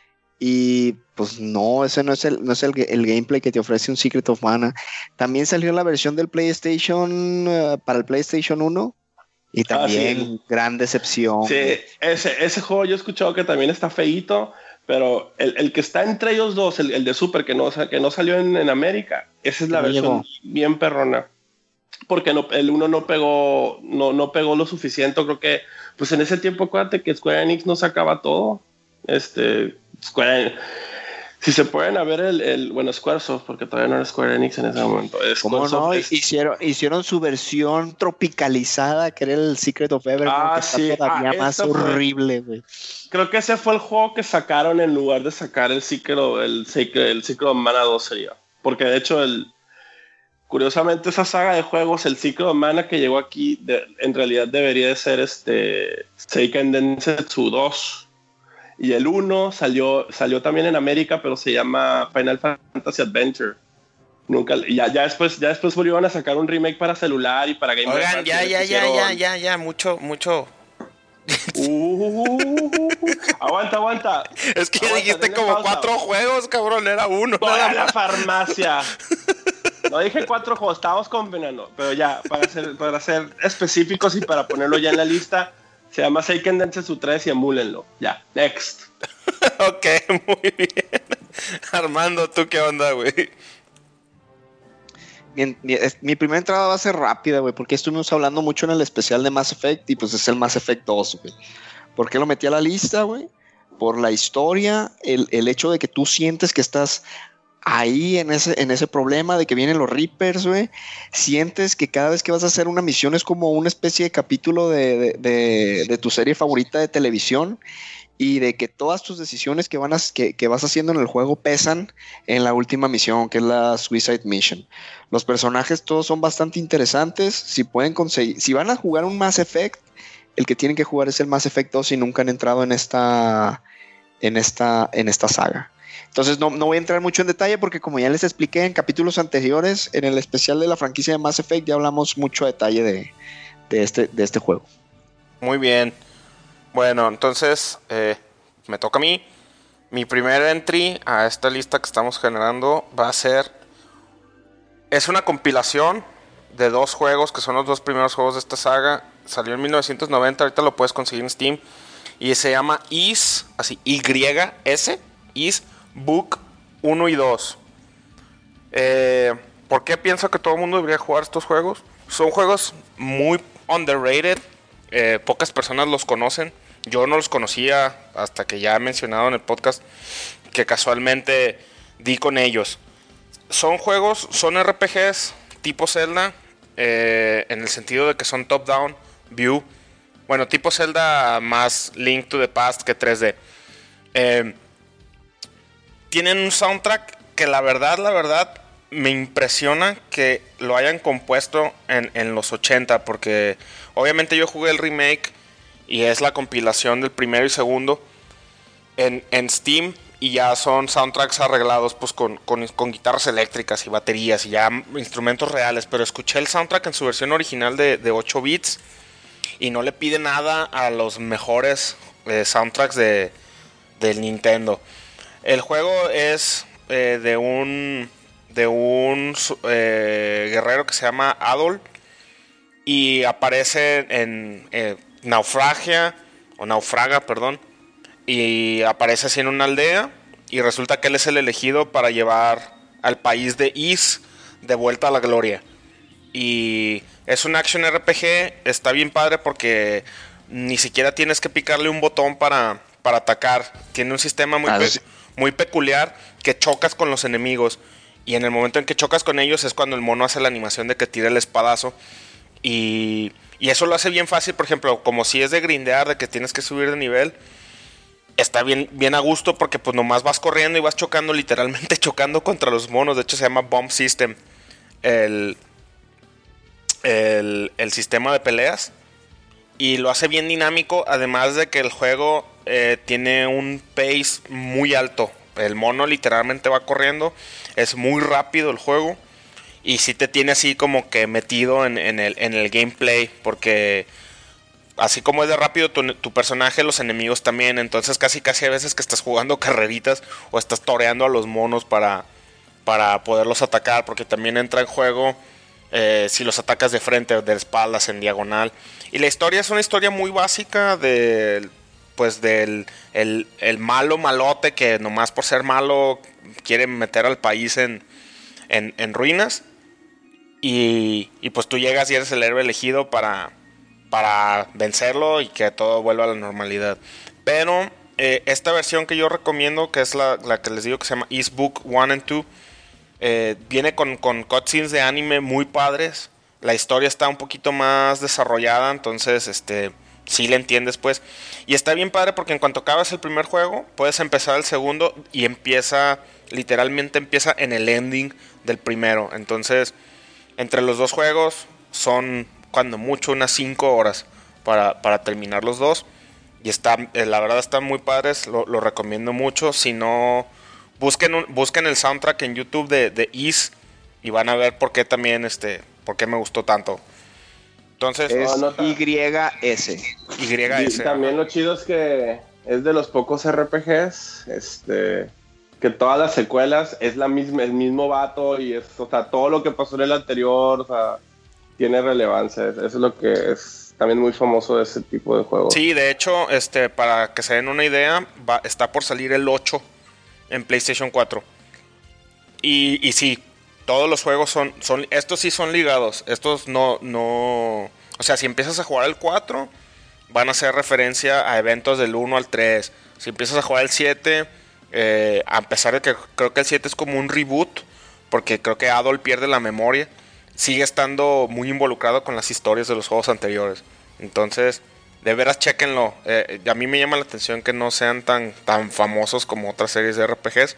Speaker 3: Y pues no, ese no es el, no es el, el gameplay que te ofrece un Secret of Mana. También salió la versión del PlayStation uh, para el PlayStation uno y también ah, sí. Gran decepción.
Speaker 2: Sí, ese, ese juego yo he escuchado que también está feíto, pero el, el que está entre ellos dos, el, el de Super que no, que no salió en, en América, esa es la versión llegó. Bien perrona. Porque no, el uno no pegó, no, no pegó lo suficiente. Creo que, pues en ese tiempo, acuérdate que Square Enix no sacaba todo. Este... Square, si se pueden a ver el, el bueno, Squaresoft, porque todavía no era Square Enix en ese momento.
Speaker 3: ¿Cómo no? Es... Hicieron, hicieron su versión tropicalizada, que era el Secret of Evermore,
Speaker 2: ah,
Speaker 3: que
Speaker 2: sí.
Speaker 3: está todavía ah, más horrible, güey.
Speaker 2: Creo que ese fue el juego que sacaron en lugar de sacar el Secret of, el Secret, el Secret of Mana dos sería. Porque de hecho, el, curiosamente, esa saga de juegos, el Secret of Mana que llegó aquí, de, en realidad debería de ser este Seiken Densetsu dos. Y el uno salió, salió también en América, pero se llama Final Fantasy Adventure. Nunca, ya, ya, después, ya después volvieron a sacar un remake para celular y para Game Boy.
Speaker 1: Oigan, ya, ya, ya, ya, ya, ya, mucho, mucho.
Speaker 2: Uh, aguanta, aguanta.
Speaker 1: Es que
Speaker 2: aguanta,
Speaker 1: dijiste como pausa. Cuatro juegos, cabrón, era uno.
Speaker 2: Voy a la farmacia. No dije cuatro juegos, estábamos combinando. Pero ya, para ser, para ser específicos y para ponerlo ya en la lista, se llama Seiken Densetsu tres y emúlenlo. Ya, next.
Speaker 1: Ok, muy bien. Armando, ¿tú qué onda, güey?
Speaker 3: Mi, mi, mi primera entrada va a ser rápida, güey, porque estuvimos hablando mucho en el especial de Mass Effect y pues es el Mass Effect dos, güey. ¿Por qué lo metí a la lista, güey? Por la historia, el, el hecho de que tú sientes que estás ahí en ese, en ese problema de que vienen los Reapers, güey. Sientes que cada vez que vas a hacer una misión es como una especie de capítulo de, de, de, de tu serie favorita de televisión y de que todas tus decisiones que, van a, que, que vas haciendo en el juego pesan en la última misión, que es la Suicide Mission. Los personajes todos son bastante interesantes. Si pueden conseguir, si van a jugar un Mass Effect, el que tienen que jugar es el Mass Effect dos si nunca han entrado en esta, en esta, en esta saga. Entonces no, no voy a entrar mucho en detalle porque como ya les expliqué en capítulos anteriores, en el especial de la franquicia de Mass Effect ya hablamos mucho a detalle de, de, este, de este juego.
Speaker 1: Muy bien. Bueno, entonces eh, me toca a mí. Mi primer entry a esta lista que estamos generando va a ser... Es una compilación de dos juegos, que son los dos primeros juegos de esta saga. Salió en mil novecientos noventa, ahorita lo puedes conseguir en Steam. Y se llama Ys, así, Y S, Ys Book uno y dos. Eh, ¿Por qué pienso que todo el mundo debería jugar estos juegos? Son juegos muy underrated. Eh, pocas personas los conocen. Yo no los conocía hasta que ya he mencionado en el podcast que casualmente di con ellos. Son juegos, son R P Gs tipo Zelda, eh, en el sentido de que son top-down view. Bueno, tipo Zelda más Link to the Past que tres D. Eh, tienen un soundtrack que la verdad, la verdad, me impresiona que lo hayan compuesto en, en los ochenta, porque obviamente yo jugué el remake y es la compilación del primero y segundo en, en Steam, y ya son soundtracks arreglados pues con, con, con guitarras eléctricas y baterías y ya instrumentos reales, pero escuché el soundtrack en su versión original de, de ocho bits y no le pide nada a los mejores eh, soundtracks de, del Nintendo. El juego es eh, de un de un eh, guerrero que se llama Adol y aparece en eh, naufragia o naufraga, perdón, y aparece así en una aldea y resulta que él es el elegido para llevar al país de Ys de vuelta a la gloria. Y es un action R P G, está bien padre porque ni siquiera tienes que picarle un botón para, para atacar. Tiene un sistema muy,
Speaker 3: Ah,
Speaker 1: pe-
Speaker 3: sí.
Speaker 1: muy peculiar que chocas con los enemigos. Y en el momento en que chocas con ellos es cuando el mono hace la animación de que tira el espadazo. Y, y eso lo hace bien fácil, por ejemplo, como si es de grindear, de que tienes que subir de nivel. Está bien, bien a gusto porque pues nomás vas corriendo y vas chocando, literalmente chocando contra los monos. De hecho se llama Bomb System el, el, el sistema de peleas. Y lo hace bien dinámico, además de que el juego eh, tiene un pace muy alto. El mono literalmente va corriendo, es muy rápido el juego. Y sí te tiene así como que metido en, en, el, en el gameplay, porque así como es de rápido tu, tu personaje, los enemigos también. Entonces casi casi a veces que estás jugando carreritas o estás toreando a los monos para, para poderlos atacar, porque también entra en juego eh, si los atacas de frente o de espaldas, en diagonal. Y la historia es una historia muy básica de, pues del el, el malo malote que nomás por ser malo quiere meter al país en, en, en ruinas. Y, y pues tú llegas y eres el héroe elegido para, para vencerlo y que todo vuelva a la normalidad. Pero eh, esta versión que yo recomiendo, que es la, la que les digo que se llama Ys Book uno and dos, eh, viene con, con cutscenes de anime muy padres. La historia está un poquito más desarrollada, entonces este sí le entiendes pues. Y está bien padre porque en cuanto acabas el primer juego, puedes empezar el segundo y empieza, literalmente empieza en el ending del primero. Entonces, entre los dos juegos son cuando mucho unas cinco horas para, para terminar los dos. Y está, eh, la verdad están muy padres, lo, lo recomiendo mucho. Si no, busquen, un, busquen el soundtrack en YouTube de, de Ys y van a ver por qué también, este, por qué me gustó tanto. Entonces,
Speaker 3: Es
Speaker 2: No, no,
Speaker 3: Y S.
Speaker 1: Y
Speaker 2: Y
Speaker 1: S.
Speaker 2: también lo chido es que es de los pocos R P Gs, este, que todas las secuelas es la misma, el mismo vato y es, o sea, todo lo que pasó en el anterior, o sea, tiene relevancia. Eso es lo que es también muy famoso de ese tipo de juegos.
Speaker 1: Sí, de hecho, este, para que se den una idea, va, está por salir el ocho en PlayStation cuatro. Y, y sí, todos los juegos son, son, estos sí son ligados. Estos no, no, o sea, si empiezas a jugar el cuatro, van a hacer referencia a eventos del uno al tres. Si empiezas a jugar el siete, eh, a pesar de que creo que el siete es como un reboot, porque creo que Adol pierde la memoria, sigue estando muy involucrado con las historias de los juegos anteriores. Entonces, de veras, chéquenlo. Eh, a mí me llama la atención que no sean tan, tan famosos como otras series de R P Gs.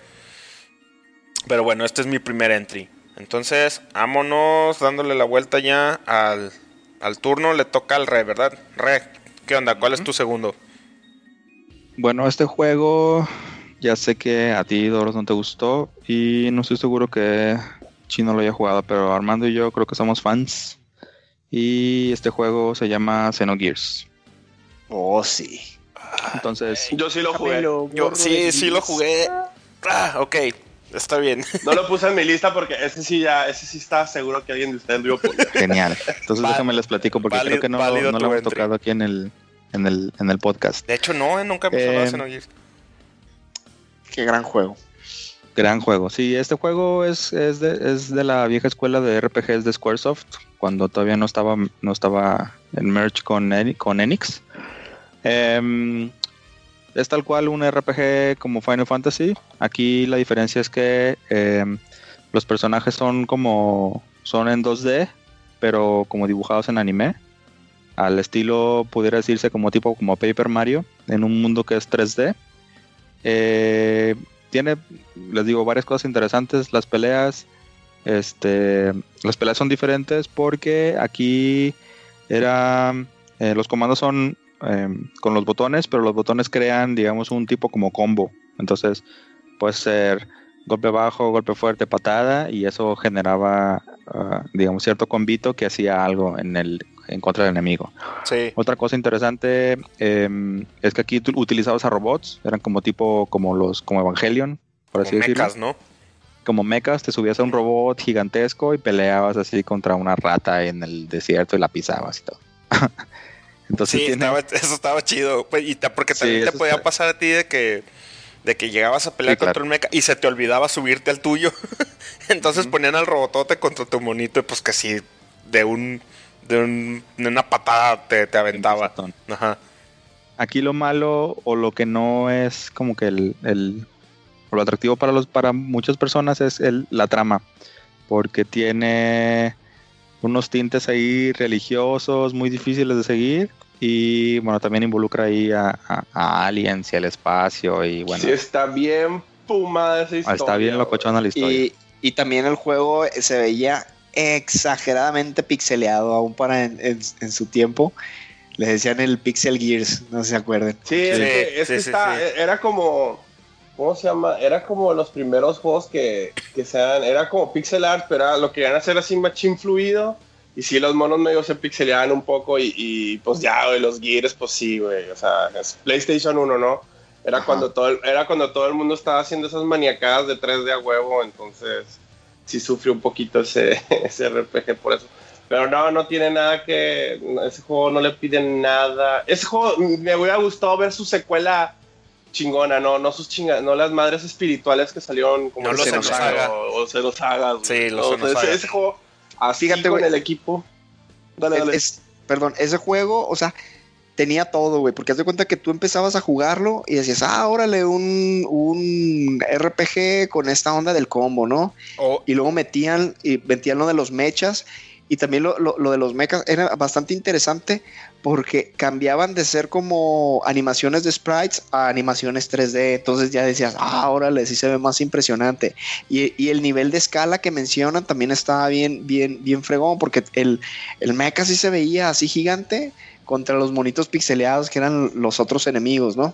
Speaker 1: Pero bueno, este es mi primer entry. Entonces, vámonos dándole la vuelta ya al, al turno. Le toca al Re, ¿verdad? Re, ¿qué onda? ¿Cuál es tu segundo?
Speaker 4: Bueno, este juego ya sé que a ti, Doros, no te gustó y no estoy seguro que Chino lo haya jugado, pero Armando y yo creo que somos fans. Y este juego se llama Xenogears.
Speaker 3: Oh, sí.
Speaker 4: Entonces,
Speaker 2: Yo sí lo jugué.
Speaker 1: Yo sí, sí lo jugué. Ah, ok. Está bien.
Speaker 2: No lo puse en mi lista porque ese sí ya, ese sí está seguro que alguien de ustedes lo iba a poner.
Speaker 4: Genial. Entonces
Speaker 1: Val-
Speaker 4: déjame les platico porque
Speaker 1: válido-
Speaker 4: creo que no,
Speaker 1: válido
Speaker 4: no
Speaker 1: tu
Speaker 4: lo hemos
Speaker 1: entry.
Speaker 4: tocado aquí en el, en el, en el podcast.
Speaker 1: De hecho, no, eh, nunca hemos hablado de
Speaker 4: Eh,
Speaker 1: Xenogears.
Speaker 3: Qué gran juego.
Speaker 4: Gran juego. Sí, este juego es, es, de, es de la vieja escuela de R P Gs de Squaresoft, cuando todavía no estaba, no estaba en merge con, Eni- con Enix. Em, es tal cual un R P G como Final Fantasy. Aquí la diferencia es que em, los personajes son como son en dos D, pero como dibujados en anime. Al estilo, pudiera decirse como tipo como Paper Mario, en un mundo que es tres D. Eh, tiene, les digo, varias cosas interesantes. Las peleas, este, las peleas son diferentes porque aquí era, eh, los comandos son eh, con los botones, pero los botones crean, digamos, un tipo como combo. Entonces, puede ser golpe bajo, golpe fuerte, patada, y eso generaba, uh, digamos, cierto combito que hacía algo en el en contra del enemigo.
Speaker 1: Sí.
Speaker 4: Otra cosa interesante eh, es que aquí tú utilizabas a robots, eran como tipo, como los, como Evangelion, por así
Speaker 1: Como
Speaker 4: decirlo.
Speaker 1: mechas, ¿no?
Speaker 4: Como mechas, te subías a un robot gigantesco y peleabas así contra una rata en el desierto y la pisabas y todo. Entonces
Speaker 1: Sí,
Speaker 4: tiene...
Speaker 1: estaba, eso estaba chido. Pues, y ta- porque también
Speaker 4: Sí,
Speaker 1: te
Speaker 4: eso
Speaker 1: podía
Speaker 4: está-
Speaker 1: pasar a ti de que, de que llegabas a pelear
Speaker 4: Sí, claro.
Speaker 1: contra un mecha y se te olvidaba subirte al tuyo. Entonces
Speaker 4: Ujú.
Speaker 1: ponían al robotote contra tu monito y pues que sí, de un, de un, de una patada te, te aventaba.
Speaker 4: pisotón.
Speaker 1: Ajá.
Speaker 4: Aquí lo malo o lo que no es como que el, el o lo atractivo para los para muchas personas es el, la trama, porque tiene unos tintes ahí religiosos muy difíciles de seguir y bueno, también involucra ahí a, a, a aliens y al espacio y bueno,
Speaker 2: Sí, está bien fumada esa historia.
Speaker 4: está bien
Speaker 2: güey.
Speaker 4: locochona la historia.
Speaker 3: Y, y también el juego se veía exageradamente pixeleado aún para en, en- en su tiempo. Les decían el Pixel Gears, no se acuerdan.
Speaker 2: Sí, es
Speaker 1: Sí,
Speaker 2: que, es
Speaker 1: sí,
Speaker 2: que
Speaker 1: sí,
Speaker 2: está,
Speaker 1: sí.
Speaker 2: era como, ¿cómo se llama? Era como los primeros juegos que, que sean, era como pixel art, pero era, lo querían hacer así machín fluido. Y sí, los monos medio se pixeleaban un poco y, y pues ya, güey, los Gears, pues sí, güey. O sea, es PlayStation uno, ¿no? Era
Speaker 3: Ajá.
Speaker 2: cuando, todo el, era cuando todo el mundo estaba haciendo esas maniacadas de tres D a huevo, entonces sí sufrió un poquito ese, ese R P G por eso. Pero no, no tiene nada que... Ese juego no le pide nada. Ese juego me hubiera gustado ver su secuela chingona, no, no sus chingas, no las madres espirituales que salieron como
Speaker 1: No
Speaker 2: el
Speaker 1: los
Speaker 2: Xenosaga
Speaker 1: Xenosaga.
Speaker 2: o, o Xenosagas.
Speaker 1: Sí,
Speaker 2: güey.
Speaker 1: los
Speaker 2: No, o sea,
Speaker 1: Xenosaga.
Speaker 2: ese, ese juego así
Speaker 3: Fíjate,
Speaker 2: con
Speaker 3: güey.
Speaker 2: el equipo. Dale,
Speaker 3: Es-
Speaker 2: dale.
Speaker 3: es- perdón, ese juego, o sea, tenía todo, güey, porque haz de cuenta que tú empezabas a jugarlo y decías, ah, órale, un, un R P G con esta onda del combo, ¿no?
Speaker 1: O,
Speaker 3: Y luego metían, y metían lo de los mechas, y también lo, lo- lo de los mechas era bastante interesante porque cambiaban de ser como animaciones de sprites a animaciones tres D, entonces ya decías, ah, órale, sí se ve más impresionante. Y, y el nivel de escala que mencionan también estaba bien, bien, bien fregón, porque el, el mecha sí se veía así gigante contra los monitos pixeleados que eran los otros enemigos, ¿no?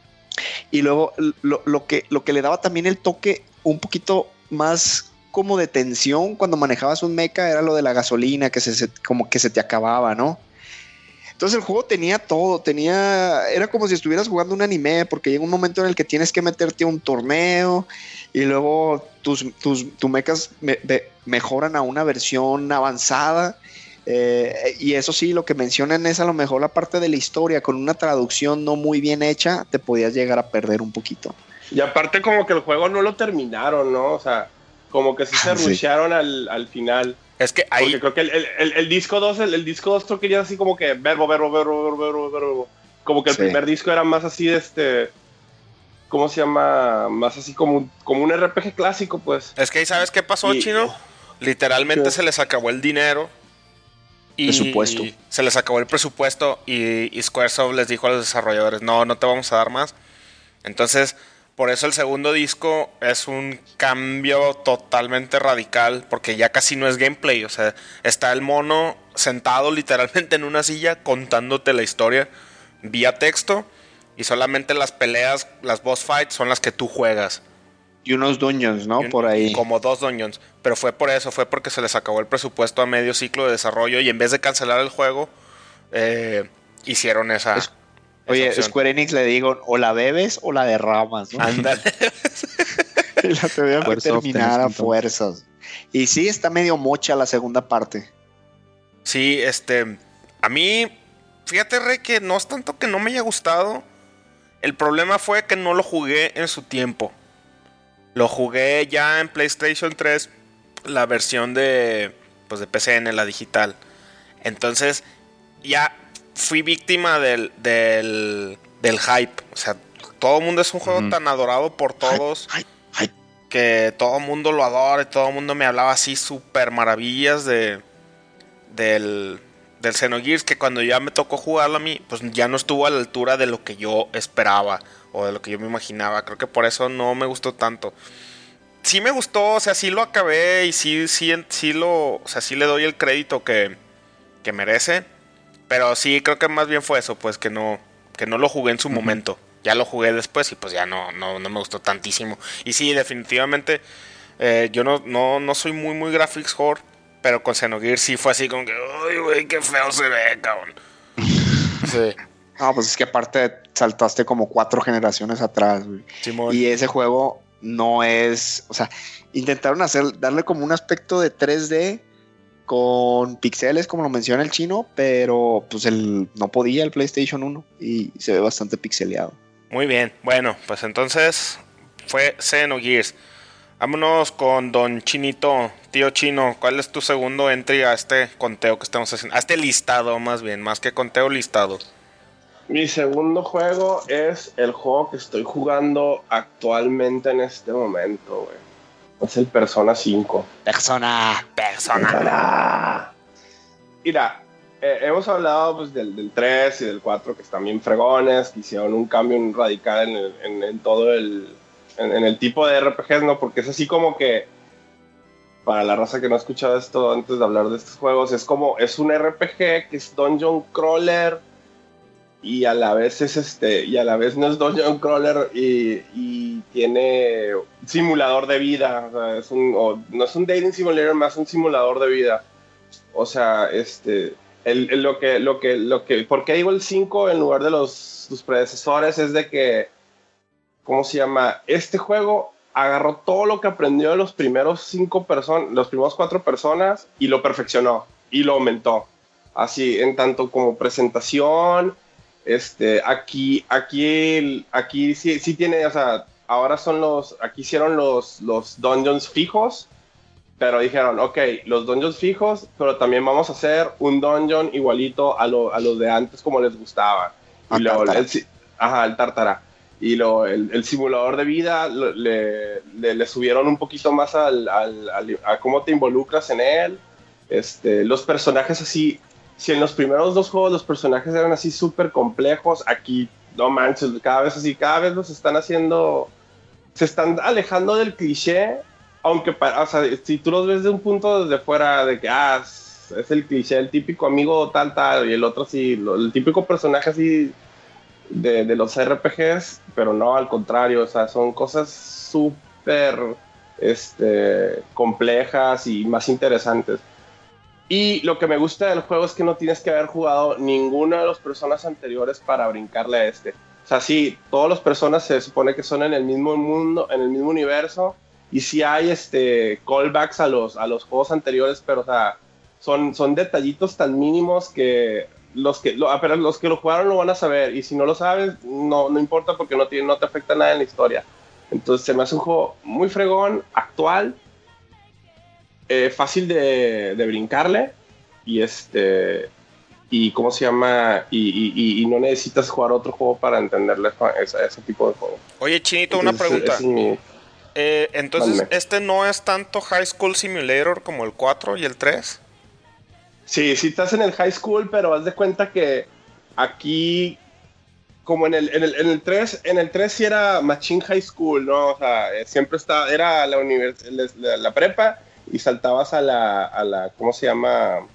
Speaker 3: Y luego lo, lo que, lo que le daba también el toque un poquito más como de tensión cuando manejabas un mecha era lo de la gasolina, que se, se- como que se te acababa, ¿no? Entonces el juego tenía todo, tenía, era como si estuvieras jugando un anime, porque llega un momento en el que tienes que meterte a un torneo y luego tus, tus, tus mechas me- me- mejoran a una versión avanzada. Eh, y eso sí, lo que mencionan es a lo mejor la parte de la historia, con una traducción no muy bien hecha, te podías llegar a perder un poquito.
Speaker 2: Y aparte como que el juego no lo terminaron, ¿no? O sea, como que sí se
Speaker 3: Sí.
Speaker 2: rushearon al, al final.
Speaker 1: es que
Speaker 2: Porque
Speaker 1: ahí,
Speaker 2: creo que el, el, el, el disco dos, el, el disco dos creo que ya así como que verbo, verbo, verbo, verbo, verbo, verbo. Como que el
Speaker 3: Sí.
Speaker 2: primer disco era más así de este... ¿Cómo se llama? Más así como, un- como un R P G clásico, pues.
Speaker 1: es que ahí sabes qué pasó,
Speaker 2: Y-
Speaker 1: Chino. Literalmente
Speaker 2: ¿Qué?
Speaker 1: se les acabó el dinero. Y
Speaker 3: Presupuesto.
Speaker 1: se les acabó el presupuesto y, y Squaresoft les dijo a los desarrolladores, no, no te vamos a dar más. Entonces, por eso el segundo disco es un cambio totalmente radical, porque ya casi no es gameplay. O sea, está el mono sentado literalmente en una silla contándote la historia vía texto y solamente las peleas, las boss fights son las que tú juegas.
Speaker 3: Y unos dungeons, ¿no?
Speaker 1: Y un-
Speaker 3: Por ahí.
Speaker 1: Como dos dungeons. Pero fue por eso, fue porque se les acabó el presupuesto a medio ciclo de desarrollo y en vez de cancelar el juego, eh, hicieron esa.
Speaker 3: Es- Oye,
Speaker 1: esa opción.
Speaker 3: Square Enix le digo, o la bebes o la derramas, ¿no?
Speaker 1: Ándale.
Speaker 3: Sí, la tuvieron que terminar a fuerzas. Y sí, está medio mocha la segunda parte.
Speaker 1: Sí, este... A mí, fíjate, Rey, que no es tanto que no me haya gustado. El problema fue que no lo jugué en su tiempo. Lo jugué ya en PlayStation tres, la versión de, pues de P C N, la digital. Entonces, ya fui víctima del, del, del hype. O sea, todo el mundo es un juego uh-huh. tan adorado por todos
Speaker 3: ay, ay, ay.
Speaker 1: que todo el mundo lo adora y todo el mundo me hablaba así súper maravillas de, del, del Xenogears, que cuando ya me tocó jugarlo a mí, pues ya no estuvo a la altura de lo que yo esperaba o de lo que yo me imaginaba. Creo que por eso no me gustó tanto. Sí me gustó, o sea, sí lo acabé y sí, sí, sí lo, o sea, sí le doy el crédito que, que merece. Pero sí, creo que más bien fue eso, pues que no, que no lo jugué en su uh-huh. momento. Ya lo jugué después y pues ya no, no, no me gustó tantísimo. Y sí, definitivamente, eh, yo no, no, no soy muy, muy graphics whore, pero con Xenogears sí fue así como que, uy, güey, qué feo se ve, cabrón. Sí.
Speaker 3: No, pues es que aparte saltaste como cuatro generaciones atrás, güey.
Speaker 1: Simón.
Speaker 3: Y ese juego no es, o sea, intentaron hacer, darle como un aspecto de tres D con pixeles, como lo menciona el chino, pero pues el, no podía el PlayStation uno y se ve bastante pixeleado.
Speaker 1: Muy bien, bueno, pues entonces fue Xenogears. Vámonos con Don Chinito, tío Chino. ¿Cuál es tu segundo entry a este conteo que estamos haciendo? A este listado, más bien, más que conteo, listado.
Speaker 2: Mi segundo juego es el juego que estoy jugando actualmente en este momento, güey. Es el Persona cinco.
Speaker 3: Persona,
Speaker 1: Persona.
Speaker 2: Persona. Mira, eh, hemos hablado pues, del, del tres y del cuatro, que están bien fregones, que hicieron un cambio radical en, el, en, en todo el... En, en el tipo de R P Gs, ¿no? Porque es así como que, para la raza que no ha escuchado esto antes de hablar de estos juegos, es como, es un R P G que es Dungeon Crawler y a la vez es este, y a la vez no es Dungeon Crawler y, y tiene simulador de vida, o sea, es un, o, no es un dating simulator, más un simulador de vida. O sea, este, el, el, lo que, lo que, lo que, ¿por qué digo el cinco en lugar de los sus predecesores? Es de que, ¿cómo se llama? Este juego agarró todo lo que aprendió de los primeros cinco personas, los primeros cuatro personas y lo perfeccionó y lo aumentó. Así, en tanto como presentación, este, aquí, aquí, aquí sí, sí tiene, o sea, ahora son los, aquí hicieron los, los dungeons fijos, pero dijeron, ok, los dungeons fijos, pero también vamos a hacer un dungeon igualito a, lo, a los de antes como les gustaba. Y luego, el, ajá, el Tártara. Y lo, el, el simulador de vida lo, le, le, le subieron un poquito más al, al, al, a cómo te involucras en él. Este, los personajes así, si en los primeros dos juegos los personajes eran así súper complejos, aquí no manches, cada vez así, cada vez los están haciendo, se están alejando del cliché, aunque, o sea, si tú los ves de un punto desde fuera, de que, ah, es, es el cliché, el típico amigo tal, tal, y el otro así, lo, el típico personaje así, De, de los R P Gs, pero no, al contrario, o sea, son cosas súper este, complejas y más interesantes. Y lo que me gusta del juego es que no tienes que haber jugado ninguna de las personas anteriores para brincarle a este. O sea, sí, todas las personas se supone que son en el mismo mundo, en el mismo universo, y sí hay este, callbacks a los, a los juegos anteriores, pero o sea, son, son detallitos tan mínimos que los que lo, pero los que lo jugaron lo van a saber, y si no lo sabes no, no importa, porque no, tiene, no te afecta nada en la historia. Entonces se me hace un juego muy fregón, actual, eh, fácil de, de brincarle, y este y cómo se llama y, y, y no necesitas jugar otro juego para entenderle ese, ese tipo de juego.
Speaker 1: Oye, Chinito, entonces, una pregunta. Es, es mi... eh, entonces Mándame. Este no es tanto High School Simulator como el cuatro y el tres.
Speaker 2: Sí, sí estás en el high school, pero haz de cuenta que aquí, como en el, en el, en el tres, en el tres sí era Machine High School, ¿no? O sea, siempre estaba, era la, univers, la, la prepa y saltabas a la, a la ¿cómo se llama?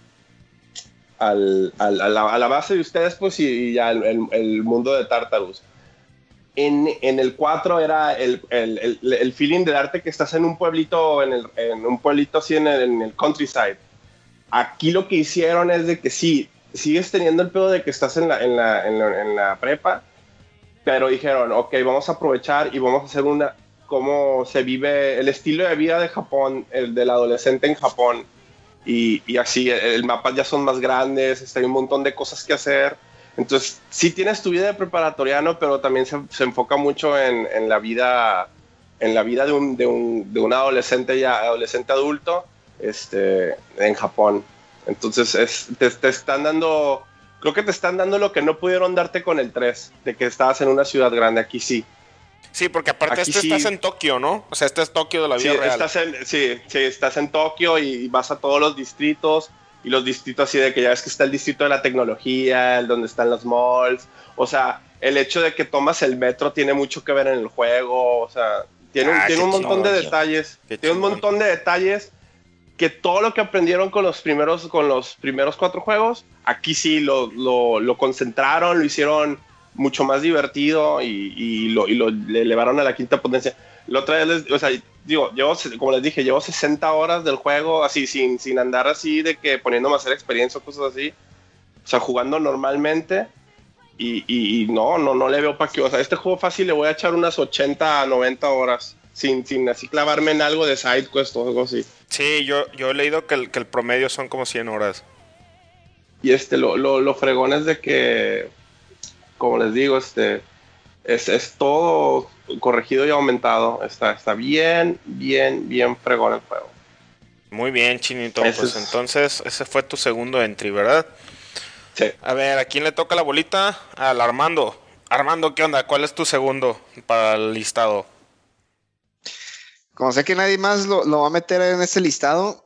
Speaker 2: Al, al, a, la, a la base de ustedes, pues, y, y ya el, el, el mundo de Tartarus. En, en el cuatro era el, el, el, el feeling de darte que estás en un pueblito, en, el, en un pueblito así en el, en el countryside. Aquí lo que hicieron es de que sí, sigues teniendo el pedo de que estás en la, en la, en la, en la prepa, pero dijeron, ok, vamos a aprovechar y vamos a hacer una, cómo se vive el estilo de vida de Japón, el del adolescente en Japón. Y, y así, el, el mapa ya son más grandes, este, hay un montón de cosas que hacer. Entonces, sí tienes tu vida de preparatoriano, pero también se, se enfoca mucho en, en la vida, en la vida de un, de un, de un adolescente ya, adolescente adulto, este, en Japón. Entonces, es, te, te están dando, creo que te están dando lo que no pudieron darte con el tres, de que estabas en una ciudad grande. Aquí sí.
Speaker 1: Sí, porque aparte
Speaker 2: Aquí
Speaker 1: este
Speaker 2: sí.
Speaker 1: estás en Tokio, ¿no? O sea, este es Tokio de la vida
Speaker 2: Sí,
Speaker 1: real.
Speaker 2: estás en, sí, sí, estás en Tokio y vas a todos los distritos, y los distritos así de que ya ves que está el distrito de la tecnología, el donde están los malls. O sea, el hecho de que tomas el metro tiene mucho que ver en el juego. O sea, tiene, un,
Speaker 1: Ah,
Speaker 2: tiene
Speaker 1: qué
Speaker 2: un montón de
Speaker 1: chingón.
Speaker 2: detalles.
Speaker 1: Qué
Speaker 2: Tiene un
Speaker 1: chingón.
Speaker 2: montón de detalles que todo lo que aprendieron con los primeros, con los primeros cuatro juegos, aquí sí lo, lo, lo concentraron, lo hicieron mucho más divertido y, y, lo, y lo le elevaron a la quinta potencia. La otra vez, les, o sea, digo, llevo, como les dije, llevo sesenta horas del juego así, sin, sin andar así de que poniéndome a hacer experiencia o cosas así. O sea, jugando normalmente y, y, y no, no, no le veo para qué. O sea, este juego fácil le voy a echar unas ochenta a noventa horas sin, sin así clavarme en algo de side quest o algo así.
Speaker 1: Sí, yo, yo he leído que el, que el promedio son como cien horas.
Speaker 2: Y este, lo, lo, lo fregón es de que, como les digo, este, es, es todo corregido y aumentado. Está, está bien, bien, bien fregón el juego.
Speaker 1: Muy bien, Chinito.
Speaker 2: Ese
Speaker 1: Pues
Speaker 2: es-
Speaker 1: entonces ese fue tu segundo entry, ¿verdad?
Speaker 2: Sí.
Speaker 1: A ver, ¿a quién le toca la bolita? Al Armando. Armando, ¿qué onda? ¿Cuál es tu segundo para el listado?
Speaker 3: Como sé que nadie más lo, lo va a meter en este listado,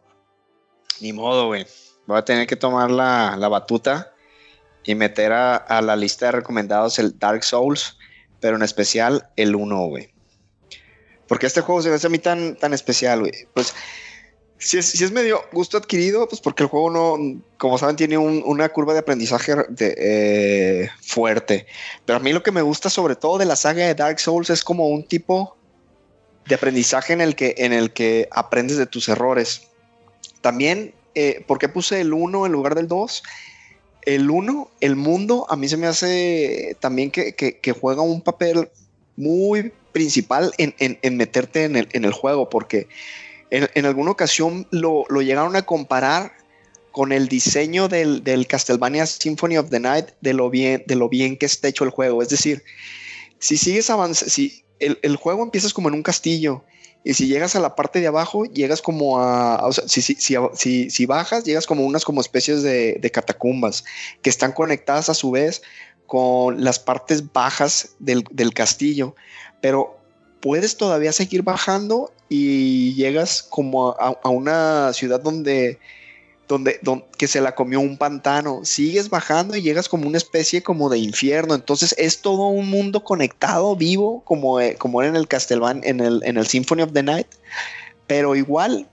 Speaker 3: ni modo, güey. Voy a tener que tomar la, la batuta y meter a, a la lista de recomendados el Dark Souls, pero en especial el uno, güey. Porque este juego se me hace a mí tan, tan especial, güey. Pues si es, si es medio gusto adquirido, pues porque el juego no, como saben, tiene un- una curva de aprendizaje de, eh, fuerte. Pero a mí lo que me gusta sobre todo de la saga de Dark Souls es como un tipo de aprendizaje en el que, en el que aprendes de tus errores. También, eh, ¿por qué puse el uno en lugar del dos? El uno, el mundo, a mí se me hace también que, que- que juega un papel muy principal en, en- en meterte en el, en el juego, porque en, en alguna ocasión lo, lo llegaron a comparar con el diseño del, del Castlevania Symphony of the Night, de lo bien, de lo bien que está hecho el juego. Es decir, si sigues avanzando, si el, el juego empiezas como en un castillo y si llegas a la parte de abajo, llegas como a, a- o sea, si, si, si, si, si bajas, llegas como unas como especies de, de catacumbas que están conectadas a su vez con las partes bajas del, del castillo, pero puedes todavía seguir bajando y llegas como a, a una ciudad donde donde, donde, que se la comió un pantano. Sigues bajando y llegas como una especie como de infierno. Entonces es todo un mundo conectado, vivo, como, eh, como era en el Castlevania, en el, en el Symphony of the Night. Pero igual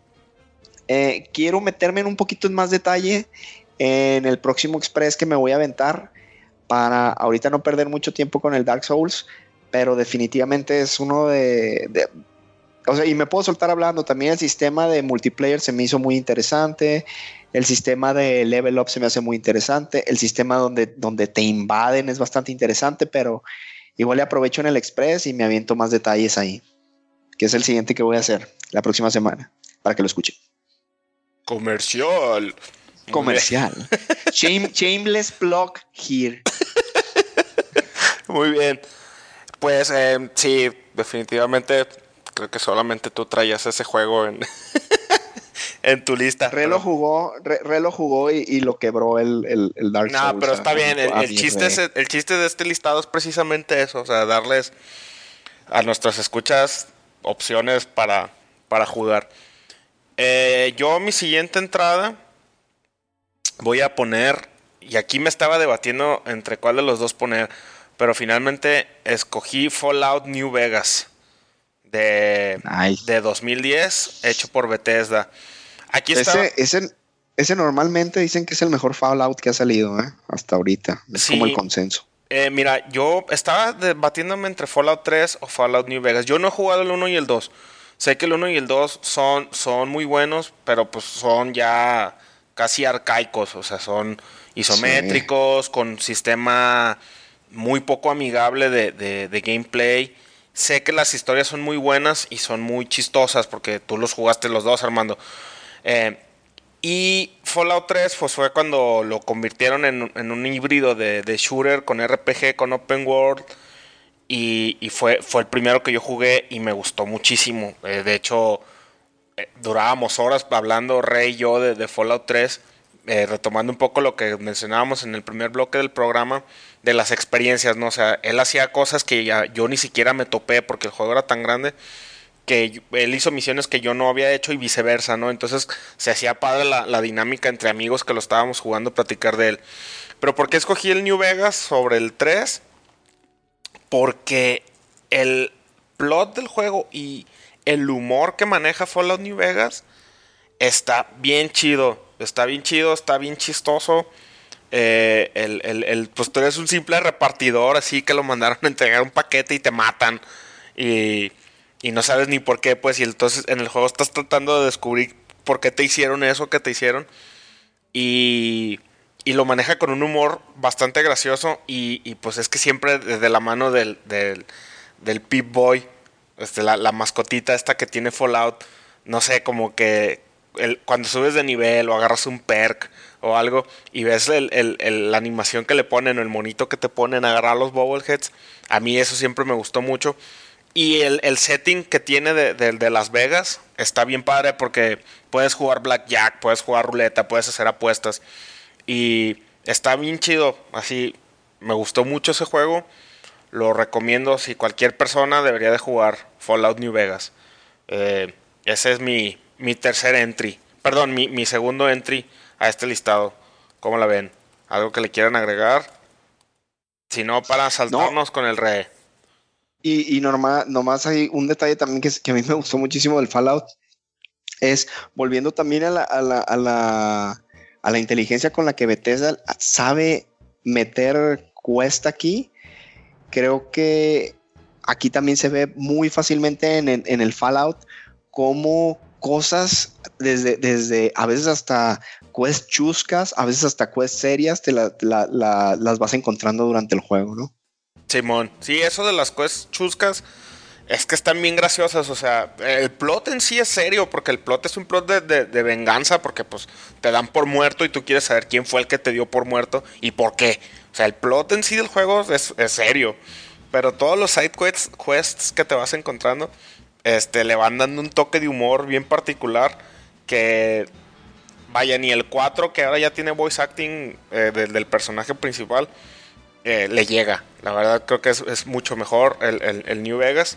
Speaker 3: eh, quiero meterme en un poquito en más detalle en el próximo Express que me voy a aventar para ahorita no perder mucho tiempo con el Dark Souls, pero definitivamente es uno de, de o sea, y me puedo soltar hablando. También el sistema de multiplayer se me hizo muy interesante. El sistema de level up se me hace muy interesante. El sistema donde, donde te invaden es bastante interesante, pero igual le aprovecho en el Express y me aviento más detalles ahí, que es el siguiente que voy a hacer la próxima semana, para que lo escuchen.
Speaker 1: Comercial. Muy
Speaker 3: Comercial. Shame, shameless plug here.
Speaker 1: Muy bien. Pues eh, sí, definitivamente creo que solamente tú traías ese juego en, en tu lista.
Speaker 3: Re
Speaker 1: pero-
Speaker 3: lo jugó, Re, Re lo jugó y, y lo quebró el, el, el Dark Souls.
Speaker 1: No, pero está
Speaker 3: a-
Speaker 1: bien. El,
Speaker 3: a
Speaker 1: el
Speaker 3: mi
Speaker 1: chiste
Speaker 3: Re.
Speaker 1: es, el chiste de este listado es precisamente eso. O sea, darles a nuestros escuchas opciones para, para jugar. Eh, yo mi siguiente entrada voy a poner, y aquí me estaba debatiendo entre cuál de los dos poner, pero finalmente escogí Fallout New Vegas de,
Speaker 3: Nice.
Speaker 1: de dos mil diez, hecho por Bethesda. Aquí está.
Speaker 3: Ese, ese, ese normalmente dicen que es el mejor Fallout que ha salido, ¿eh? Hasta ahorita. Es
Speaker 1: Sí.
Speaker 3: como el consenso.
Speaker 1: Eh, mira, yo estaba debatiéndome entre Fallout tres o Fallout New Vegas. Yo no he jugado el uno y el dos. Sé que el uno y el dos son, son muy buenos, pero pues son ya casi arcaicos. O sea, son isométricos, con sistema muy poco amigable de, de, de gameplay. sé que las historias son muy buenas y son muy chistosas porque tú los jugaste los dos, Armando. Eh, y Fallout tres pues, fue cuando lo convirtieron en, en un híbrido de, de shooter con R P G, con open world. Y, y fue, fue el primero que yo jugué y me gustó muchísimo. Eh, de hecho, eh, durábamos horas hablando Rey y yo de, de Fallout tres. Eh, retomando un poco lo que mencionábamos en el primer bloque del programa de las experiencias, ¿no? O sea, él hacía cosas que ya yo ni siquiera me topé porque el juego era tan grande que yo, él hizo misiones que yo no había hecho y viceversa, ¿no? Entonces se hacía padre la, la dinámica entre amigos que lo estábamos jugando, platicar de él. Pero ¿por qué escogí el New Vegas sobre el tres? Porque el plot del juego y el humor que maneja Fallout New Vegas está bien chido. Está bien chido, está bien chistoso. Eh, el, el, el, pues tú eres un simple repartidor, así que lo mandaron a entregar un paquete y te matan. Y, y no sabes ni por qué, pues. Y entonces en el juego estás tratando de descubrir por qué te hicieron eso que te hicieron. Y, y lo maneja con un humor bastante gracioso. Y, y pues es que siempre desde la mano del, del, del Pip-Boy, este, la, la mascotita esta que tiene Fallout, no sé, como que el, cuando subes de nivel o agarras un perk o algo y ves el, el, el, la animación que le ponen o el monito que te ponen a agarrar los bobbleheads, a mí eso siempre me gustó mucho. Y el, el setting que tiene de, de, de Las Vegas está bien padre porque puedes jugar blackjack, puedes jugar ruleta, puedes hacer apuestas y está bien chido. Así, me gustó mucho ese juego, lo recomiendo. Si cualquier persona debería de jugar Fallout New Vegas. eh, ese es mi Mi tercer entry, perdón, mi, mi segundo entry a este listado. ¿Cómo la ven? ¿Algo que le quieran agregar? Si no, para saltarnos no. con el Rey.
Speaker 3: Y, y norma, nomás hay un detalle también que, que a mí me gustó muchísimo del Fallout. Es, volviendo también a la, a la, a la, a la inteligencia con la que Bethesda sabe meter quest aquí. Creo que aquí también se ve muy fácilmente en, en, en el Fallout cómo cosas desde, desde a veces hasta quests chuscas, a veces hasta quests serias, te la, la, la, las vas encontrando durante el juego, ¿no?
Speaker 1: Simón, sí, eso de las quests chuscas es que están bien graciosas. O sea, el plot en sí es serio, porque el plot es un plot de, de, de venganza, porque pues te dan por muerto y tú quieres saber quién fue el que te dio por muerto y por qué. O sea, el plot en sí del juego es, es serio, pero todos los side quests, quests que te vas encontrando Este, le van dando un toque de humor bien particular que, vaya, ni el cuatro, que ahora ya tiene voice acting eh, del, del personaje principal, eh, le llega. La verdad creo que es, es mucho mejor el, el, el New Vegas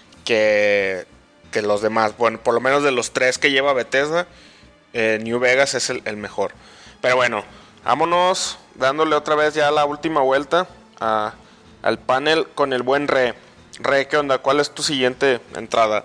Speaker 1: que, que los demás. Bueno, por lo menos de los tres que lleva Bethesda, eh, New Vegas es el, el mejor. Pero bueno, vámonos dándole otra vez ya la última vuelta a, al panel con el buen Re. Re, ¿qué onda? ¿Cuál es tu siguiente entrada?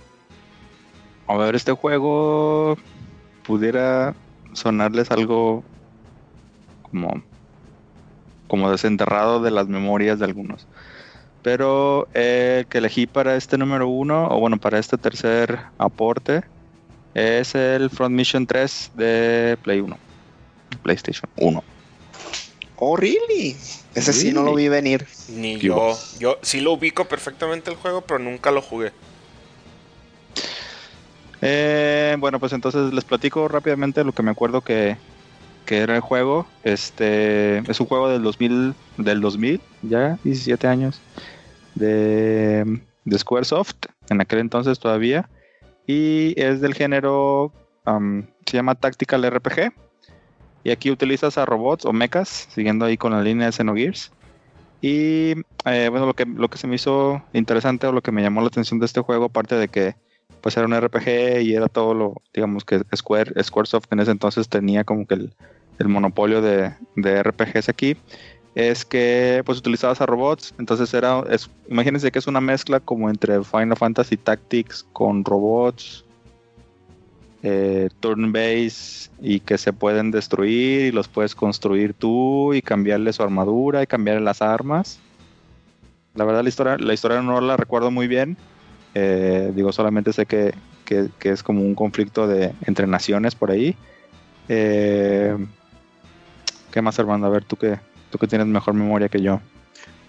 Speaker 4: A ver, este juego pudiera sonarles algo como, como desenterrado de las memorias de algunos. Pero el que elegí para este número uno, o bueno, para este tercer aporte, es el Front Mission tres de Play uno. PlayStation uno.
Speaker 3: Oh, really? Ese really? Sí no lo vi venir.
Speaker 1: Ni yo. Yo sí lo ubico perfectamente el juego, pero nunca lo jugué.
Speaker 4: Eh, bueno, pues entonces les platico rápidamente lo que me acuerdo que, que era el juego. Este es un juego del dos mil, del dos mil, ya diecisiete años, de, de Squaresoft, en aquel entonces todavía, y es del género, um, se llama Tactical R P G. Y aquí utilizas a robots o mechas, siguiendo ahí con la línea de Xenogears. Y eh, bueno, lo que, lo que se me hizo interesante o lo que me llamó la atención de este juego, aparte de que pues era un R P G y era todo lo, digamos que Square, Squaresoft en ese entonces tenía como que el, el monopolio de, de R P Gs aquí, es que pues utilizabas a robots. Entonces era, es, imagínense que es una mezcla como entre Final Fantasy Tactics con robots, Eh, turn-based, y que se pueden destruir y los puedes construir tú y cambiarle su armadura y cambiarle las armas. La verdad la historia, la historia no la recuerdo muy bien. Eh, digo, solamente sé que, que, que es como un conflicto de, entre naciones por ahí. Eh, ¿Qué más, Armando? A ver, tú que, tú que tienes mejor memoria que yo.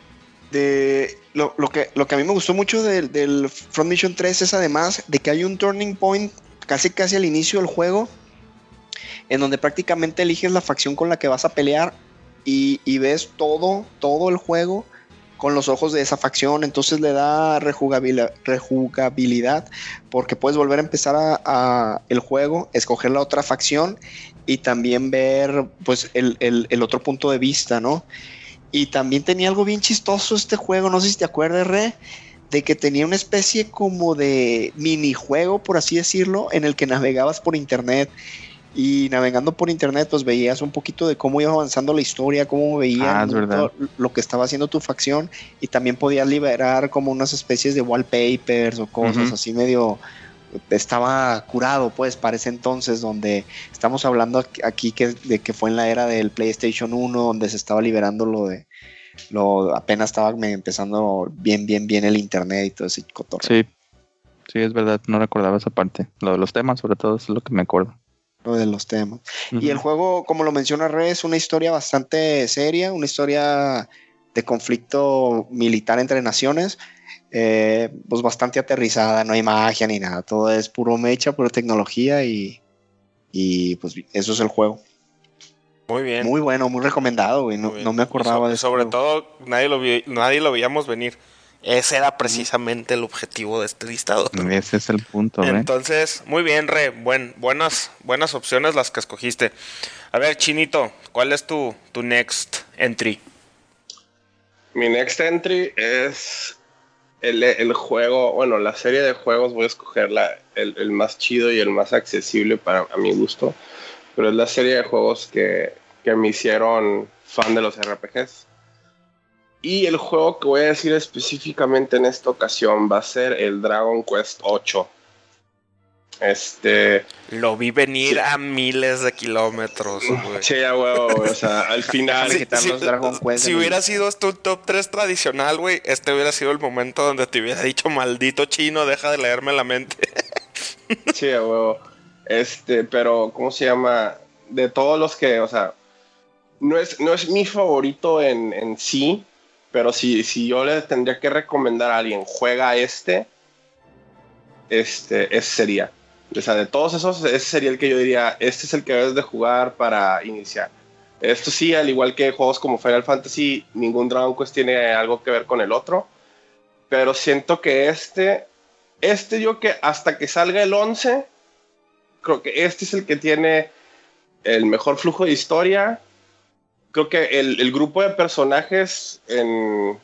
Speaker 3: de lo, lo, que, lo que a mí me gustó mucho del, del Front Mission tres es además de que hay un turning point casi casi al inicio del juego en donde prácticamente eliges la facción con la que vas a pelear y, y ves todo, todo el juego con los ojos de esa facción. Entonces le da rejugabilidad, rejugabilidad porque puedes volver a empezar a, a el juego, escoger la otra facción y también ver pues el, el, el otro punto de vista, ¿no? Y también tenía algo bien chistoso este juego, no sé si te acuerdas, Re, de que tenía una especie como de minijuego, por así decirlo, en el que navegabas por internet. Y navegando por internet, pues veías un poquito de cómo iba avanzando la historia, cómo veías
Speaker 4: Ah, es verdad.
Speaker 3: lo que estaba haciendo tu facción. Y también podías liberar como unas especies de wallpapers o cosas
Speaker 4: Ujú.
Speaker 3: así medio... Estaba curado, pues, para ese entonces, donde estamos hablando aquí- aquí que, de que fue en la era del PlayStation uno, donde se estaba liberando lo de... lo apenas estaba me- empezando bien, bien, bien el internet y todo ese cotorreo.
Speaker 4: Sí, sí, es verdad, no recordaba esa parte. Lo de los temas, sobre todo, es lo que me acuerdo.
Speaker 3: Lo de los temas.
Speaker 4: Ujú.
Speaker 3: Y el juego, como lo menciona Re, es una historia bastante seria, una historia de conflicto militar entre naciones, eh, pues bastante aterrizada, no hay magia ni nada, todo es puro mecha, pura tecnología y, y pues eso es el juego.
Speaker 1: Muy bien.
Speaker 3: Muy bueno, muy recomendado, güey, no,
Speaker 1: Muy bien.
Speaker 3: no me
Speaker 1: Y
Speaker 3: acordaba
Speaker 1: so-
Speaker 3: de este
Speaker 1: sobre
Speaker 3: juego.
Speaker 1: todo, nadie lo, vi- nadie lo veíamos venir. Ese era precisamente el objetivo de este listado.
Speaker 4: Ese es el punto, ¿ven?
Speaker 1: Entonces, muy bien, Re. Buen, buenas, buenas opciones las que escogiste. A ver, Chinito, ¿cuál es tu, tu next entry?
Speaker 2: Mi next entry es el, el juego, bueno, la serie de juegos. Voy a escoger la, el, el más chido y el más accesible para a mi gusto, pero es la serie de juegos que, que me hicieron fan de los R P Gs. Y el juego que voy a decir específicamente en esta ocasión va a ser el Dragon Quest ocho. Este...
Speaker 1: Lo vi venir
Speaker 2: Sí.
Speaker 1: a miles de kilómetros, güey.
Speaker 2: Sí, a huevo, güey. O sea, al final...
Speaker 3: Déjame quitar los Dragon Quest
Speaker 1: si
Speaker 3: de mi
Speaker 1: hubiera
Speaker 3: lista.
Speaker 1: sido esto un top tres tradicional, güey, este hubiera sido el momento donde te hubiera dicho, maldito chino, deja de leerme la mente.
Speaker 2: Sí, a huevo. Este, pero, ¿cómo se llama? De todos los que, o sea, no es, no es mi favorito en, en sí, pero si, si yo le tendría que recomendar a alguien, juega este, este, ese sería. O sea, de todos esos, ese sería el que yo diría, este es el que debes de jugar para iniciar. Esto sí, al igual que juegos como Final Fantasy, ningún Dragon Quest tiene algo que ver con el otro, pero siento que este, este yo que hasta que salga el once, creo que este es el que tiene el mejor flujo de historia. Creo que el, el grupo de personajes en,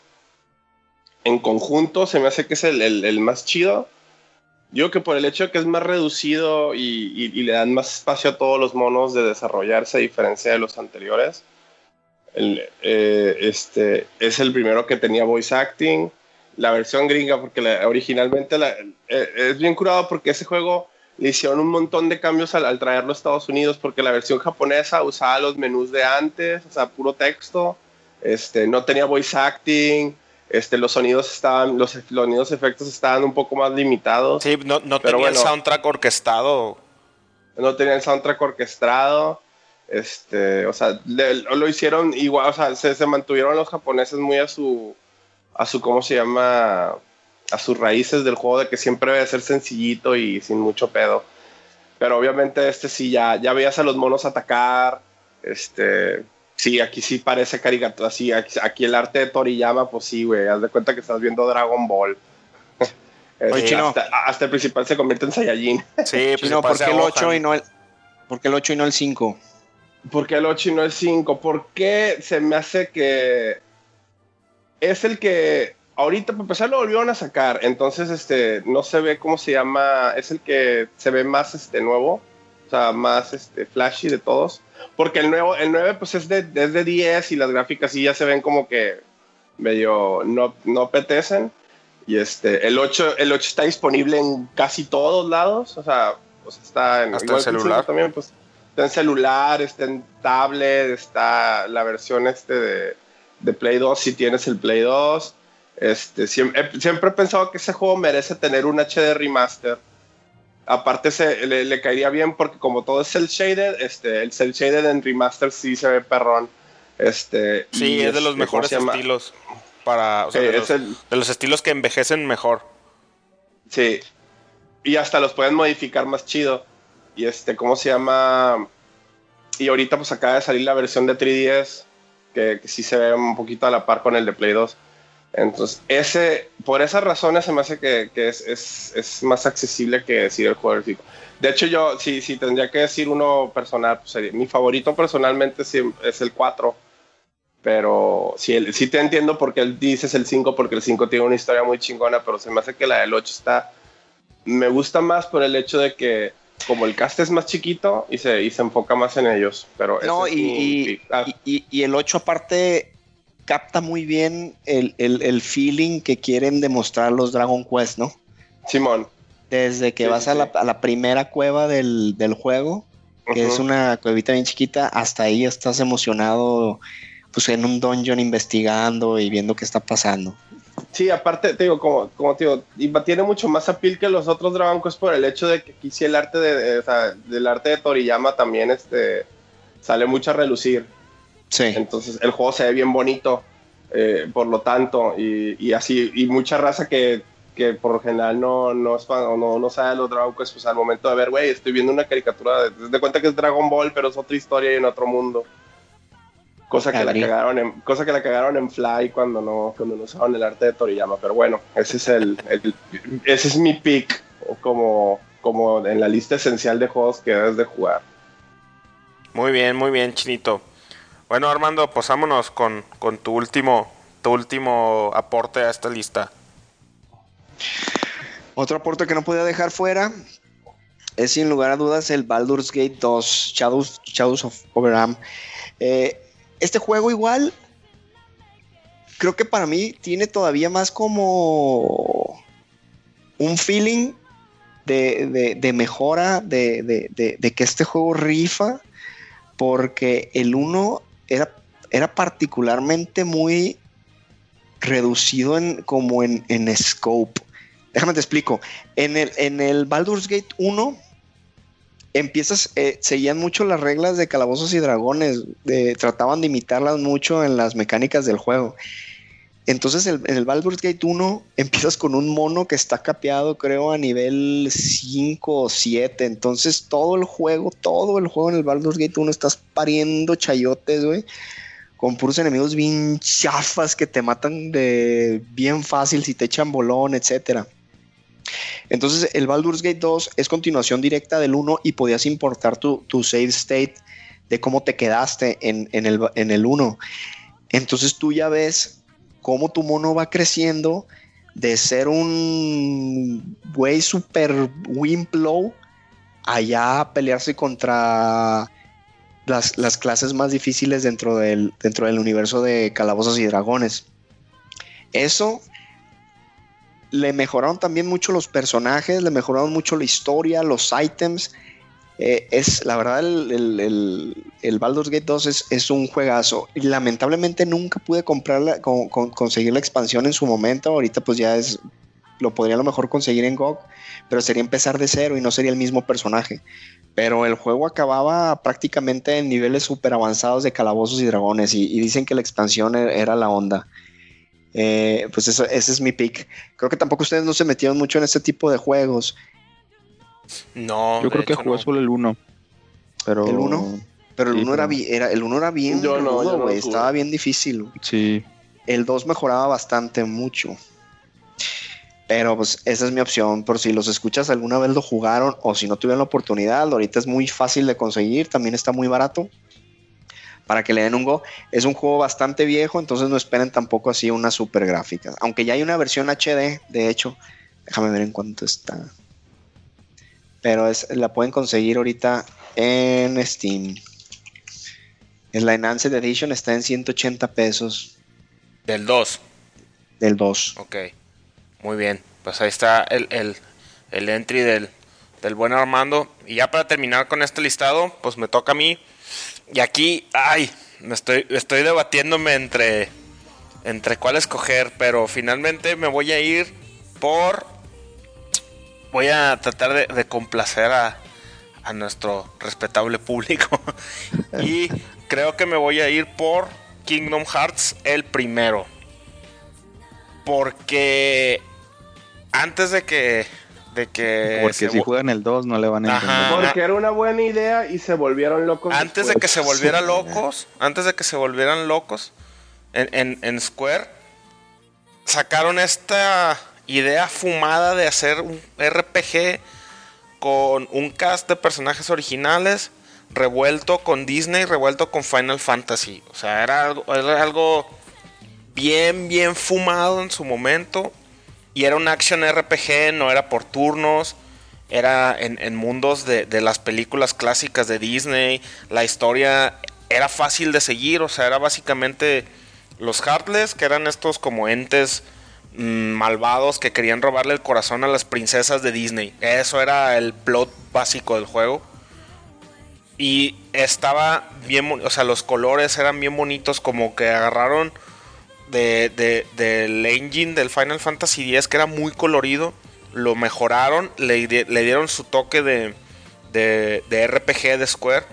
Speaker 2: en conjunto se me hace que es el, el, el más chido. Yo creo que por el hecho de que es más reducido y, y, y le dan más espacio a todos los monos de desarrollarse a diferencia de los anteriores. El, eh, este, es el primero que tenía voice acting. La versión gringa, porque la, originalmente la, eh, es bien curado porque ese juego le hicieron un montón de cambios al, al traerlo a Estados Unidos, porque la versión japonesa usaba los menús de antes, o sea, puro texto, este, no tenía voice acting, este, los sonidos estaban, los sonidos efectos estaban un poco más limitados.
Speaker 1: Sí, no, no
Speaker 2: Pero
Speaker 1: tenía
Speaker 2: bueno,
Speaker 1: el soundtrack orquestado.
Speaker 2: no tenía el soundtrack orquestado, este, o sea, le, lo hicieron igual, o sea, se, se mantuvieron los japoneses muy a su, a su, ¿cómo se llama? A sus raíces del juego, de que siempre debe ser sencillito y sin mucho pedo. Pero obviamente este sí, ya, ya veías a los monos atacar, este, sí, aquí sí parece caricatura, sí, aquí, aquí el arte de Toriyama, pues sí, güey, haz de cuenta que estás viendo Dragon Ball.
Speaker 3: Oye,
Speaker 2: Este,
Speaker 3: Chino.
Speaker 2: hasta, hasta el principal se convierte en Saiyajin.
Speaker 1: Sí, pues
Speaker 3: Chino,
Speaker 1: se
Speaker 3: ¿por
Speaker 1: parece
Speaker 3: qué
Speaker 1: a
Speaker 3: el ocho
Speaker 1: Gohan.
Speaker 3: y no el, ¿por qué el ocho y no el cinco?
Speaker 2: ¿Por qué el ocho y no el cinco? ¿Por qué se me hace que es el que ahorita para empezar lo volvieron a sacar? Entonces, este, no se ve cómo se llama, es el que se ve más este nuevo, o sea, más este flashy de todos, porque el nuevo, el nueve pues es de, es de diez y las gráficas sí ya se ven como que medio no, no apetecen. Y este, el ocho, el ocho está disponible en casi todos lados, o sea, pues está en,
Speaker 1: Hasta
Speaker 2: igual
Speaker 1: en
Speaker 2: que el
Speaker 1: celular.
Speaker 2: cinco también, pues está en celular, está en tablet, está la versión este de, de Play dos si tienes el Play dos. Este, siempre, siempre he pensado que ese juego merece tener un H D remaster. Aparte se, le, le caería bien porque como todo es cel shaded, este, el cel shaded en remaster sí se ve perrón. Este,
Speaker 1: Sí,
Speaker 2: y
Speaker 1: es de los
Speaker 2: este, ¿cómo
Speaker 1: mejores
Speaker 2: se llama?
Speaker 1: estilos. Para, o sea,
Speaker 2: Sí,
Speaker 1: de,
Speaker 2: es
Speaker 1: los,
Speaker 2: el-
Speaker 1: de los estilos que envejecen mejor.
Speaker 2: Sí. Y hasta los pueden modificar más chido. Y este, ¿cómo se llama? Y ahorita pues acaba de salir la versión de tres D S, que, que sí se ve un poquito a la par con el de Play dos. Entonces, ese, por esas razones se me hace que, que es, es, es más accesible que decir el juego gráfico. De hecho, yo, si, si tendría que decir uno personal, pues sería, mi favorito personalmente sí es el cuatro. Pero sí, el, sí te entiendo por qué él dices el cinco, porque el cinco tiene una historia muy chingona, pero se me hace que la del ocho está... Me gusta más por el hecho de que como el cast es más chiquito y se, y se enfoca más en ellos. Pero
Speaker 3: No,
Speaker 2: ese
Speaker 3: y,
Speaker 2: es mi
Speaker 3: y,
Speaker 2: pick. Ah,
Speaker 3: y- y- y el ocho aparte capta muy bien el, el- el feeling que quieren demostrar los Dragon Quest, ¿no?
Speaker 2: Simón.
Speaker 3: Desde que
Speaker 2: Sí,
Speaker 3: vas
Speaker 2: sí,
Speaker 3: a, la,
Speaker 2: sí.
Speaker 3: a la primera cueva del, del juego, que es
Speaker 2: Ujú.
Speaker 3: una cuevita bien chiquita, hasta ahí estás emocionado, pues en un dungeon investigando y viendo qué está pasando.
Speaker 2: Sí, aparte, te digo, como, como te digo, y va- tiene mucho más appeal que los otros Dragon Quest por el hecho de que aquí sí el arte de, de- o sea, del arte de Toriyama también este, sale mucho a relucir.
Speaker 3: Sí.
Speaker 2: Entonces el juego se ve bien bonito, eh, por lo tanto, y, y así, y mucha raza que, que por lo general no, no, es fan- o no, no sabe de los Dragon Quest, pues al momento de ver, güey, estoy viendo una caricatura, de, de cuenta que es Dragon Ball, pero es otra historia y en otro mundo. Cosa que, la
Speaker 3: Agree.
Speaker 2: cagaron en, cosa que la cagaron en Fly cuando no, cuando no usaban el arte de Toriyama. Pero bueno, ese es el, el- ese es mi pick como, como en la lista esencial de juegos que debes de jugar.
Speaker 1: Muy bien, muy bien, Chinito. Bueno, Armando, pues vámonos con, con tu último, tu último aporte a esta lista.
Speaker 3: Otro aporte que no podía dejar fuera es sin lugar a dudas el Baldur's Gate dos, Shadows, Shadows of Overarm. Eh, este juego igual, creo que para mí tiene todavía más como un feeling de, de- de mejora, de, de- de- de que este juego rifa, porque el uno era, era particularmente muy reducido en, como en, en scope. Déjame te explico. En el, en el Baldur's Gate uno empiezas, eh, seguían mucho las reglas de Calabozos y Dragones, de- trataban de imitarlas mucho en las mecánicas del juego. Entonces el- en el Baldur's Gate uno empiezas con un mono que está capeado, creo, a nivel cinco o siete. Entonces todo el juego, todo el juego en el Baldur's Gate uno estás pariendo chayotes, güey, con puros enemigos bien chafas que te matan de bien fácil si te echan bolón, etcétera. Entonces el Baldur's Gate dos es continuación directa del uno y podías importar tu, tu save state de cómo te quedaste en, en el, en el uno. Entonces tú ya ves cómo tu mono va creciendo de ser un güey super Wimplow allá a pelearse contra las, las clases más difíciles dentro del, dentro del universo de Calabozos y Dragones. Eso le mejoraron también mucho los personajes, le mejoraron mucho la historia, los ítems. Eh, es la verdad, el, el, el, el Baldur's Gate dos es, es un juegazo. Y lamentablemente nunca pude comprarla, con, con, conseguir la expansión en su momento. Ahorita, pues ya es, lo podría a lo mejor conseguir en G O G, pero sería empezar de cero y no sería el mismo personaje. Pero el juego acababa prácticamente en niveles súper avanzados de Calabozos y Dragones. Y, y dicen que la expansión era, era la onda. Eh, pues eso, ese es mi pick. Creo que tampoco ustedes no se metieron mucho en este tipo de juegos.
Speaker 1: No,
Speaker 4: Yo
Speaker 1: de
Speaker 4: creo que
Speaker 1: hecho
Speaker 4: jugué
Speaker 1: no.
Speaker 4: solo el uno. Pero.
Speaker 3: El uno, pero el
Speaker 4: Sí,
Speaker 3: uno era,
Speaker 4: pero-
Speaker 3: bi- era, el uno era bien
Speaker 2: Yo no, yo
Speaker 3: rudo,
Speaker 2: no
Speaker 3: güey.
Speaker 2: lo jugué.
Speaker 3: Estaba bien difícil.
Speaker 4: Sí.
Speaker 3: El dos mejoraba bastante, mucho. Pero pues esa es mi opción. Por si los escuchas alguna vez lo jugaron o si no tuvieron la oportunidad, ahorita es muy fácil de conseguir, también está muy barato. Para que le den un go. Es un juego bastante viejo, entonces no esperen tampoco así una super gráfica. Aunque ya hay una versión H D, de hecho. Déjame ver en cuánto está. Pero es, la pueden conseguir ahorita en Steam. En la Enhanced Edition está en ciento ochenta pesos
Speaker 1: Del dos.
Speaker 3: del dos.
Speaker 1: Ok. Muy bien. Pues ahí está el, el, el entry del, del buen Armando. Y ya para terminar con este listado, pues me toca a mí. Y aquí, ay, me estoy, estoy debatiéndome entre, entre cuál escoger. Pero finalmente me voy a ir por... Voy a tratar de, de complacer a, a nuestro respetable público. Y creo que me voy a ir por Kingdom Hearts, el primero. Porque antes de que... De que
Speaker 4: Porque si juegan el dos no le van a entender.
Speaker 2: Ajá. Porque era una buena idea y se volvieron locos.
Speaker 1: Antes después. de que se volvieran locos, antes de que se volvieran locos, en, en, en Square sacaron esta idea fumada de hacer un R P G con un cast de personajes originales revuelto con Disney, revuelto con Final Fantasy. O sea, era algo, era algo bien, bien fumado en su momento. Y era un action R P G, no era por turnos. Era en, en mundos de, de las películas clásicas de Disney. La historia era fácil de seguir. O sea, era básicamente los Heartless, que eran estos como entes mmm, malvados que querían robarle el corazón a las princesas de Disney. Eso era el plot básico del juego. Y estaba bien, o sea, los colores eran bien bonitos, como que agarraron de, de, del engine del Final Fantasy diez, que era muy colorido, lo mejoraron, le, le dieron su toque de, de, de R P G de Square.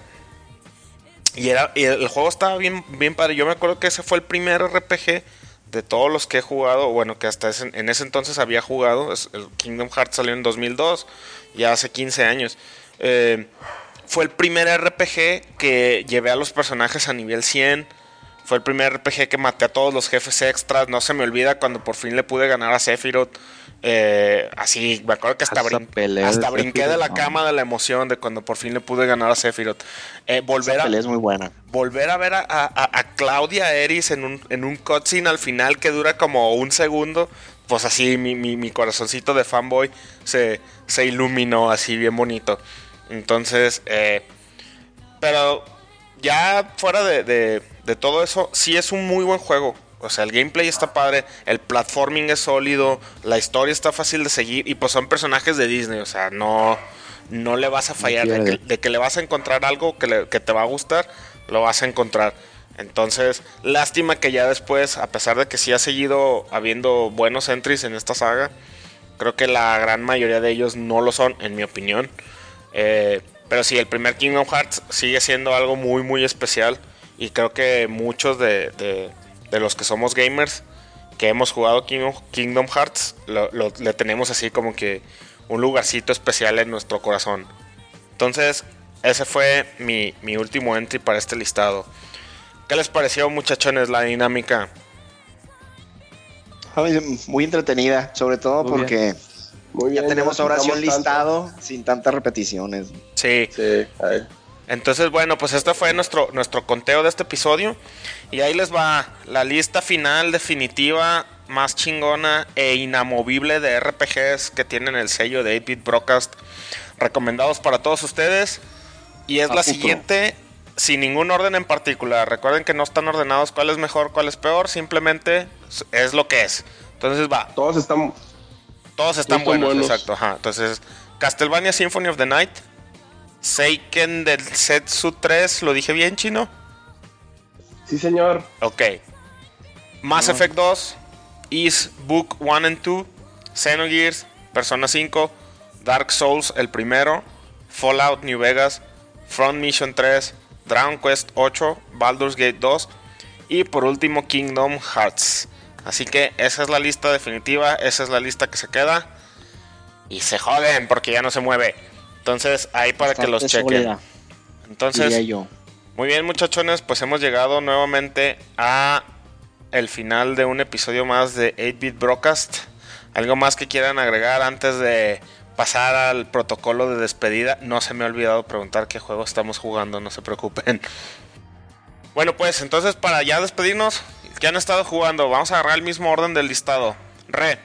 Speaker 1: Y, era, y el juego estaba bien, bien padre. Yo me acuerdo que ese fue el primer R P G de todos los que he jugado, bueno, que hasta ese, en ese entonces había jugado. El Kingdom Hearts salió en dos mil dos, ya hace quince años. Eh, fue el primer R P G que llevé a los personajes a nivel cien. Fue el primer R P G que maté a todos los jefes extras. No se me olvida cuando por fin le pude ganar a Sephiroth. Eh, así, me acuerdo que hasta, brin hasta brinqué Sephiroth, de la cama no. de la emoción de cuando por fin le pude ganar a Sephiroth. Eh, volver
Speaker 3: Esa
Speaker 1: a,
Speaker 3: pelea es muy buena.
Speaker 1: Volver a ver a, a, a Claudia Eris en un, en un cutscene al final que dura como un segundo. Pues así mi, mi, mi corazoncito de fanboy se, se iluminó así bien bonito. Entonces, eh, pero ya fuera de, de, de todo eso, sí es un muy buen juego. O sea, el gameplay está padre, el platforming es sólido, la historia está fácil de seguir y pues son personajes de Disney, o sea, no, no le vas a fallar. De que, de que le vas a encontrar algo que, le, que te va a gustar, lo vas a encontrar. Entonces, lástima que ya después, a pesar de que sí ha seguido habiendo buenos entries en esta saga, creo que la gran mayoría de ellos no lo son, en mi opinión. Eh, pero sí, el primer Kingdom Hearts sigue siendo algo muy muy especial. Y creo que muchos de, de, de los que somos gamers que hemos jugado Kingdom, Kingdom Hearts lo, lo, le tenemos así como que un lugarcito especial en nuestro corazón. Entonces ese fue mi, mi último entry para este listado. ¿Qué les pareció, muchachones, la dinámica?
Speaker 3: Muy entretenida, sobre todo muy porque bien. Muy bien, ya tenemos ahora sí un listado tanto. Sin tantas repeticiones.
Speaker 1: Sí,
Speaker 2: sí ahí.
Speaker 1: Entonces, bueno, pues este fue nuestro, nuestro conteo de este episodio. Y ahí les va la lista final definitiva, más chingona e inamovible de R P Gs que tienen el sello de ocho bit Broadcast, recomendados para todos ustedes. Y es A la puto. siguiente, sin ningún orden en particular. Recuerden que no están ordenados cuál es mejor, cuál es peor. Simplemente es lo que es. Entonces va.
Speaker 2: Todos están,
Speaker 1: Todos están buenos, buenos, exacto. Ajá. Entonces, Castlevania Symphony of the Night, Seiken del Setsu tres, ¿lo dije bien, chino?
Speaker 2: Sí, señor.
Speaker 1: Ok. Mass no. Effect dos, Is Book uno and dos, Xenogears, Persona cinco, Dark Souls el primero, Fallout New Vegas, Front Mission tres, Dragon Quest ocho, Baldur's Gate dos y por último Kingdom Hearts. Así que esa es la lista definitiva, esa es la lista que se queda. Y se joden porque ya no se mueve. Entonces, ahí para Bastante que los chequen. Soledad, Entonces, yo. Muy bien, muchachones, pues hemos llegado nuevamente a el final de un episodio más de ocho bit Broadcast. ¿Algo más que quieran agregar antes de pasar al protocolo de despedida? No se me ha olvidado preguntar qué juego estamos jugando, no se preocupen. Bueno, pues entonces para ya despedirnos, ¿qué han estado jugando? Vamos a agarrar el mismo orden del listado. Re.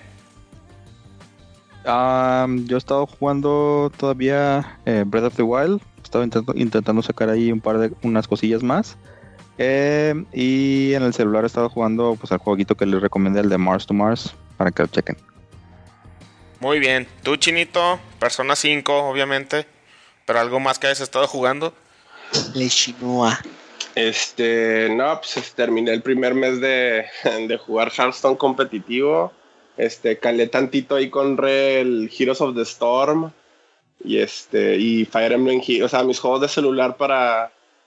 Speaker 4: Um, yo he estado jugando todavía eh, Breath of the Wild. He estado intentando, intentando sacar ahí un par de unas cosillas más. Eh, y en el celular he estado jugando pues al jueguito que les recomendé, el de Mars to Mars, para que lo chequen.
Speaker 1: Muy bien. Tú, Chinito, Persona cinco, obviamente. Pero algo más que hayas estado jugando.
Speaker 3: Le Chinoa.
Speaker 2: Este, no, pues terminé el primer mes de, de jugar Hearthstone competitivo. Este, calé tantito ahí con Re el Heroes of the Storm y este y Fire Emblem, o sea, mis juegos de celular para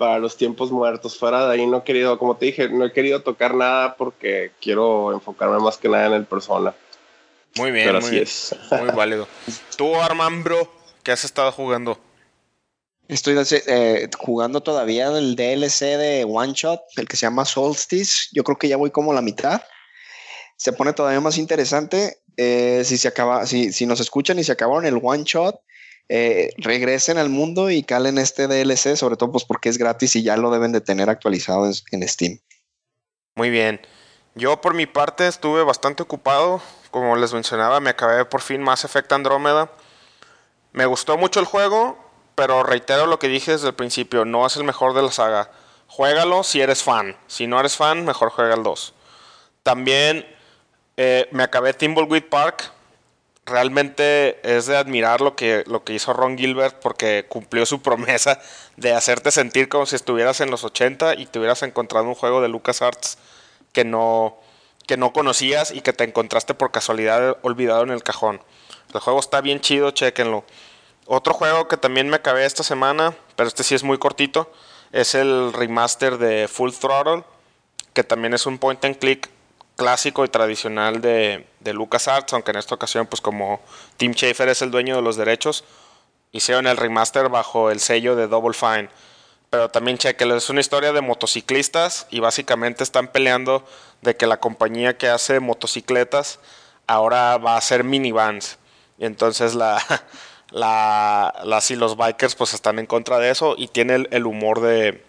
Speaker 2: para los tiempos muertos. Fuera de ahí no he querido, como te dije, no he querido tocar nada porque quiero enfocarme más que nada en el Persona.
Speaker 1: Muy bien,
Speaker 2: Pero
Speaker 1: muy
Speaker 2: así
Speaker 1: bien.
Speaker 2: es.
Speaker 1: Muy válido. Tú, Arman, bro, ¿qué has estado jugando?
Speaker 3: Estoy eh, jugando todavía el D L C de One Shot, el que se llama Solstice. Yo creo que ya voy como la mitad. Se pone todavía más interesante. Eh, si se acaba, si, si nos escuchan y se acabaron el One Shot, eh, regresen al mundo y calen este D L C, sobre todo pues porque es gratis y ya lo deben de tener actualizado en, en Steam.
Speaker 1: Muy bien. Yo por mi parte estuve bastante ocupado. Como les mencionaba, me acabé por fin Mass Effect Andrómeda. Me gustó mucho el juego, pero reitero lo que dije desde el principio, no es el mejor de la saga. Juégalo si eres fan. Si no eres fan, mejor juega el dos. También eh, me acabé Thimbleweed Park. Realmente es de admirar lo que, lo que hizo Ron Gilbert, porque cumplió su promesa de hacerte sentir como si estuvieras en los ochenta y te hubieras encontrado un juego de LucasArts que no, que no conocías y que te encontraste por casualidad olvidado en el cajón. El juego está bien chido, chéquenlo. Otro juego que también me acabé esta semana, pero este sí es muy cortito, es el remaster de Full Throttle, que también es un point and click clásico y tradicional de, de LucasArts, aunque en esta ocasión, pues como Tim Schafer es el dueño de los derechos, hicieron el remaster bajo el sello de Double Fine. Pero también chequenlo, es una historia de motociclistas y básicamente están peleando de que la compañía que hace motocicletas ahora va a hacer minivans. Y entonces la, la, las y los bikers pues están en contra de eso, y tiene el, el humor de,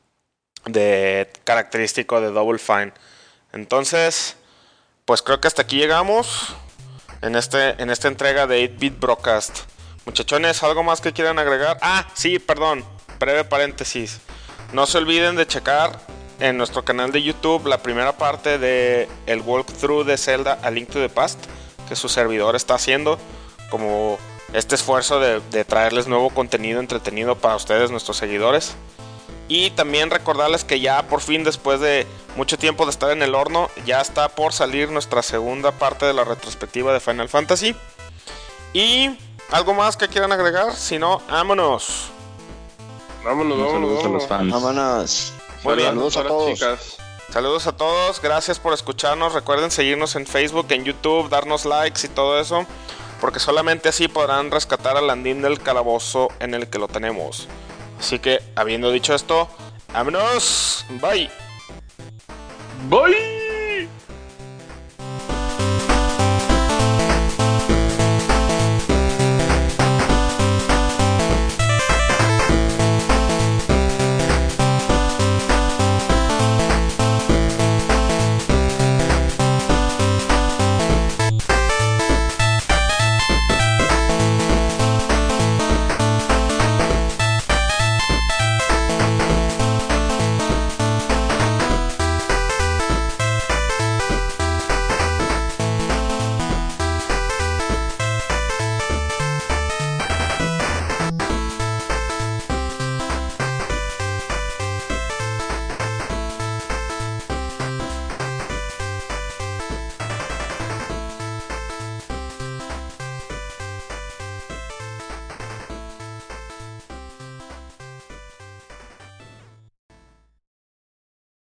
Speaker 1: de característico de Double Fine. Entonces, pues creo que hasta aquí llegamos en, este, en esta entrega de eight bit Broadcast. Muchachones, ¿algo más que quieran agregar? Ah, sí, perdón, breve paréntesis. No se olviden de checar en nuestro canal de YouTube la primera parte de el walkthrough de Zelda A Link to the Past, que su servidor está haciendo como este esfuerzo de, de traerles nuevo contenido entretenido para ustedes, nuestros seguidores. Y también recordarles que ya por fin, después de mucho tiempo de estar en el horno, ya está por salir nuestra segunda parte de la retrospectiva de Final Fantasy. Y algo más que quieran agregar, si no, vámonos.
Speaker 2: Vámonos, vámonos,
Speaker 4: Saludos a los fans.
Speaker 3: Vámonos.
Speaker 1: Muy bien.
Speaker 3: Saludos a todos.
Speaker 2: Chicas.
Speaker 1: Saludos a todos, gracias por escucharnos. Recuerden seguirnos en Facebook, en YouTube, darnos likes y todo eso, porque solamente así podrán rescatar al Landín del calabozo en el que lo tenemos. Así que, habiendo dicho esto, vámonos. Bye.
Speaker 2: Bye.